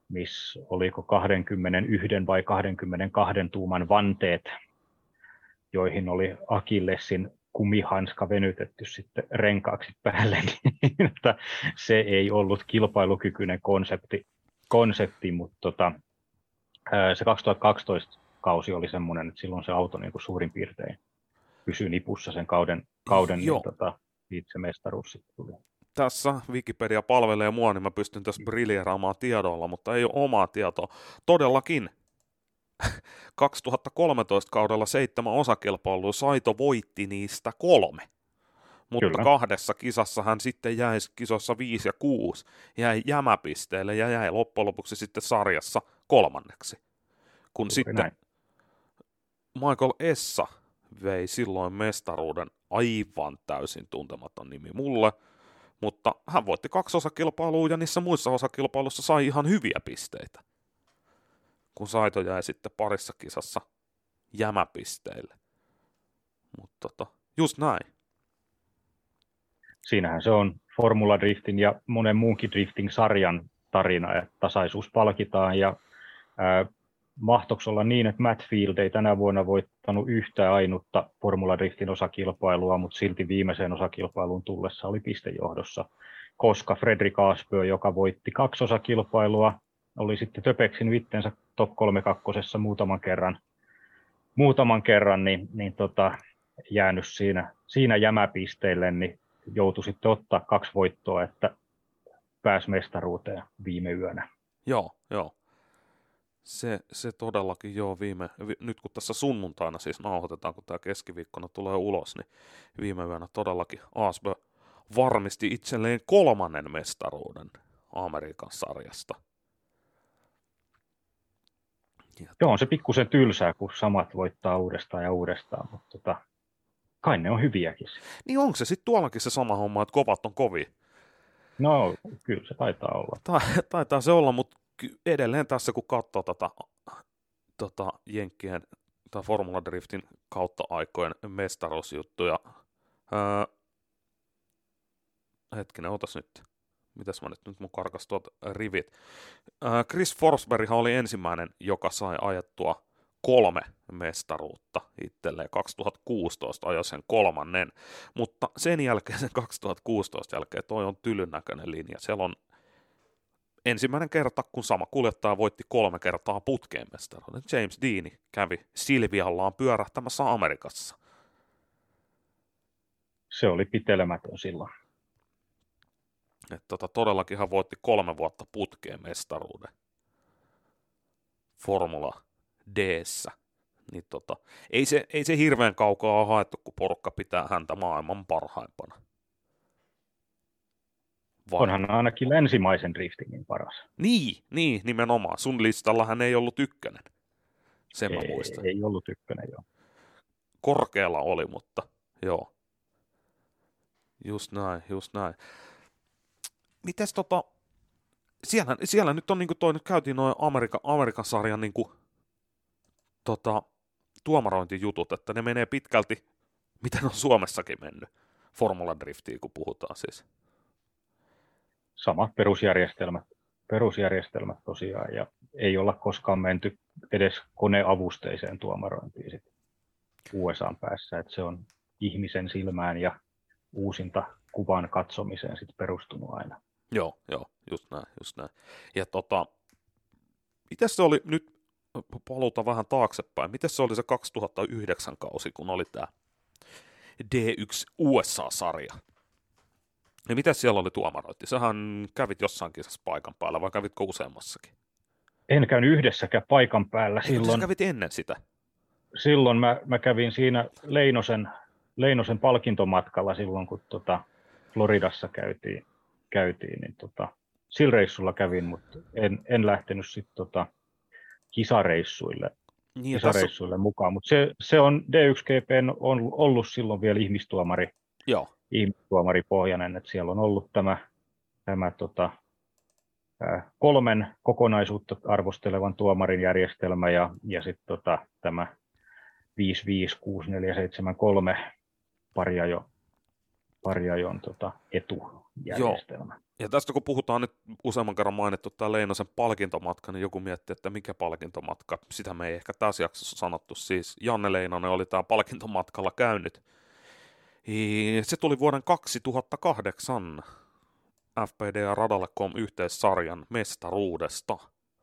missä oliko 21 vai 22 tuuman vanteet joihin oli Akillesin kumihanska venytetty sitten renkaaksi päälle, niin että se ei ollut kilpailukykyinen konsepti mutta se 2012 kausi oli semmoinen, että silloin se auto niin kuin suurin piirtein pysyi nipussa sen kauden niin itse mestaruus sitten tuli. Tässä Wikipedia palvelee mua, niin mä pystyn tässä briljeraamaan tiedolla, mutta ei ole omaa tietoa. Todellakin 2013 kaudella 7 osakilpailua, Saito voitti niistä 3. Mutta Kyllä. 2 kisassa hän sitten jäi kisossa 5 ja 6, jäi jämäpisteelle ja jäi loppujen lopuksi sitten sarjassa 3. Kun sitten näin. Michael Essa vei silloin mestaruuden, aivan täysin tuntematon nimi mulle, mutta hän voitti 2 osakilpailua ja niissä muissa osakilpailuissa sai ihan hyviä pisteitä. Kun Saito jäi sitten parissa kisassa jämäpisteille. Mutta just näin. Siinähän se on Formula Driftin ja monen muunkin drifting-sarjan tarina, että tasaisuus palkitaan ja mahtoiko olla niin, että Matt Field ei tänä vuonna voittanut yhtään ainutta Formula Driftin osakilpailua, mutta silti viimeiseen osakilpailuun tullessa oli pistejohdossa, koska Fredrik Asbø, joka voitti 2 osakilpailua, oli sitten töpeksin itsensä top 3-2 muutaman kerran niin jäänyt siinä jämäpisteille, niin joutui sitten ottaa 2 voittoa, että pääsi mestaruuteen viime yönä. Joo. Se todellakin nyt kun tässä sunnuntaina siis nauhoitetaan, kun tämä keskiviikkona tulee ulos, niin viime yönä todellakin Asbø varmisti itselleen 3. mestaruuden Amerikan sarjasta. Joo, on se pikkusen tylsää, kun samat voittaa uudestaan ja uudestaan, mutta kai ne on hyviäkin. Niin onko se sitten tuollakin se sama homma, että kovat on kovia? No, kyllä se taitaa olla. Taitaa se olla, mutta edelleen tässä kun katsoo Jenkkien tai Formula Driftin kautta aikojen mestaruusjuttuja. Hetkinen, otas nyt. Mitäs mä nyt mun karkas tuot rivit. Chris Forsberghan oli ensimmäinen, joka sai ajettua 3 mestaruutta itselleen. 2016 ajoi sen 3. Mutta sen jälkeen, sen 2016 jälkeen, toi on tylyn näköinen linja. Siellä on ensimmäinen kerta, kun sama kuljettaja voitti 3 kertaa putkeen mestaruuden. James Dean kävi Silviallaan pyörähtämässä Amerikassa. Se oli pitelemätön silloin. Että todellakin hän voitti 3 vuotta putkeen mestaruuden Formula D:ssä. Niin ei se hirveän kaukaa ole haettu, kun porukka pitää häntä maailman parhaimpana. Onhan ainakin länsimaisen driftingin paras. Niin, nimenomaan. Sun listalla hän ei ollut 1. Sen mä muistan. Ei ollut 1, joo. Korkealla oli, mutta joo. Just näin. Mites siellä nyt on niinku toi, nyt käytiin noin Amerikan sarjan niinku tuomarointijutut, että ne menee pitkälti, miten on Suomessakin mennyt Formula Driftiin, kun puhutaan siis. Sama perusjärjestelmät tosiaan, ja ei olla koskaan menty edes koneavusteiseen tuomarointiin sit USAn päässä, että se on ihmisen silmään ja uusinta kuvan katsomiseen sit perustunut aina. Joo, just näin. Ja miten se oli, nyt paluuta vähän taaksepäin, miten se oli se 2009 kausi, kun oli tämä D1 USA-sarja? Ja miten siellä oli tuomarointi? Sähän kävit jossain kisassa paikan päällä, vai kävitkö useammassakin? En käynyt yhdessäkään paikan päällä. Silloin kävit ennen sitä? Silloin mä kävin siinä Leinosen palkintomatkalla silloin, kun Floridassa käytiin niin sillä reissulla kävin, mutta en lähtenyt sitten kisareissuille mukaan. Mutta se on D1GP on ollut silloin vielä ihmistuomaripohjainen, että siellä on ollut tämä 3 kokonaisuutta arvostelevan tuomarin järjestelmä ja sitten tämä 5-5-6-4-7-3 pariajon etu. Joo. järjestelmä. Ja tästä kun puhutaan nyt useamman kerran mainittu tämä Leinosen palkintomatka, niin joku miettii, että mikä palkintomatka. Sitä me ei ehkä tässä jaksossa sanottu. Siis Janne Leinonen oli tämä palkintomatkalla käynyt. Se tuli vuoden 2008 FPD ja Radalle.com yhteissarjan mestaruudesta.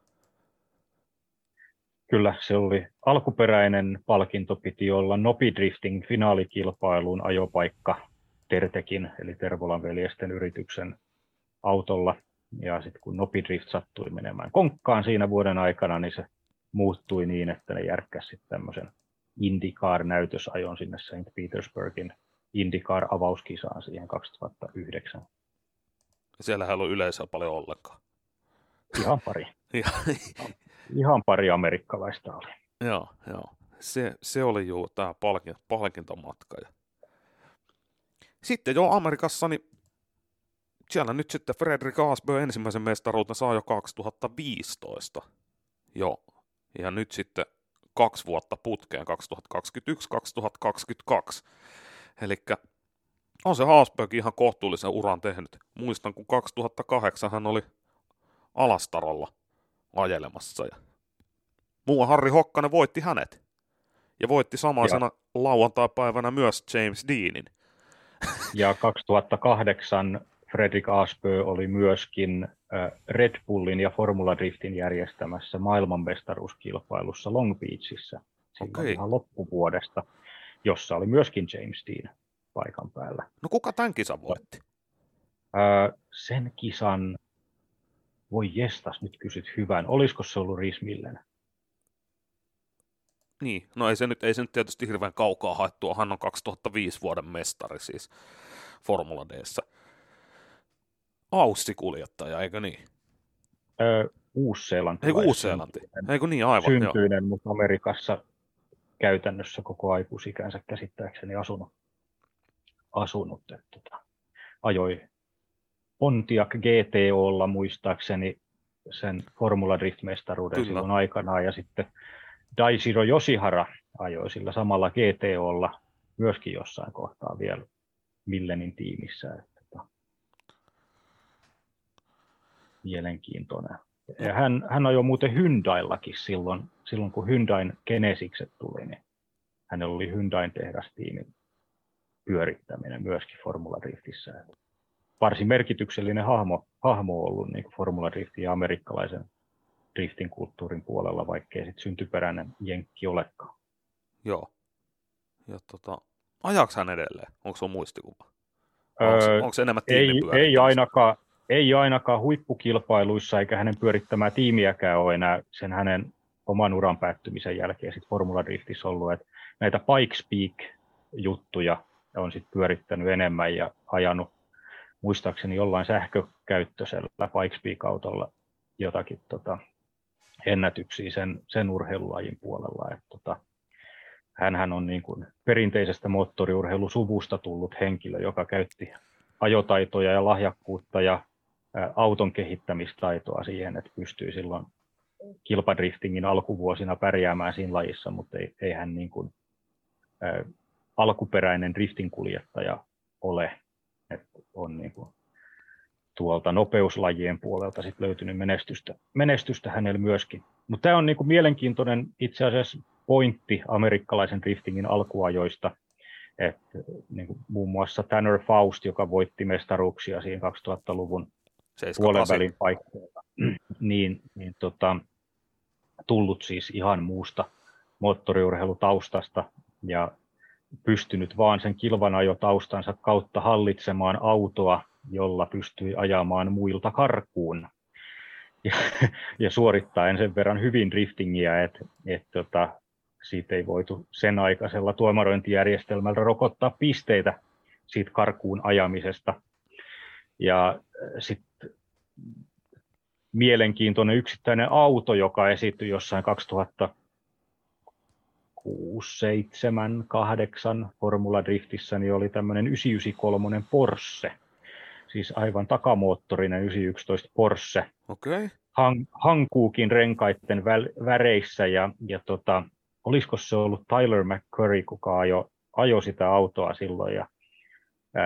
Kyllä, se oli alkuperäinen palkinto, piti olla Nopidrifting finaalikilpailun ajopaikka Tertekin, eli Tervolan veljesten yrityksen autolla. Ja sitten kun Nopidrift sattui menemään konkkaan siinä vuoden aikana, niin se muuttui niin, että ne järkkäsi sitten tämmöisen IndyCar-näytösajon sinne St. Petersburgin IndyCar-avauskisaan siihen 2009. Siellähän ei ollut yleisöä paljon ollenkaan. Ihan pari. Ihan pari amerikkalaista oli. Joo. Se oli jo tämä palkintomatka. Sitten jo Amerikassa, niin siellä nyt sitten Fredrik Aasbø ensimmäisen mestaruuden saa jo 2015. Joo. Ja nyt sitten 2 vuotta putkeen 2021-2022. Elikkä on se Aasbøkin ihan kohtuullisen uran tehnyt. Muistan, kun 2008 hän oli Alastarolla ajelemassa. Ja muu Harri Hokkanen voitti hänet. Ja voitti samaisena lauantai-päivänä myös James Deanin. Ja 2008 Fredrik Aasbø oli myöskin Red Bullin ja Formula Driftin järjestämässä maailmanmestaruuskilpailussa Long Beachissä. Silloin ihan loppuvuodesta, jossa oli myöskin James Dean paikan päällä. No kuka tämän kisan voitti? Sen kisan, voi jestas, nyt kysyt hyvän. Olisiko se ollut Rhys Millen? Niin, no ei se nyt tietysti hirveän kaukaa haettua. Hän on 2005 vuoden mestari siis Formula D:ssä. Aussi-kuljettaja, eikö niin? Uus-Seelanti. Uusi-Seelanti. Eikö niin, aivan. Syntyinen, mutta Amerikassa käytännössä koko aikuisikänsä käsittääkseni asunut. Ajoi Pontiac GTOlla muistaakseni sen Formula Drift-mestaruuden silloin aikanaan, ja sitten Daishiro Yoshihara ajoi sillä samalla GTOlla myöskin jossain kohtaa vielä Millenin tiimissä. Mielenkiintoinen. Ja hän ajoi muuten Hyundaillakin silloin kun Hyundain Genesikset tuli, niin hänellä oli Hyundain tehdastiimin pyörittäminen myöskin Formula Driftissä. Varsin merkityksellinen hahmo ollut niin kuin Formula Driftin ja amerikkalaisen driftin kulttuurin puolella, vaikkei sitten syntyperäinen jenkki olekaan. Joo. Ja ajaako hän edelleen? Onko se muistikuva? Onko se enemmän tiimipyörittämistä? Ei ainakaan huippukilpailuissa, eikä hänen pyörittämää tiimiäkään ole enää sen hänen oman uran päättymisen jälkeen sit Formula Driftissä ollut. Että näitä Pikes Peak-juttuja on sit pyörittänyt enemmän ja ajanut muistaakseni jollain sähkökäyttöisellä Pikes Peak-autolla jotakin ennätyksiä sen urheilulajin puolella. Hänhän on niin kuin perinteisestä moottoriurheilusuvusta tullut henkilö, joka käytti ajotaitoja ja lahjakkuutta ja auton kehittämistaitoa siihen, että pystyi silloin kilpadriftingin alkuvuosina pärjäämään siinä lajissa, mutta ei hän niin kuin alkuperäinen driftin kuljettaja ole. Että on niin kuin tuolta nopeuslajien puolelta sit löytynyt menestystä hänellä myöskin. Mutta tämä on niin kuin mielenkiintoinen itse asiassa pointti amerikkalaisen driftingin alkuajoista, että niin kuin muun muassa Tanner Faust, joka voitti mestaruuksia siinä 2000-luvun puolenvälin paikkeilla, niin tullut siis ihan muusta moottoriurheilutaustasta ja pystynyt vaan sen kilvanajotaustansa kautta hallitsemaan autoa, jolla pystyi ajamaan muilta karkuun ja suorittaen sen verran hyvin driftingiä, että siitä ei voitu sen aikaisella tuomarointijärjestelmällä rokottaa pisteitä siitä karkuun ajamisesta. Ja sitten mielenkiintoinen yksittäinen auto, joka esiintyi jossain 2006, 7, 8 Formula Driftissä, niin oli tämmöinen 993 Porsche. Siis aivan takamoottorinen 911 Porsche. Okay. Hankuukin renkaiden väreissä ja olisiko se ollut Tyler McCurry, kuka ajoi sitä autoa silloin ja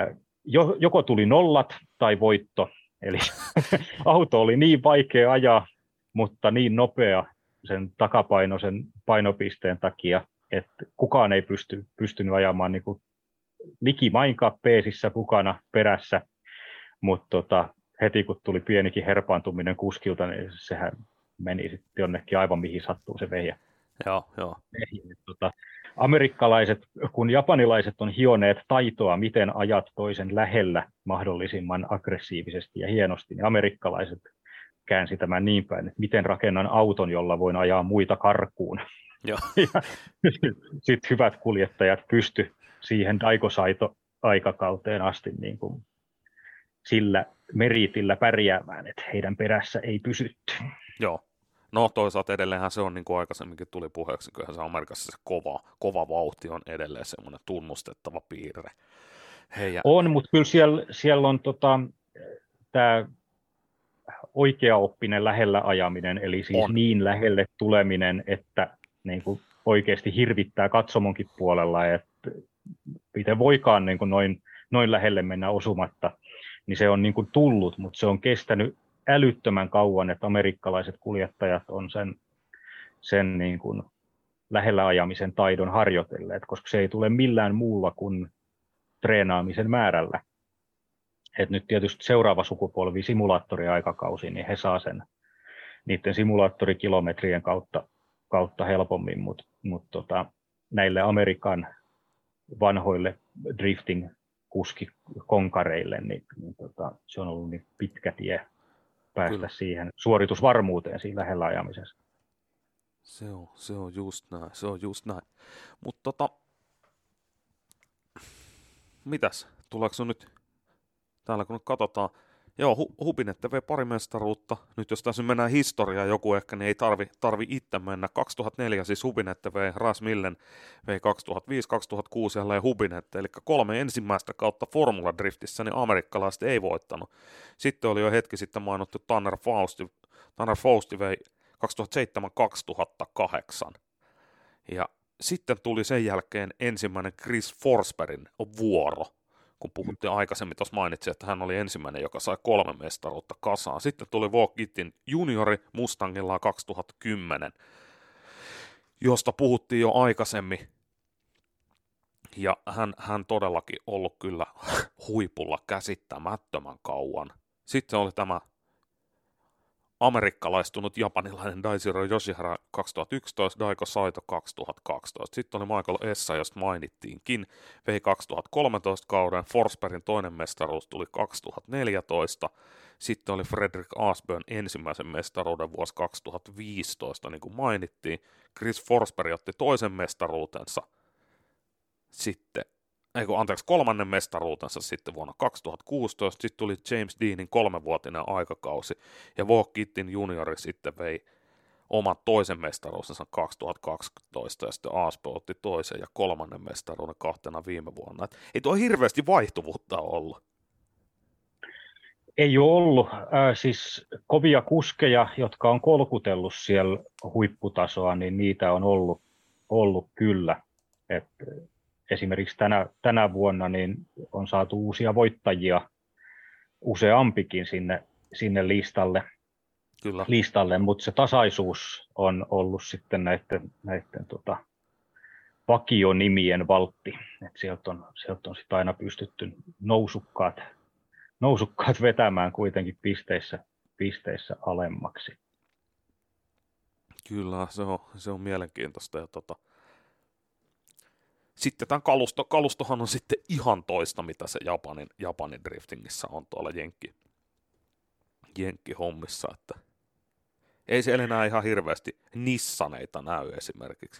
joko tuli nollat tai voitto, eli auto oli niin vaikea ajaa, mutta niin nopea sen takapainoisen painopisteen takia, että kukaan ei pystynyt ajamaan niin kuin likimainkaan peesissä mukana perässä, mutta heti kun tuli pienikin herpaantuminen kuskilta, niin sehän meni sitten jonnekin aivan mihin sattuu se vehjä. Joo. Amerikkalaiset, kun japanilaiset on hioneet taitoa, miten ajat toisen lähellä mahdollisimman aggressiivisesti ja hienosti, niin amerikkalaiset käänsi tämän niin päin, että miten rakennan auton, jolla voin ajaa muita karkuun. Joo. Sitten hyvät kuljettajat pysty siihen Daiko-Saito-aikakauteen asti niin kuin sillä meritillä pärjäämään, että heidän perässä ei pysytty. Joo. No toisaalta edelleenhän se on, niin kuin aikaisemminkin tuli puheeksi, kyllähän se Amerikassa se kova vauhti on edelleen semmoinen tunnustettava piirre. On, mutta kyllä siellä on tämä oikeaoppinen lähellä ajaminen, eli siis on niin lähelle tuleminen, että niin kuin oikeasti hirvittää katsomonkin puolella, että miten voikaan niin kuin noin lähelle mennä osumatta, niin se on niin kuin tullut, mutta se on kestänyt älyttömän kauan, että amerikkalaiset kuljettajat on sen niin kuin lähellä ajamisen taidon harjoitelleet, koska se ei tule millään muulla kuin treenaamisen määrällä. Et nyt tietysti seuraava sukupolvi simulaattoriaikakausi, niin he saa sen niiden simulaattorikilometrien kautta helpommin, mutta näille Amerikan vanhoille drifting-kuskikonkareille, niin se on ollut niin pitkä tie päästä siihen suoritusvarmuuteen siinä lähellä ajamisessa. Se on just näin. Mutta mitäs, tuleeko nyt, täällä kun nyt katsotaan, joo, Hubinette vei pari mestaruutta, nyt jos tässä mennään historiaan joku ehkä, niin ei tarvi itse mennä. 2004 siis Hubinette vei, Ras Millen vei 2005, 2006 jälleen Hubinette, eli 3 ensimmäistä kautta Formula Driftissä, niin amerikkalaiset ei voittanut. Sitten oli jo hetki sitten mainittu Tanner Fausti vei 2007-2008. Ja sitten tuli sen jälkeen ensimmäinen Chris Forsbergin vuoro, kun puhuttiin aikaisemmin, tuossa mainitsin, että hän oli ensimmäinen, joka sai 3 mestaruutta kasaan. Sitten tuli Walk Gittin juniori Mustangilla 2010, josta puhuttiin jo aikaisemmin. Ja hän todellakin ollut kyllä huipulla käsittämättömän kauan. Sitten oli tämä amerikkalaistunut japanilainen Daishiro Yoshihara 2011, Daiko Saito 2012. Sitten oli Michael Essa, josta mainittiinkin, vei 2013 kauden, Forsbergin toinen mestaruus tuli 2014, sitten oli Fredrik Asbjörn ensimmäisen mestaruuden vuosi 2015, niin kuin mainittiin, Chris Forsberg otti toisen mestaruutensa, kolmannen mestaruutensa sitten vuonna 2016, sitten tuli James Deanin 3-vuotinen aikakausi, ja Walk Gittin juniori sitten vei oman toisen mestaruutensa 2012, ja sitten Aspo otti toisen ja 3. mestaruuden 2 viime vuonna. Et ei tuo hirveästi vaihtuvuutta ollut. Ei ole ollut. Siis kovia kuskeja, jotka on kolkutellut siellä huipputasoa, niin niitä on ollut kyllä. Esimerkiksi tänä vuonna niin on saatu uusia voittajia useampikin sinne listalle, mutta se tasaisuus on ollut sitten näiden vakionimien valtti. Et sieltä on sitten aina pystytty nousukkaat vetämään kuitenkin pisteissä alemmaksi. Kyllä, se on mielenkiintoista. Ja sitten tämän kalustohan on sitten ihan toista, mitä se Japanin driftingissä on tuolla Jenkki-hommissa, että ei siellä enää ihan hirveästi Nissaneita näy esimerkiksi.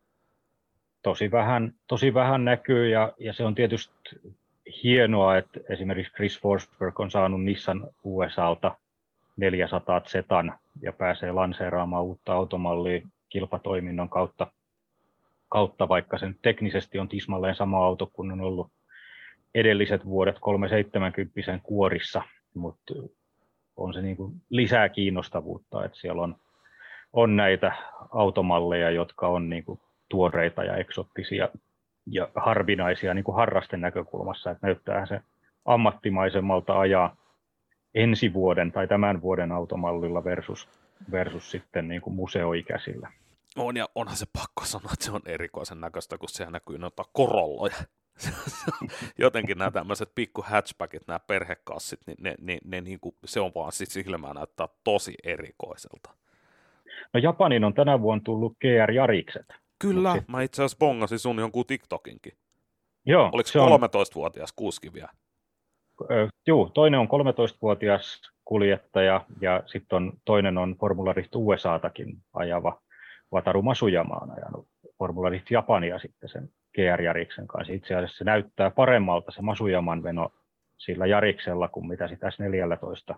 Tosi vähän näkyy, ja se on tietysti hienoa, että esimerkiksi Chris Forsberg on saanut Nissan USAlta 400 Zetan ja pääsee lanseeraamaan uutta automallia kilpatoiminnon kautta, vaikka se nyt teknisesti on tismalleen sama auto kuin on ollut edelliset vuodet 370 kuorissa, mutta on se niin kuin lisää kiinnostavuutta, että siellä on näitä automalleja, jotka on niin kuin tuoreita ja eksoottisia ja harvinaisia niin kuin harrasten näkökulmassa, että näyttää se ammattimaisemmalta ajaa ensi vuoden tai tämän vuoden automallilla versus sitten niin kuin museoikäisillä. On, ja onhan se pakko sanoa, että se on erikoisen näköistä, kun siellä näkyy noita korolloja. Jotenkin nämä tämmöiset pikku hatchbackit, nämä perhekassit, niin ne niin kuin, se on vaan siis silmää näyttää tosi erikoiselta. No Japanin on tänä vuonna tullut GR-jarikset. Kyllä, mä itse asiassa bongasin sun jonkun TikTokinkin. Joo, oliko se 13-vuotias kuski vielä? Joo, toinen on 13-vuotias kuljettaja ja sitten toinen on Formula Drift USAtakin ajava Wataru Masuyama on ajanut Formula Drift Japania sitten sen GR-jariksen kanssa. Itse asiassa se näyttää paremmalta se Masuyaman veno sillä jariksella kuin mitä sitä S14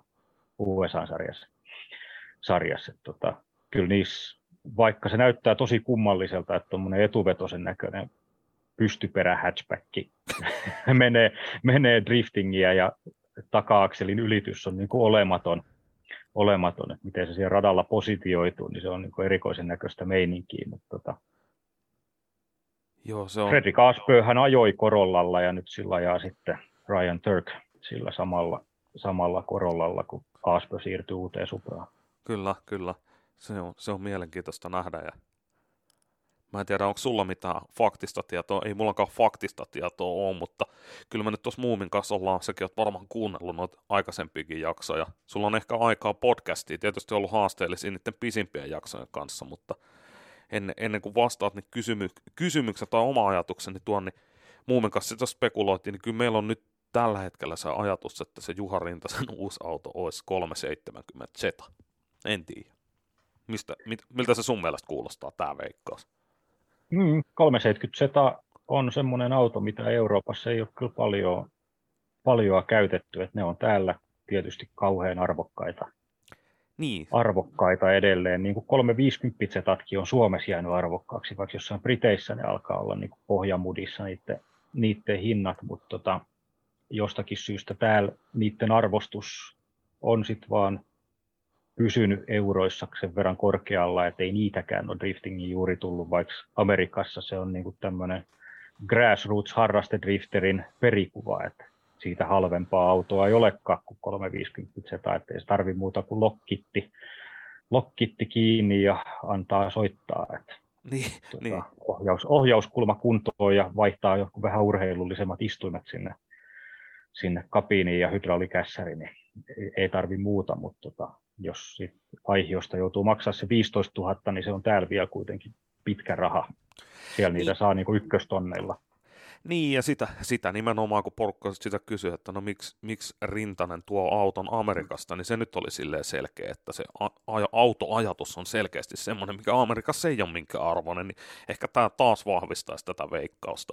USA-sarjassa. Kyllä niissä, vaikka se näyttää tosi kummalliselta, että tuommoinen etuvetosen näköinen pystyperä hatchback menee driftingiä ja taka-akselin ylitys on niin kuin olematon, että miten se siellä radalla positioituu, niin se on niin kuin erikoisen näköistä meininkiä, mutta Joo, se on. Fredrik Aspö hän ajoi Corollalla ja nyt sillä ajaa sitten Ryan Turk sillä samalla Corollalla, kun Aspö siirtyy uuteen Supraan. Kyllä. Se on mielenkiintoista nähdä. Ja mä en tiedä, onko sulla mitään faktista tietoa. Ei mullakaan faktista tietoa ole, mutta kyllä me nyt tuossa Muumin kanssa ollaan, sekin oot varmaan kuunnellut noita aikaisempiakin jaksoja. Sulla on ehkä aikaa podcastia, tietysti ollut haasteellisia niiden pisimpien jaksojen kanssa, mutta ennen kuin vastaat niin kysymykset tai oma ajatukseni tuon, niin Muumin kanssa sitä spekuloitiin, niin kyllä meillä on nyt tällä hetkellä se ajatus, että se Juha Rintasen uusi auto olisi 370 Zeta. En tiedä. Miltä se sun mielestä kuulostaa, tämä veikkaus? 370 Zeta on semmoinen auto, mitä Euroopassa ei ole kyllä paljon käytetty, että ne on täällä tietysti kauhean arvokkaita edelleen. Niin kuin 350 Zetatkin on Suomessa jäänyt arvokkaaksi, vaikka jossain Briteissä ne alkaa olla niin kuin pohjamudissa niiden hinnat, mutta jostakin syystä täällä niiden arvostus on sitten vaan pysynyt euroissa sen verran korkealla, että ei niitäkään ole driftingin juuri tullut, vaikka Amerikassa se on niinku tämmöinen grassroots-harrastedrifterin perikuva, että siitä halvempaa autoa ei olekaan kuin 350 Zeta, ettei se tarvitse muuta kuin lokkitti kiinni ja antaa soittaa. Niin. Ohjauskulma kuntoon ja vaihtaa joku vähän urheilullisemmat istuimet sinne kabiiniin ja hydraulikässäri, niin ei tarvitse muuta, mutta jos aihiosta joutuu maksaa se 15 000, niin se on täällä vielä kuitenkin pitkä raha. Siellä niitä saa niin kuin ykköstonneilla. Niin, ja sitä nimenomaan, kun porukka sitä kysyy, että no miksi Rintanen tuo auton Amerikasta, niin se nyt oli silleen selkeä, että se autoajatus on selkeästi semmoinen, mikä Amerikassa ei ole minkään arvoinen, niin ehkä tämä taas vahvistaisi tätä veikkausta.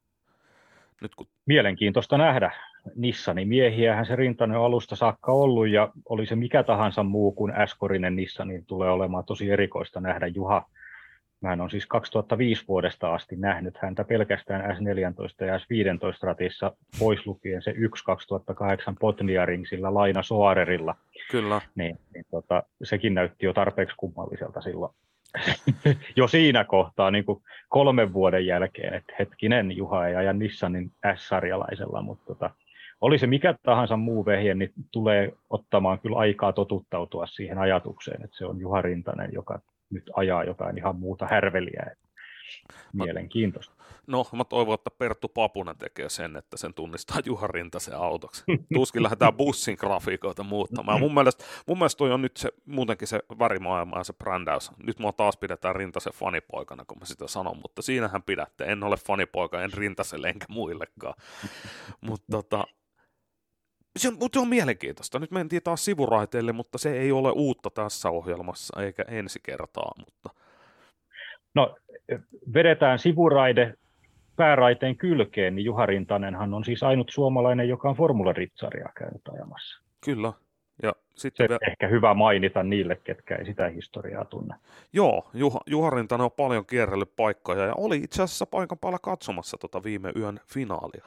Nyt kun... Mielenkiintoista nähdä. Nissanin miehiähän se Rintanen on alusta saakka ollut, ja oli se mikä tahansa muu kuin S-korinen Nissan, niin tulee olemaan tosi erikoista nähdä Juha. Mä on siis 2005 vuodesta asti nähnyt häntä pelkästään S14 ja S15 ratissa, pois lukien se 2008 Botniaring sillä Laina Soarerilla. Kyllä. Sekin näytti jo tarpeeksi kummalliselta silloin. Jo siinä kohtaa niin kuin 3 vuoden jälkeen, että hetkinen, Juha ei aja Nissanin S-sarjalaisella, mutta oli se mikä tahansa muu vehje, niin tulee ottamaan kyllä aikaa totuttautua siihen ajatukseen, että se on Juha Rintanen, joka nyt ajaa jotain ihan muuta härveliä. Mielenkiintoista. No, mä toivon, että Perttu Papunen tekee sen, että sen tunnistaa Juha Rintasen autoksi. Tuskin lähdetään bussin grafiikoita muuttamaan. Mun mielestä toi on nyt se, muutenkin se värimaailma ja se brändäys. Nyt mua taas pidetään Rintasen fanipoikana, kun mä sitä sanon, mutta siinähän pidätte. En ole fanipoika, en Rintaselle enkä muillekaan. Mutta se on mielenkiintoista. Nyt mentiin taas sivuraiteille, mutta se ei ole uutta tässä ohjelmassa, eikä ensi kertaa. Mutta... No, vedetään sivuraide pääraiteen kylkeen, niin Juha Rintanenhan on siis ainut suomalainen, joka on Formula Drift-sarjaa käynyt ajamassa. Kyllä. Ja sitten se ehkä hyvä mainita niille, ketkä ei sitä historiaa tunne. Joo, Juha Rintanen on paljon kierrellyt paikkoja ja oli itse asiassa paikan päällä katsomassa viime yön finaalia.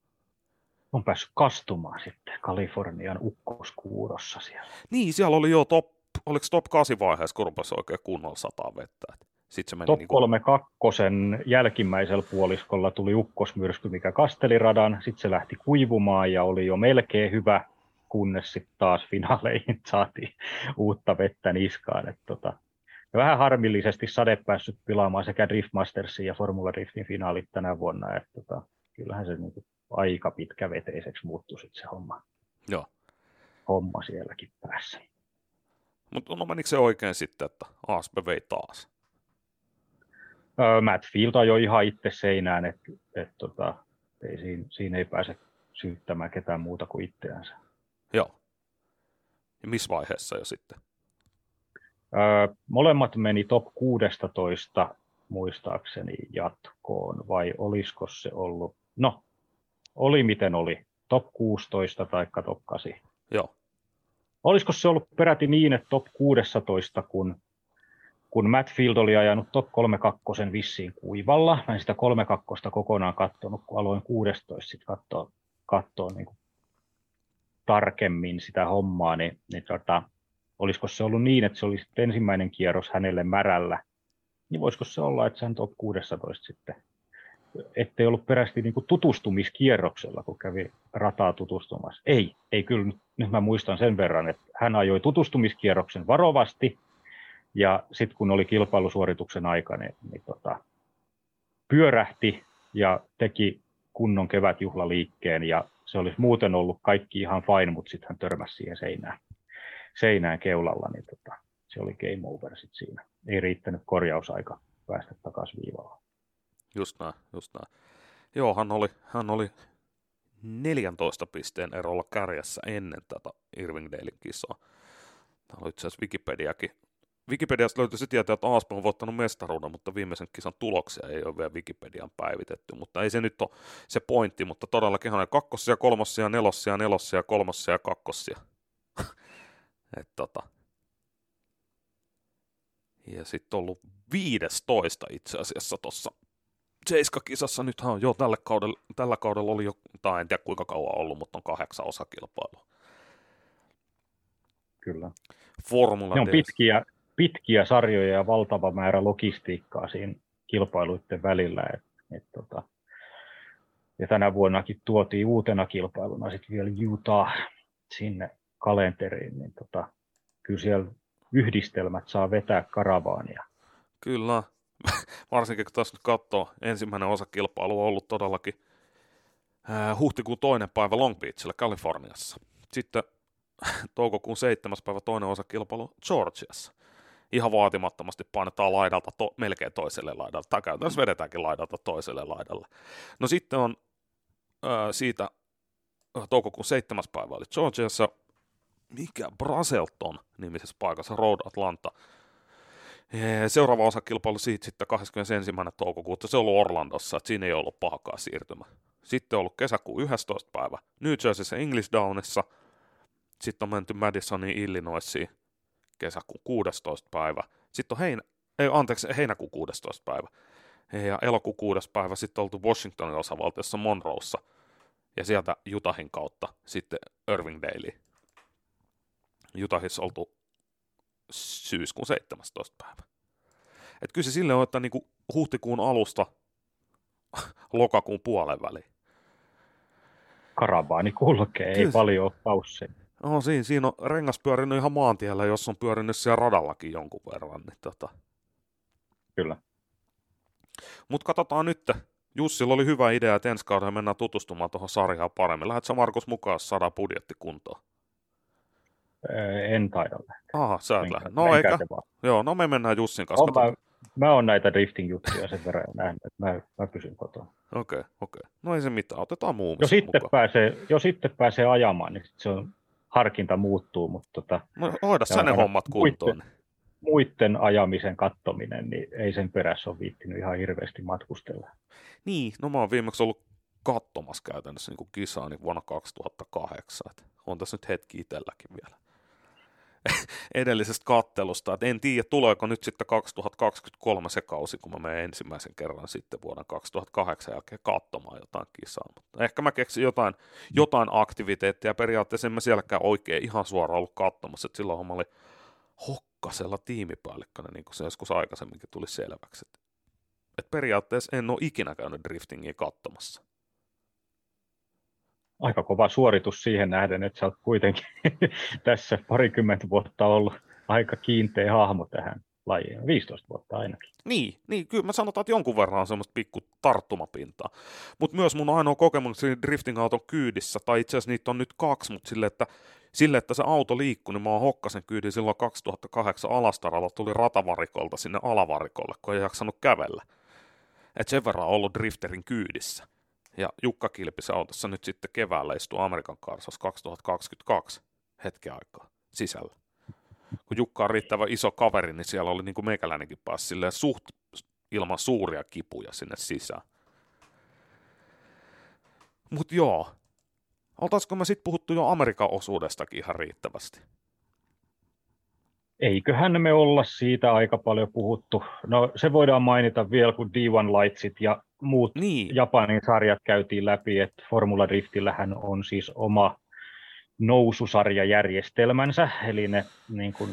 On päässyt kastumaan sitten Kalifornian ukkoskuurossa siellä. Niin, siellä oli jo oliko top 8 vaiheessa, kun rupesi oikein kunnolla sataa vettä. Sitten se meni Top 3 kakkosen jälkimmäisellä puoliskolla tuli ukkosmyrsky, mikä kasteli radan. Sitten se lähti kuivumaan ja oli jo melkein hyvä, kunnes sitten taas finaaleihin saatiin uutta vettä niskaan. Ja vähän harmillisesti sade päässyt pilaamaan sekä Drift Mastersin ja Formula Driftin finaalit tänä vuonna. Kyllähän se niin kuin aika pitkäveteiseksi muuttui sitten se homma sielläkin päässä. Mutta no menikö se oikein sitten, että ASP vei taas? Matt Field ajoi ihan itse seinään, siinä ei pääse syyttämään ketään muuta kuin itseänsä. Joo. Ja missä vaiheessa jo sitten? Molemmat meni top 16 muistaakseni jatkoon, vai olisiko se ollut, no oli miten oli, top 16 tai top 8. Joo. Olisiko se ollut peräti niin, että top 16, kun Matt Field oli ajanut top 32 vissiin kuivalla, mä en sitä 32 kokonaan katsonut, kun aloin 16 sitten katsoa niin kuin tarkemmin sitä hommaa, olisiko se ollut niin, että se oli sitten ensimmäinen kierros hänelle märällä, niin voisiko se olla, että hän top 16 sitten, ettei ollut perästi niin kuin tutustumiskierroksella, kun kävi rataa tutustumassa. Ei kyllä, nyt mä muistan sen verran, että hän ajoi tutustumiskierroksen varovasti, ja sitten kun oli kilpailusuorituksen aika, niin pyörähti ja teki kunnon kevätjuhlaliikkeen, ja se olisi muuten ollut kaikki ihan fine, mutta sitten hän törmäsi siihen seinään keulalla, niin se oli game over sitten siinä. Ei riittänyt korjausaika päästä takaisin viivalla. Just näin. Joo, hän oli 14 pisteen erolla kärjessä ennen tätä Irvingdalen kisaa. Täällä on itse asiassa Wikipediasta löytyy se tietää, että ASP on voittanut mestaruuden, mutta viimeisen kisan tuloksia ei ole vielä Wikipediaan päivitetty, mutta ei se nyt ole se pointti, mutta todellakin hän on kakkosia, kolmosia, nelosia, kolmosia ja kakkosia. Ja sitten on ollut 15 itse asiassa tuossa Seiska-kisassa. Nythän on jo tällä kaudella oli jo, tai en tiedä kuinka kauan ollut, mutta on 8 osakilpailua. Kyllä. Formula ne on pitkiä sarjoja ja valtava määrä logistiikkaa siinä kilpailuiden välillä. Ja tänä vuonnakin tuotiin uutena kilpailuna sitten vielä Utah sinne kalenteriin, niin kyllä siellä yhdistelmät saa vetää karavaania. Kyllä, varsinkin kun tässä nyt katsoo, ensimmäinen osakilpailu on ollut todellakin huhtikuun 2. päivä Long Beachillä, Kaliforniassa. Sitten toukokuun 7. päivä toinen osakilpailu Georgiassa. Ihan vaatimattomasti painetaan laidalta melkein toiselle laidalle, tai käytännössä vedetäänkin laidalta toiselle laidalle. No sitten on siitä toukokuun 7. päivä oli Georgiassa, mikä Brazelton nimisessä paikassa, Road Atlanta. Seuraava osakilpailu siitä sitten 21. toukokuuta, se on ollut Orlandossa, että siinä ei ollut pahakaan siirtymä. Sitten on ollut kesäkuun 11. päivä New Jerseyssä English Downissa, sitten on menty Madisoniin Illinoisiin kesäkuun 16. päivä, sitten on heinäkuun 16. päivä, ja elokuun 6. päivä sitten on oltu Washingtonin osavaltiossa Monroessa, ja sieltä Utahin kautta sitten Irvingdaleen. Utahissa oltu syyskuun 17. päivä. Et kyllä se silleen on, että niinku huhtikuun alusta lokakuun puolen väliin. Karavaani kulkee, ei paljon ole pausseja. No, siinä on rengas pyörinyt ihan maantiellä, jos on pyörinyt siellä radallakin jonkun verran. Niin Kyllä. Mutta katsotaan nyt. Jussilla oli hyvä idea, että ensi kaudella mennään tutustumaan tuohon sarjaan paremmin. Lähdetkö Markus mukaan, jos saadaan budjetti kuntoon? En taida lähteä. Aha, sä et lähde. No eikä. Joo, no me mennään Jussin kanssa. Mä oon näitä drifting-juttuja sen verran nähnyt, että mä pysyn kotona. Okei. No ei se mitään, otetaan muu. Jo sitten pääsee ajamaan, niin se on, harkinta muuttuu, mutta no, hoida sä ne hommat kuntoon. Muitten ajamisen kattominen, niin ei sen perässä ole viittinyt ihan hirveästi matkustella. Niin, no mä oon viimeksi ollut katsomassa käytännössä niin kisaa niin vuonna 2008. On tässä nyt hetki itselläkin vielä edellisestä kattelusta. Et en tiedä, tuleeko nyt sitten 2023 se kausi, kun mä menen ensimmäisen kerran sitten vuoden 2008 jälkeen katsomaan jotain kisaa. Mutta ehkä mä keksin jotain aktiviteettia. Periaatteessa en mä sielläkään oikein ihan suoraan ollut katsomassa, että silloin mä olin Jukkasella tiimipäällikkönä, niin kuin se joskus aikaisemminkin tuli selväksi. Et periaatteessa en ole ikinä käynyt driftingiä katsomassa. Aika kova suoritus siihen nähden, että sä oot kuitenkin tässä parikymmentä vuotta ollut aika kiinteä hahmo tähän lajiin. 15 vuotta ainakin. Niin, kyllä mä sanotaan, että jonkun verran on semmoista pikku tarttumapintaa. Mutta myös mun ainoa kokemus drifting-auton kyydissä, tai itse asiassa niitä on nyt 2, mutta sille, että se auto liikkui, niin mä oon Hokkasen kyydin silloin 2008 Alastaralla, tuli ratavarikolta sinne alavarikolle, kun ei jaksanut kävellä. Et sen verran on ollut drifterin kyydissä. Ja Jukka Kilpisen autossa nyt sitten keväällä istuu Amerikan karsassa 2022 hetken aikaa sisällä. Kun Jukka on riittävän iso kaveri, niin siellä oli niin kuin meikäläinenkin pääsi silleen suht ilman suuria kipuja sinne sisään. Mut joo, oltaisiko me sitten puhuttu jo Amerikan osuudestakin ihan riittävästi? Eiköhän me olla siitä aika paljon puhuttu. No se voidaan mainita vielä, kun D1 Lightsit ja muut Japanin sarjat käytiin läpi, että Formula Driftillähän on siis oma noususarjajärjestelmänsä, eli ne niin kuin,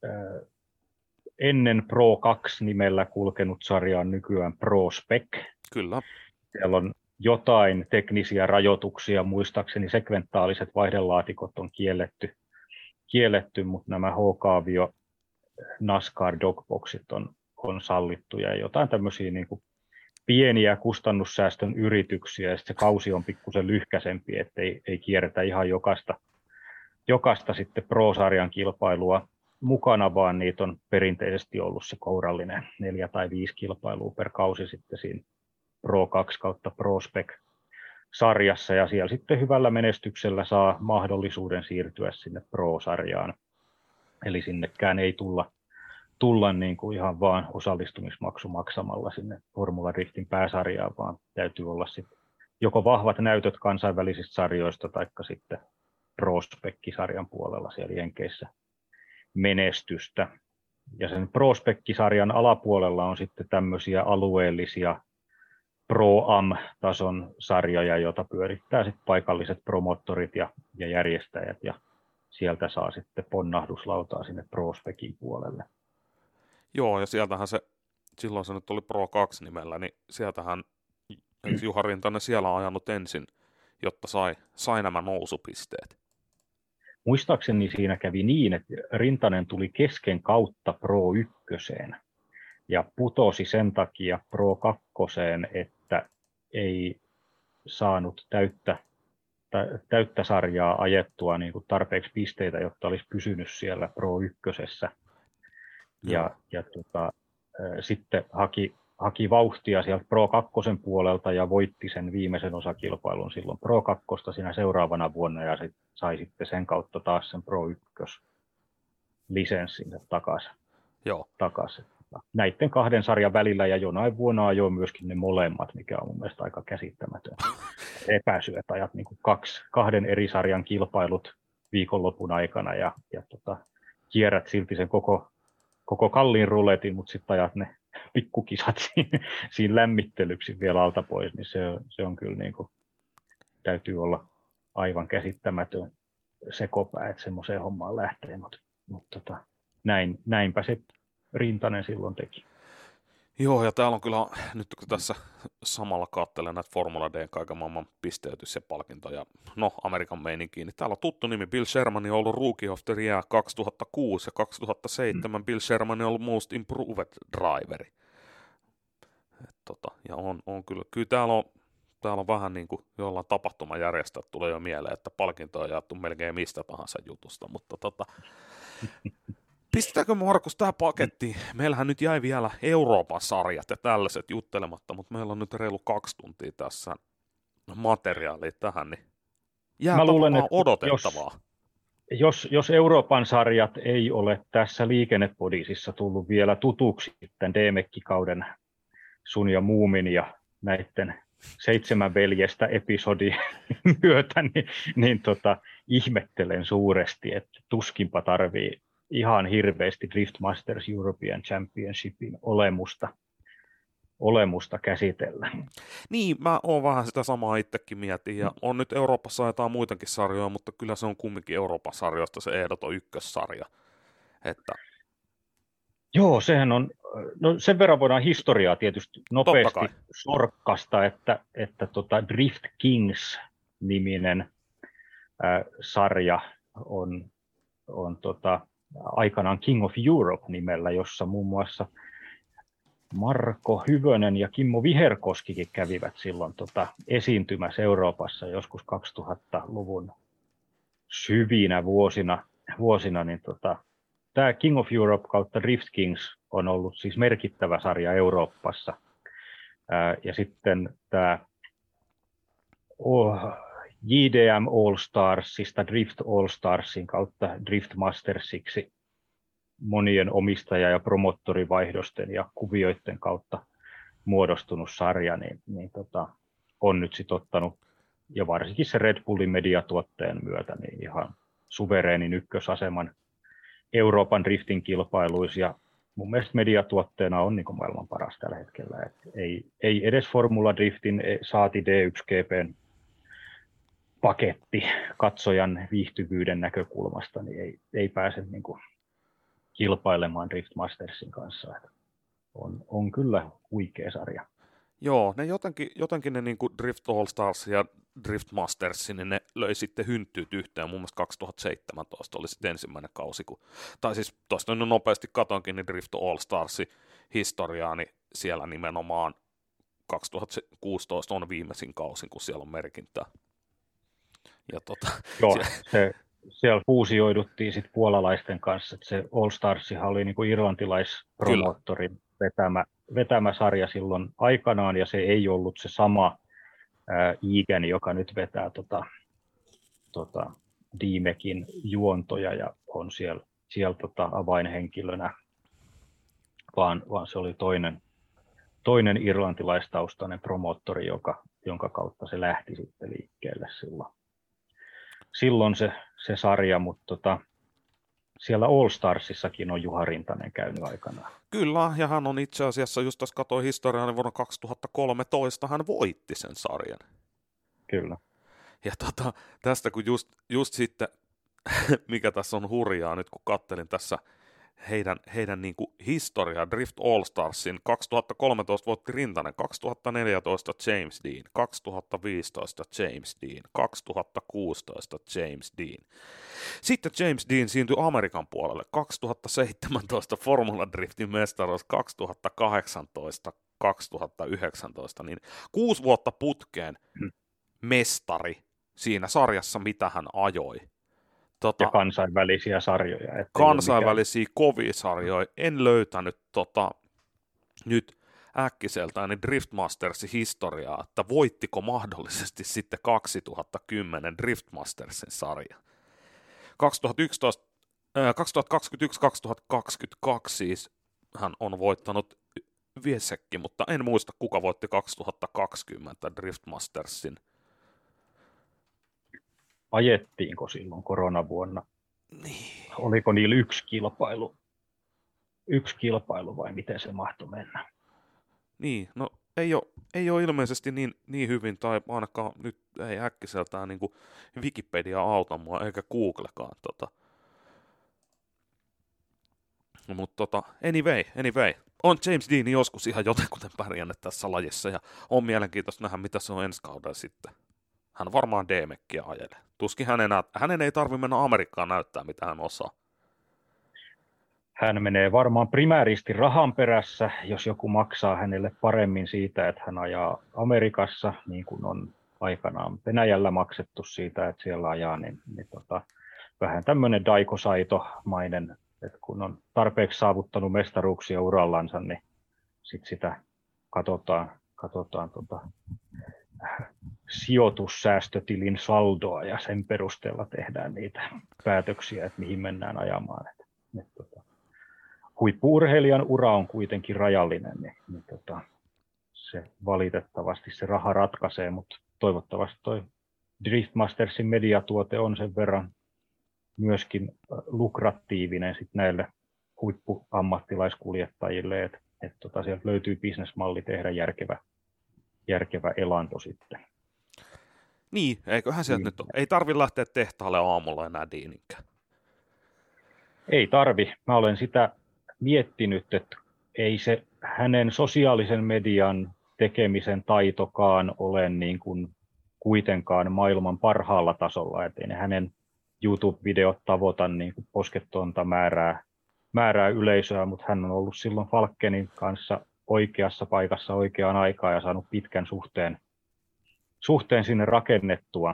ennen Pro 2 nimellä kulkenut sarja on nykyään Pro Spec. Kyllä. Siellä on jotain teknisiä rajoituksia, muistaakseni sekventaaliset vaihdelaatikot on kielletty, mutta nämä H-kaavio NASCAR Dogboxit on sallittu ja jotain tämmöisiä niin kuin pieniä kustannussäästön yrityksiä, ja se kausi on pikkusen lyhkäisempi, ettei ei kierretä ihan jokaista sitten Pro-sarjan kilpailua mukana, vaan niitä on perinteisesti ollut se kourallinen 4 tai 5 kilpailua per kausi sitten siinä Pro 2 kautta Pro Spec sarjassa, ja siellä sitten hyvällä menestyksellä saa mahdollisuuden siirtyä sinne Pro-sarjaan. Eli sinnekään ei tulla niin kuin ihan vaan osallistumismaksu maksamalla sinne Formula Driftin pääsarjaan, vaan täytyy olla sitten joko vahvat näytöt kansainvälisistä sarjoista tai sitten Pro Spec-sarjan puolella siellä Jenkeissä menestystä. Ja sen Pro Spec-sarjan alapuolella on sitten tämmöisiä alueellisia Pro-Am-tason sarjoja, joita pyörittää sitten paikalliset promottorit ja järjestäjät, ja sieltä saa sitten ponnahduslautaa sinne Pro Specin puolelle. Joo, ja sieltähän silloin se nyt oli Pro 2 nimellä, niin sieltähän Juha Rintanen siellä on ajanut ensin, jotta sai nämä nousupisteet. Muistaakseni siinä kävi niin, että Rintanen tuli kesken kautta Pro 1 ja putosi sen takia Pro 2, että ei saanut täyttä sarjaa ajettua niin kuin tarpeeksi pisteitä, jotta olisi pysynyt siellä Pro 1. Ja sitten haki vauhtia sieltä Pro 2 puolelta ja voitti sen viimeisen osakilpailun silloin Pro 2 siinä seuraavana vuonna, ja sai sitten sen kautta taas sen Pro 1 lisenssin takaisin. Näiden 2 sarjan välillä, ja jonain vuonna ajoi myöskin ne molemmat, mikä on mun mielestä aika käsittämätön epäsyöt. Ajat niin kuin 2 eri sarjan kilpailut viikonlopun aikana ja kierrät silti sen koko kalliin ruletin, mutta sitten ajat ne pikkukisat siinä lämmittelyksi vielä alta pois, niin se on kyllä niin kuin, täytyy olla aivan käsittämätön sekopää, että semmoiseen hommaan lähtee, mutta näinpä se Rintanen silloin teki. Joo, ja täällä on kyllä, nyt kun tässä samalla katselen näitä Formula D kaiken maailman pisteytys ja palkintoja, no Amerikan meininkiin, niin täällä on tuttu nimi. Bill Sherman on ollut Rookie of the Year 2006 ja 2007 Bill Sherman on ollut Most Improved Driveri. Ja on kyllä täällä on vähän niin kuin jollain tapahtumajärjestäjät tulee jo mieleen, että palkintoja on jaettu melkein mistä tahansa jutusta, mutta pistetäänkö Markus tämä paketti? Meillähän nyt jäi vielä Euroopan sarjat ja tällaiset juttelematta, mutta meillä on nyt reilu 2 tuntia tässä materiaalia tähän, niin jää odotettavaa. Jos Euroopan sarjat ei ole tässä Liikennepodisissa tullut vielä tutuksi tämän D-Mekki-kauden sun ja Muumin ja näiden 7 veljestä episodin myötä, niin ihmettelen suuresti, että tuskinpa tarvii ihan hirveästi Drift Masters European Championshipin olemusta käsitellä. Niin, mä oon vähän sitä samaa itsekin mietin, ja on nyt Euroopassa jotain muitakin sarjoja, mutta kyllä se on kumminkin Euroopan sarjoista se ehdoton ykkössarja. Että Joo, sehän on, no sen verran voidaan historiaa tietysti Totta kai. nopeasti sorkkasta, että Drift Kings-niminen sarja on aikanaan King of Europe-nimellä, jossa muun muassa Marko Hyvönen ja Kimmo Viherkoskikin kävivät silloin esiintymässä Euroopassa joskus 2000-luvun syvinä vuosina niin tämä King of Europe kautta Drift Kings on ollut siis merkittävä sarja Euroopassa. Ja sitten tämä JDM All Starsista Drift All Starsin kautta Drift Mastersiksi monien omistaja- ja promottorivaihdosten ja kuvioiden kautta muodostunut sarja, niin on nyt sitten ottanut, ja varsinkin se Red Bullin mediatuotteen myötä, niin ihan suvereenin ykkösaseman Euroopan driftin kilpailuissa, ja mun mielestä mediatuotteena on niin kuin maailman paras tällä hetkellä. Ei edes Formula Driftin saati D1GPn paketti katsojan viihtyvyyden näkökulmasta, niin ei pääse niin kuin kilpailemaan Drift Mastersin kanssa. On kyllä huikea sarja. Joo, ne jotenkin ne niin kuin Drift All Stars ja Drift Masters, niin ne löi sitten hynttyyt yhteen. Mun mielestä 2017 oli sitten ensimmäinen kausi, tai siis tuosta nopeasti katonkin, niin Drift All Starsin historiaa, niin siellä nimenomaan 2016 on viimeisin kausi, kun siellä on merkintää. Ja Joo, siellä fuusioiduttiin sitten puolalaisten kanssa, että se All Starsihan oli niin kuin irlantilaispromottorin vetämä sarja silloin aikanaan, ja se ei ollut se sama Egan, joka nyt vetää D-Macin juontoja ja on siellä avainhenkilönä, vaan se oli toinen irlantilaistaustainen promottori, jonka kautta se lähti sitten liikkeelle silloin se sarja, mutta siellä All Starsissakin on Juha Rintanen käynyt aikanaan. Kyllä, ja hän on itse asiassa, just tässä katsoin historiaa, niin vuonna 2013 hän voitti sen sarjan. Kyllä. Ja tästä kun just sitten, mikä tässä on hurjaa nyt, kun kattelin tässä heidän niin kuin historiaa, Drift All Starsin, 2013 voitti Rintanen, 2014 James Dean, 2015 James Dean, 2016 James Dean. Sitten James Dean siirtyi Amerikan puolelle, 2017 Formula Driftin mestaruus, 2018, 2019, niin 6 vuotta putkeen mestari siinä sarjassa, mitä hän ajoi. Ja kansainvälisiä sarjoja. Kansainvälisiä kovia sarjoja. En löytänyt nyt äkkiseltään niin Drift Mastersin historiaa, että voittiko mahdollisesti sitten 2010 Drift Mastersin sarja. 2021-2022 siis hän on voittanut Viesekki, mutta en muista kuka voitti 2020 Drift Mastersin. Ajettiinko silloin koronavuonna? Niin. Oliko niillä yksi kilpailu vai miten se mahtoi mennä? Niin, no ei ole ilmeisesti niin hyvin, tai ainakaan nyt ei äkkiseltään niin kuin Wikipedia auta mua, eikä Googlekaan. Mutta anyway. On James Dean joskus ihan jotenkuten pärjännyt tässä lajissa, ja on mielenkiintoista nähdä, mitä se on ensi kaudella sitten. Hän varmaan D-Mackia ajelee. Tuskin hänen ei tarvitse mennä Amerikkaan näyttää, mitä hän osaa. Hän menee varmaan primääristi rahan perässä, jos joku maksaa hänelle paremmin siitä, että hän ajaa Amerikassa, niin kuin on aikanaan Venäjällä maksettu siitä, että siellä ajaa, niin vähän tämmöinen Daiko Saito-mainen, että kun on tarpeeksi saavuttanut mestaruuksia urallansa, niin sit sitä katsotaan sijoitussäästötilin saldoa ja sen perusteella tehdään niitä päätöksiä, että mihin mennään ajamaan. Huippu-urheilijan ura on kuitenkin rajallinen, niin se valitettavasti se raha ratkaisee, mutta toivottavasti toi Drift Mastersin mediatuote on sen verran myöskin lukratiivinen sit näille huippuammattilaiskuljettajille, että sieltä löytyy bisnesmalli tehdä järkevä elanto sitten. Niin, eiköhän sieltä nyt ole. Ei tarvitse lähteä tehtaalle aamulla enää diininkään. Ei tarvi. Mä olen sitä miettinyt, että ei se hänen sosiaalisen median tekemisen taitokaan ole niin kuin kuitenkaan maailman parhaalla tasolla, että ei ne hänen YouTube-videot tavoita niin kuin poskettonta määrää yleisöä, mutta hän on ollut silloin Falkenin kanssa oikeassa paikassa oikeaan aikaan ja saanut pitkän suhteen sinne rakennettua.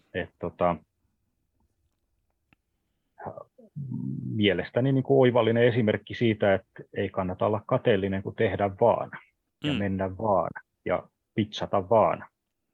Mielestäni niin kuin oivallinen esimerkki siitä, että ei kannata olla kateellinen, kun tehdä vaan ja mennä vaan ja pitsata vaan.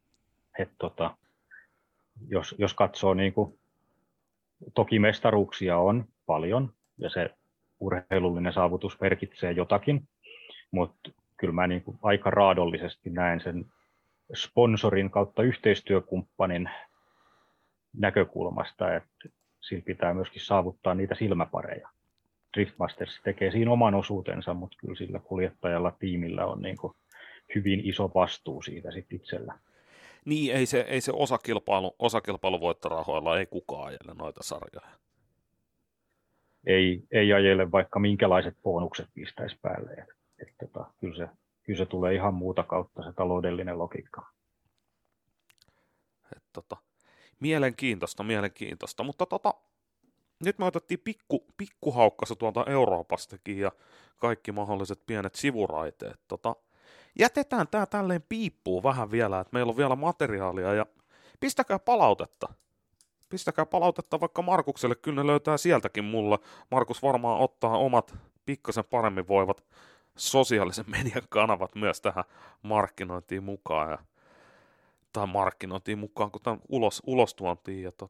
Jos katsoo, niin kuin, toki mestaruuksia on paljon ja se urheilullinen saavutus merkitsee jotakin, mutta kyllä mä niin kuin aika raadollisesti näen sen sponsorin kautta yhteistyökumppanin näkökulmasta, että sillä pitää myöskin saavuttaa niitä silmäpareja. Driftmasters tekee siinä oman osuutensa, mutta kyllä sillä kuljettajalla, tiimillä on niin kuin hyvin iso vastuu siitä sit itsellä. Niin, ei se osakilpailuvoittorahoilla ei kukaan ajele noita sarjoja. Ei ajele, vaikka minkälaiset bonukset pistäisi päälle. Kyllä se tulee ihan muuta kautta se taloudellinen logiikka. Mielenkiintoista, mutta nyt me otettiin pikkuhaukkasu tuolta Euroopastakin ja kaikki mahdolliset pienet sivuraiteet. Jätetään tää tälleen piippuun vähän vielä, että meillä on vielä materiaalia ja pistäkää palautetta vaikka Markukselle, kyllä ne löytää sieltäkin mulla. Markus varmaan ottaa omat pikkasen paremmin voivat sosiaalisen median kanavat myös tähän markkinointiin mukaan kuin tämän ulostuontiin. Ja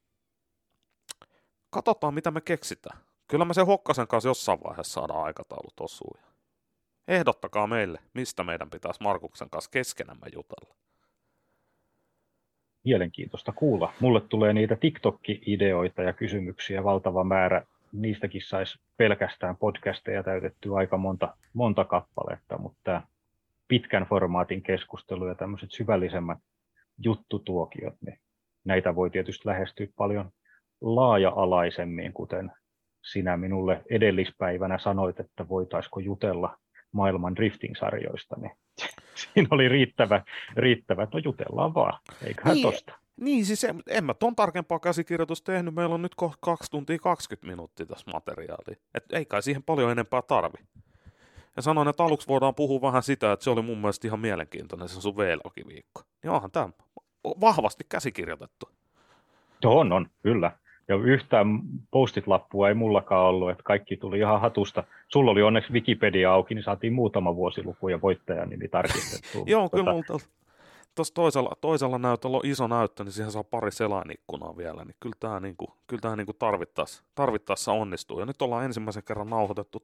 katsotaan, mitä me keksitään. Kyllä me sen Hokkasen kanssa jossain vaiheessa saadaan aikataulut osua. Ehdottakaa meille, mistä meidän pitäisi Markuksen kanssa keskenämme jutella. Mielenkiintoista kuulla. Mulle tulee niitä TikTok-ideoita ja kysymyksiä valtava määrä. Niistäkin saisi pelkästään podcasteja täytettyä aika monta kappaletta, mutta tämä pitkän formaatin keskustelu ja tämmöiset syvällisemmät juttutuokiot, niin näitä voi tietysti lähestyä paljon laaja-alaisemmin, kuten sinä minulle edellispäivänä sanoit, että voitaisiko jutella maailman drifting-sarjoista, niin siinä oli riittävä, no jutellaan vaan, eiköhän tosta. Niin, siis en mä ton tarkempaa käsikirjoitusta tehnyt, meillä on nyt 2 tuntia 20 minuuttia tässä materiaalia, et ei kai siihen paljon enempää tarvi. Ja sanoin, että aluksi voidaan puhua vähän sitä, että se oli mun mielestä ihan mielenkiintoinen se sun V-logiviikko. Niin onhan tämä vahvasti käsikirjoitettu. On, kyllä. Ja yhtään postit-lappua ei mullakaan ollut, että kaikki tuli ihan hatusta. Sulla oli onneksi Wikipedia auki, niin saatiin muutama vuosiluku ja voittajan nimi tarkistettua. Joo, kyllä mulla tuossa toisella näytöllä on iso näyttö, niin siihen saa pari selainikkunaa vielä, niin kyllä tämä niinku tarvittaessa onnistuu. Ja nyt ollaan ensimmäisen kerran nauhoitettu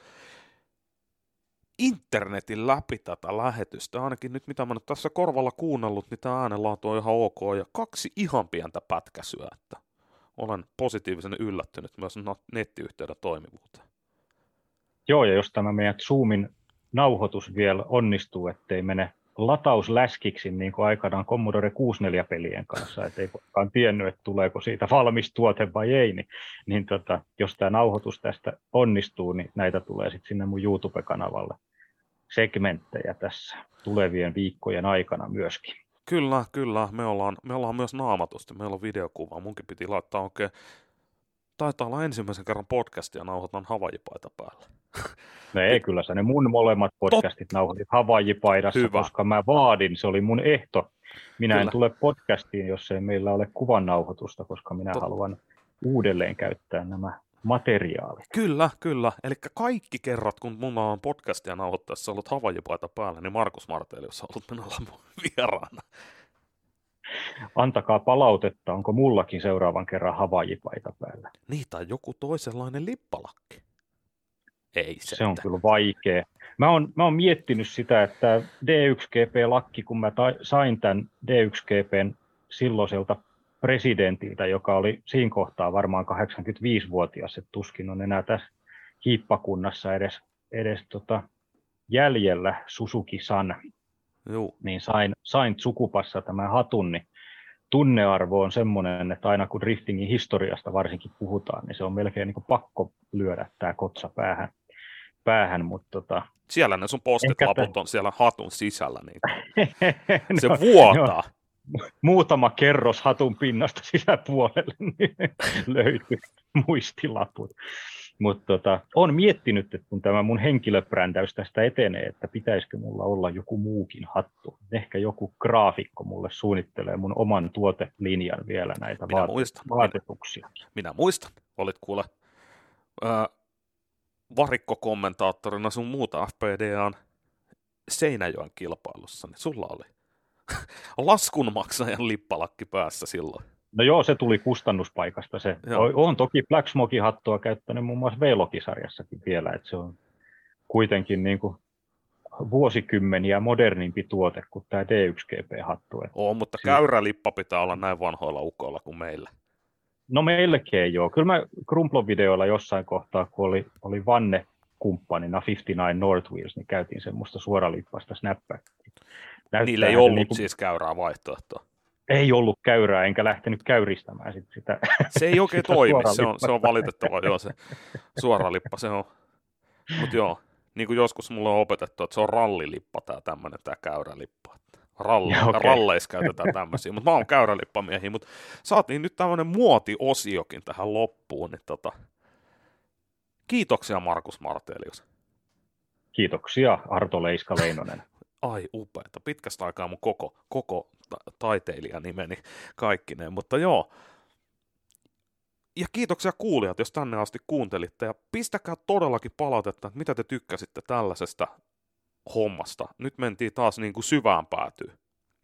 internetin läpi tätä lähetystä, ainakin nyt mitä mä nyt tässä korvalla kuunnellut, niin tämä äänenlaatu on ihan ok, ja 2 ihan pientä pätkäsyä, että olen positiivisen yllättynyt myös nettiyhteyden toimivuuteen. Joo, ja jos tämä meidän Zoomin nauhoitus vielä onnistuu, ettei mene latausläskiksi, niin kuin aikanaan Commodore 64-pelien kanssa, ettei koskaan tiennyt, että tuleeko siitä valmis tuote vai ei, niin jos tämä nauhoitus tästä onnistuu, niin näitä tulee sitten sinne mun YouTube-kanavalle segmenttejä tässä tulevien viikkojen aikana myöskin. Kyllä. Me ollaan myös naamatusti. Meillä on videokuva. Munkin piti laittaa oikein. Taitaa olla ensimmäisen kerran podcastia nauhoitan havajipaita päälle. No ei, kyllä sä ne mun molemmat podcastit nauhoitit havajipaidassa, koska mä vaadin. Se oli mun ehto. Minä en tule podcastiin, jos ei meillä ole kuvan nauhoitusta, koska minä haluan uudelleen käyttää nämä materiaalit. Kyllä. Eli kaikki kerrat, kun mulla on podcastia nauhoittaessa ollut havajipaita päällä, niin Markus Martelius on ollut minulla vieraana. Antakaa palautetta, onko mullakin seuraavan kerran havajipaita päällä. Niin, tai joku toisenlainen lippalakki. Ei se. Se on kyllä vaikea. Mä oon miettinyt sitä, että D1GP-lakki, kun mä sain tämän D1GPn silloiselta presidentiltä, joka oli siinä kohtaa varmaan 85-vuotias, että tuskin on enää tässä hiippakunnassa edes jäljellä Suzuki-san, niin sain Tsukupassa tämän hatun, niin tunnearvo on semmoinen, että aina kun driftingin historiasta varsinkin puhutaan, niin se on melkein niin kuin pakko lyödä tämä kotsa päähän. päähän, mutta Siellä ne sun ehkä postit-laput on siellä hatun sisällä. Niin se no, vuotaa. muutama kerros hatun pinnasta sisäpuolelle niin löytyi muistilaput. Mutta olen miettinyt, että kun tämä mun henkilöbrändäys tästä etenee, että pitäisikö mulla olla joku muukin hattu. Ehkä joku graafikko mulle suunnittelee mun oman tuotelinjan vielä näitä vaatetuksia. Minä muistan. Olit kuule varikkokommentaattorina sun muuta FPDAn Seinäjoen kilpailussa, niin sulla oli laskunmaksajan lippalakki päässä silloin. No joo, se tuli kustannuspaikasta se. Olen toki Black Smoke-hattua käyttänyt muun muassa V-Logisarjassakin vielä, että se on kuitenkin niin kuin vuosikymmeniä modernimpi tuote kuin tämä D1GP-hattu. Mutta käyrälippa pitää olla näin vanhoilla ukoilla kuin meillä. No meillekin ei ole. Kyllä mä Krumplon videoilla jossain kohtaa, kun oli Vanne kumppanina 59 Northwheels, niin käytiin semmoista suoralippasta snapbackia. Niillä ei ollut siis käyrää vaihtoehtoa. Ei ollut käyrää, enkä lähtenyt käyristämään sitä. Se ei oikein toimi, se on valitettava, joo, se suoralippa, se on. Mutta joo, niin kuin joskus mulle on opetettu, että se on rallilippa tämä käyrälippa. Ralleissa käytetään tämmöisiä, mutta mä oon käyrälippamiehiä, mutta saatiin nyt tämmöinen muotiosiokin tähän loppuun, niin kiitoksia Markus Martelius. Kiitoksia Arto Leiska-Leinonen. Ai upeeta, pitkästä aikaa mun koko taiteilijanimeni kaikkineen, mutta joo. Ja kiitoksia kuulijat, jos tänne asti kuuntelitte, ja pistäkää todellakin palautetta, että mitä te tykkäsitte tällaisesta hommasta. Nyt mentiin taas niin kuin syvään päätyyn,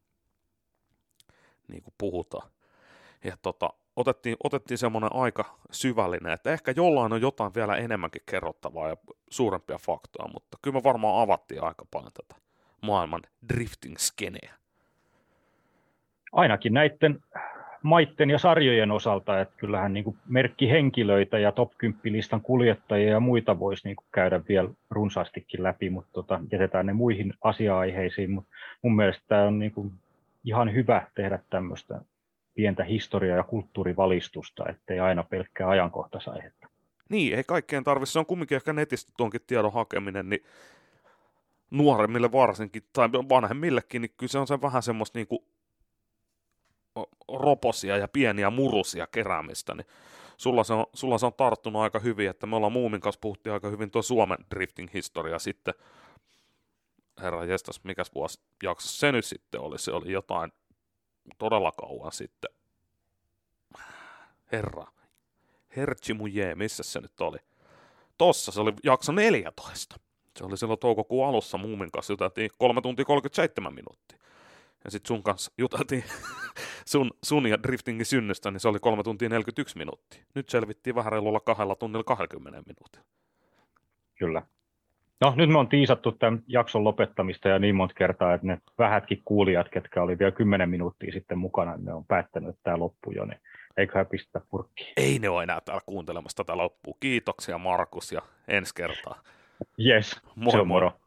niin kuin puhutaan. Ja otettiin semmoinen aika syvällinen, että ehkä jollain on jotain vielä enemmänkin kerrottavaa ja suurempia faktoja, mutta kyllä me varmaan avattiin aika paljon tätä maailman drifting-skeneä. Ainakin näiden maitten ja sarjojen osalta, että kyllähän niin kuin merkkihenkilöitä ja top 10-listan kuljettajia ja muita voisi niin kuin käydä vielä runsaastikin läpi, mutta jätetään ne muihin asia-aiheisiin. Mutta mun mielestä tämä on niin kuin ihan hyvä tehdä tämmöistä pientä historia- ja kulttuurivalistusta, ettei aina pelkkää ajankohtaisaihetta. Niin, ei kaikkeen tarvitse. Se on kumminkin ehkä netistä tuonkin tiedon hakeminen, niin nuoremmille varsinkin, tai vanhemmillekin, niin kyllä se on se vähän semmoista niinku roposia ja pieniä murusia keräämistä, niin sulla se on tarttunut aika hyvin, että me ollaan Muumin kanssa puhuttiin aika hyvin tuo Suomen drifting-historia sitten, herra jestas, mikäs vuosi jaksossa se nyt sitten oli, se oli jotain todella kauan sitten, hertsimujee, missä se nyt oli, tossa se oli jakso 14, se oli silloin toukokuun alussa Muumin kanssa, juteltiin 3 tuntia 37 minuuttia. Ja sitten sun kanssa juteltiin sun ja driftingin synnystä, niin se oli 3 tuntia 41 minuuttia. Nyt selvittiin vähän reilulla 2 tunnilla 20 minuuttia. Kyllä. No nyt me on tiisattu tämän jakson lopettamista ja niin monta kertaa, että ne vähätkin kuulijat, ketkä oli vielä 10 minuuttia sitten mukana, ne on päättänyt, että tämä loppui jo, niin eiköhän pistää purkkiin. Ei ne ole enää täällä kuuntelemassa tätä loppua. Kiitoksia Markus ja ensi kertaa. Yes, moi. Moro.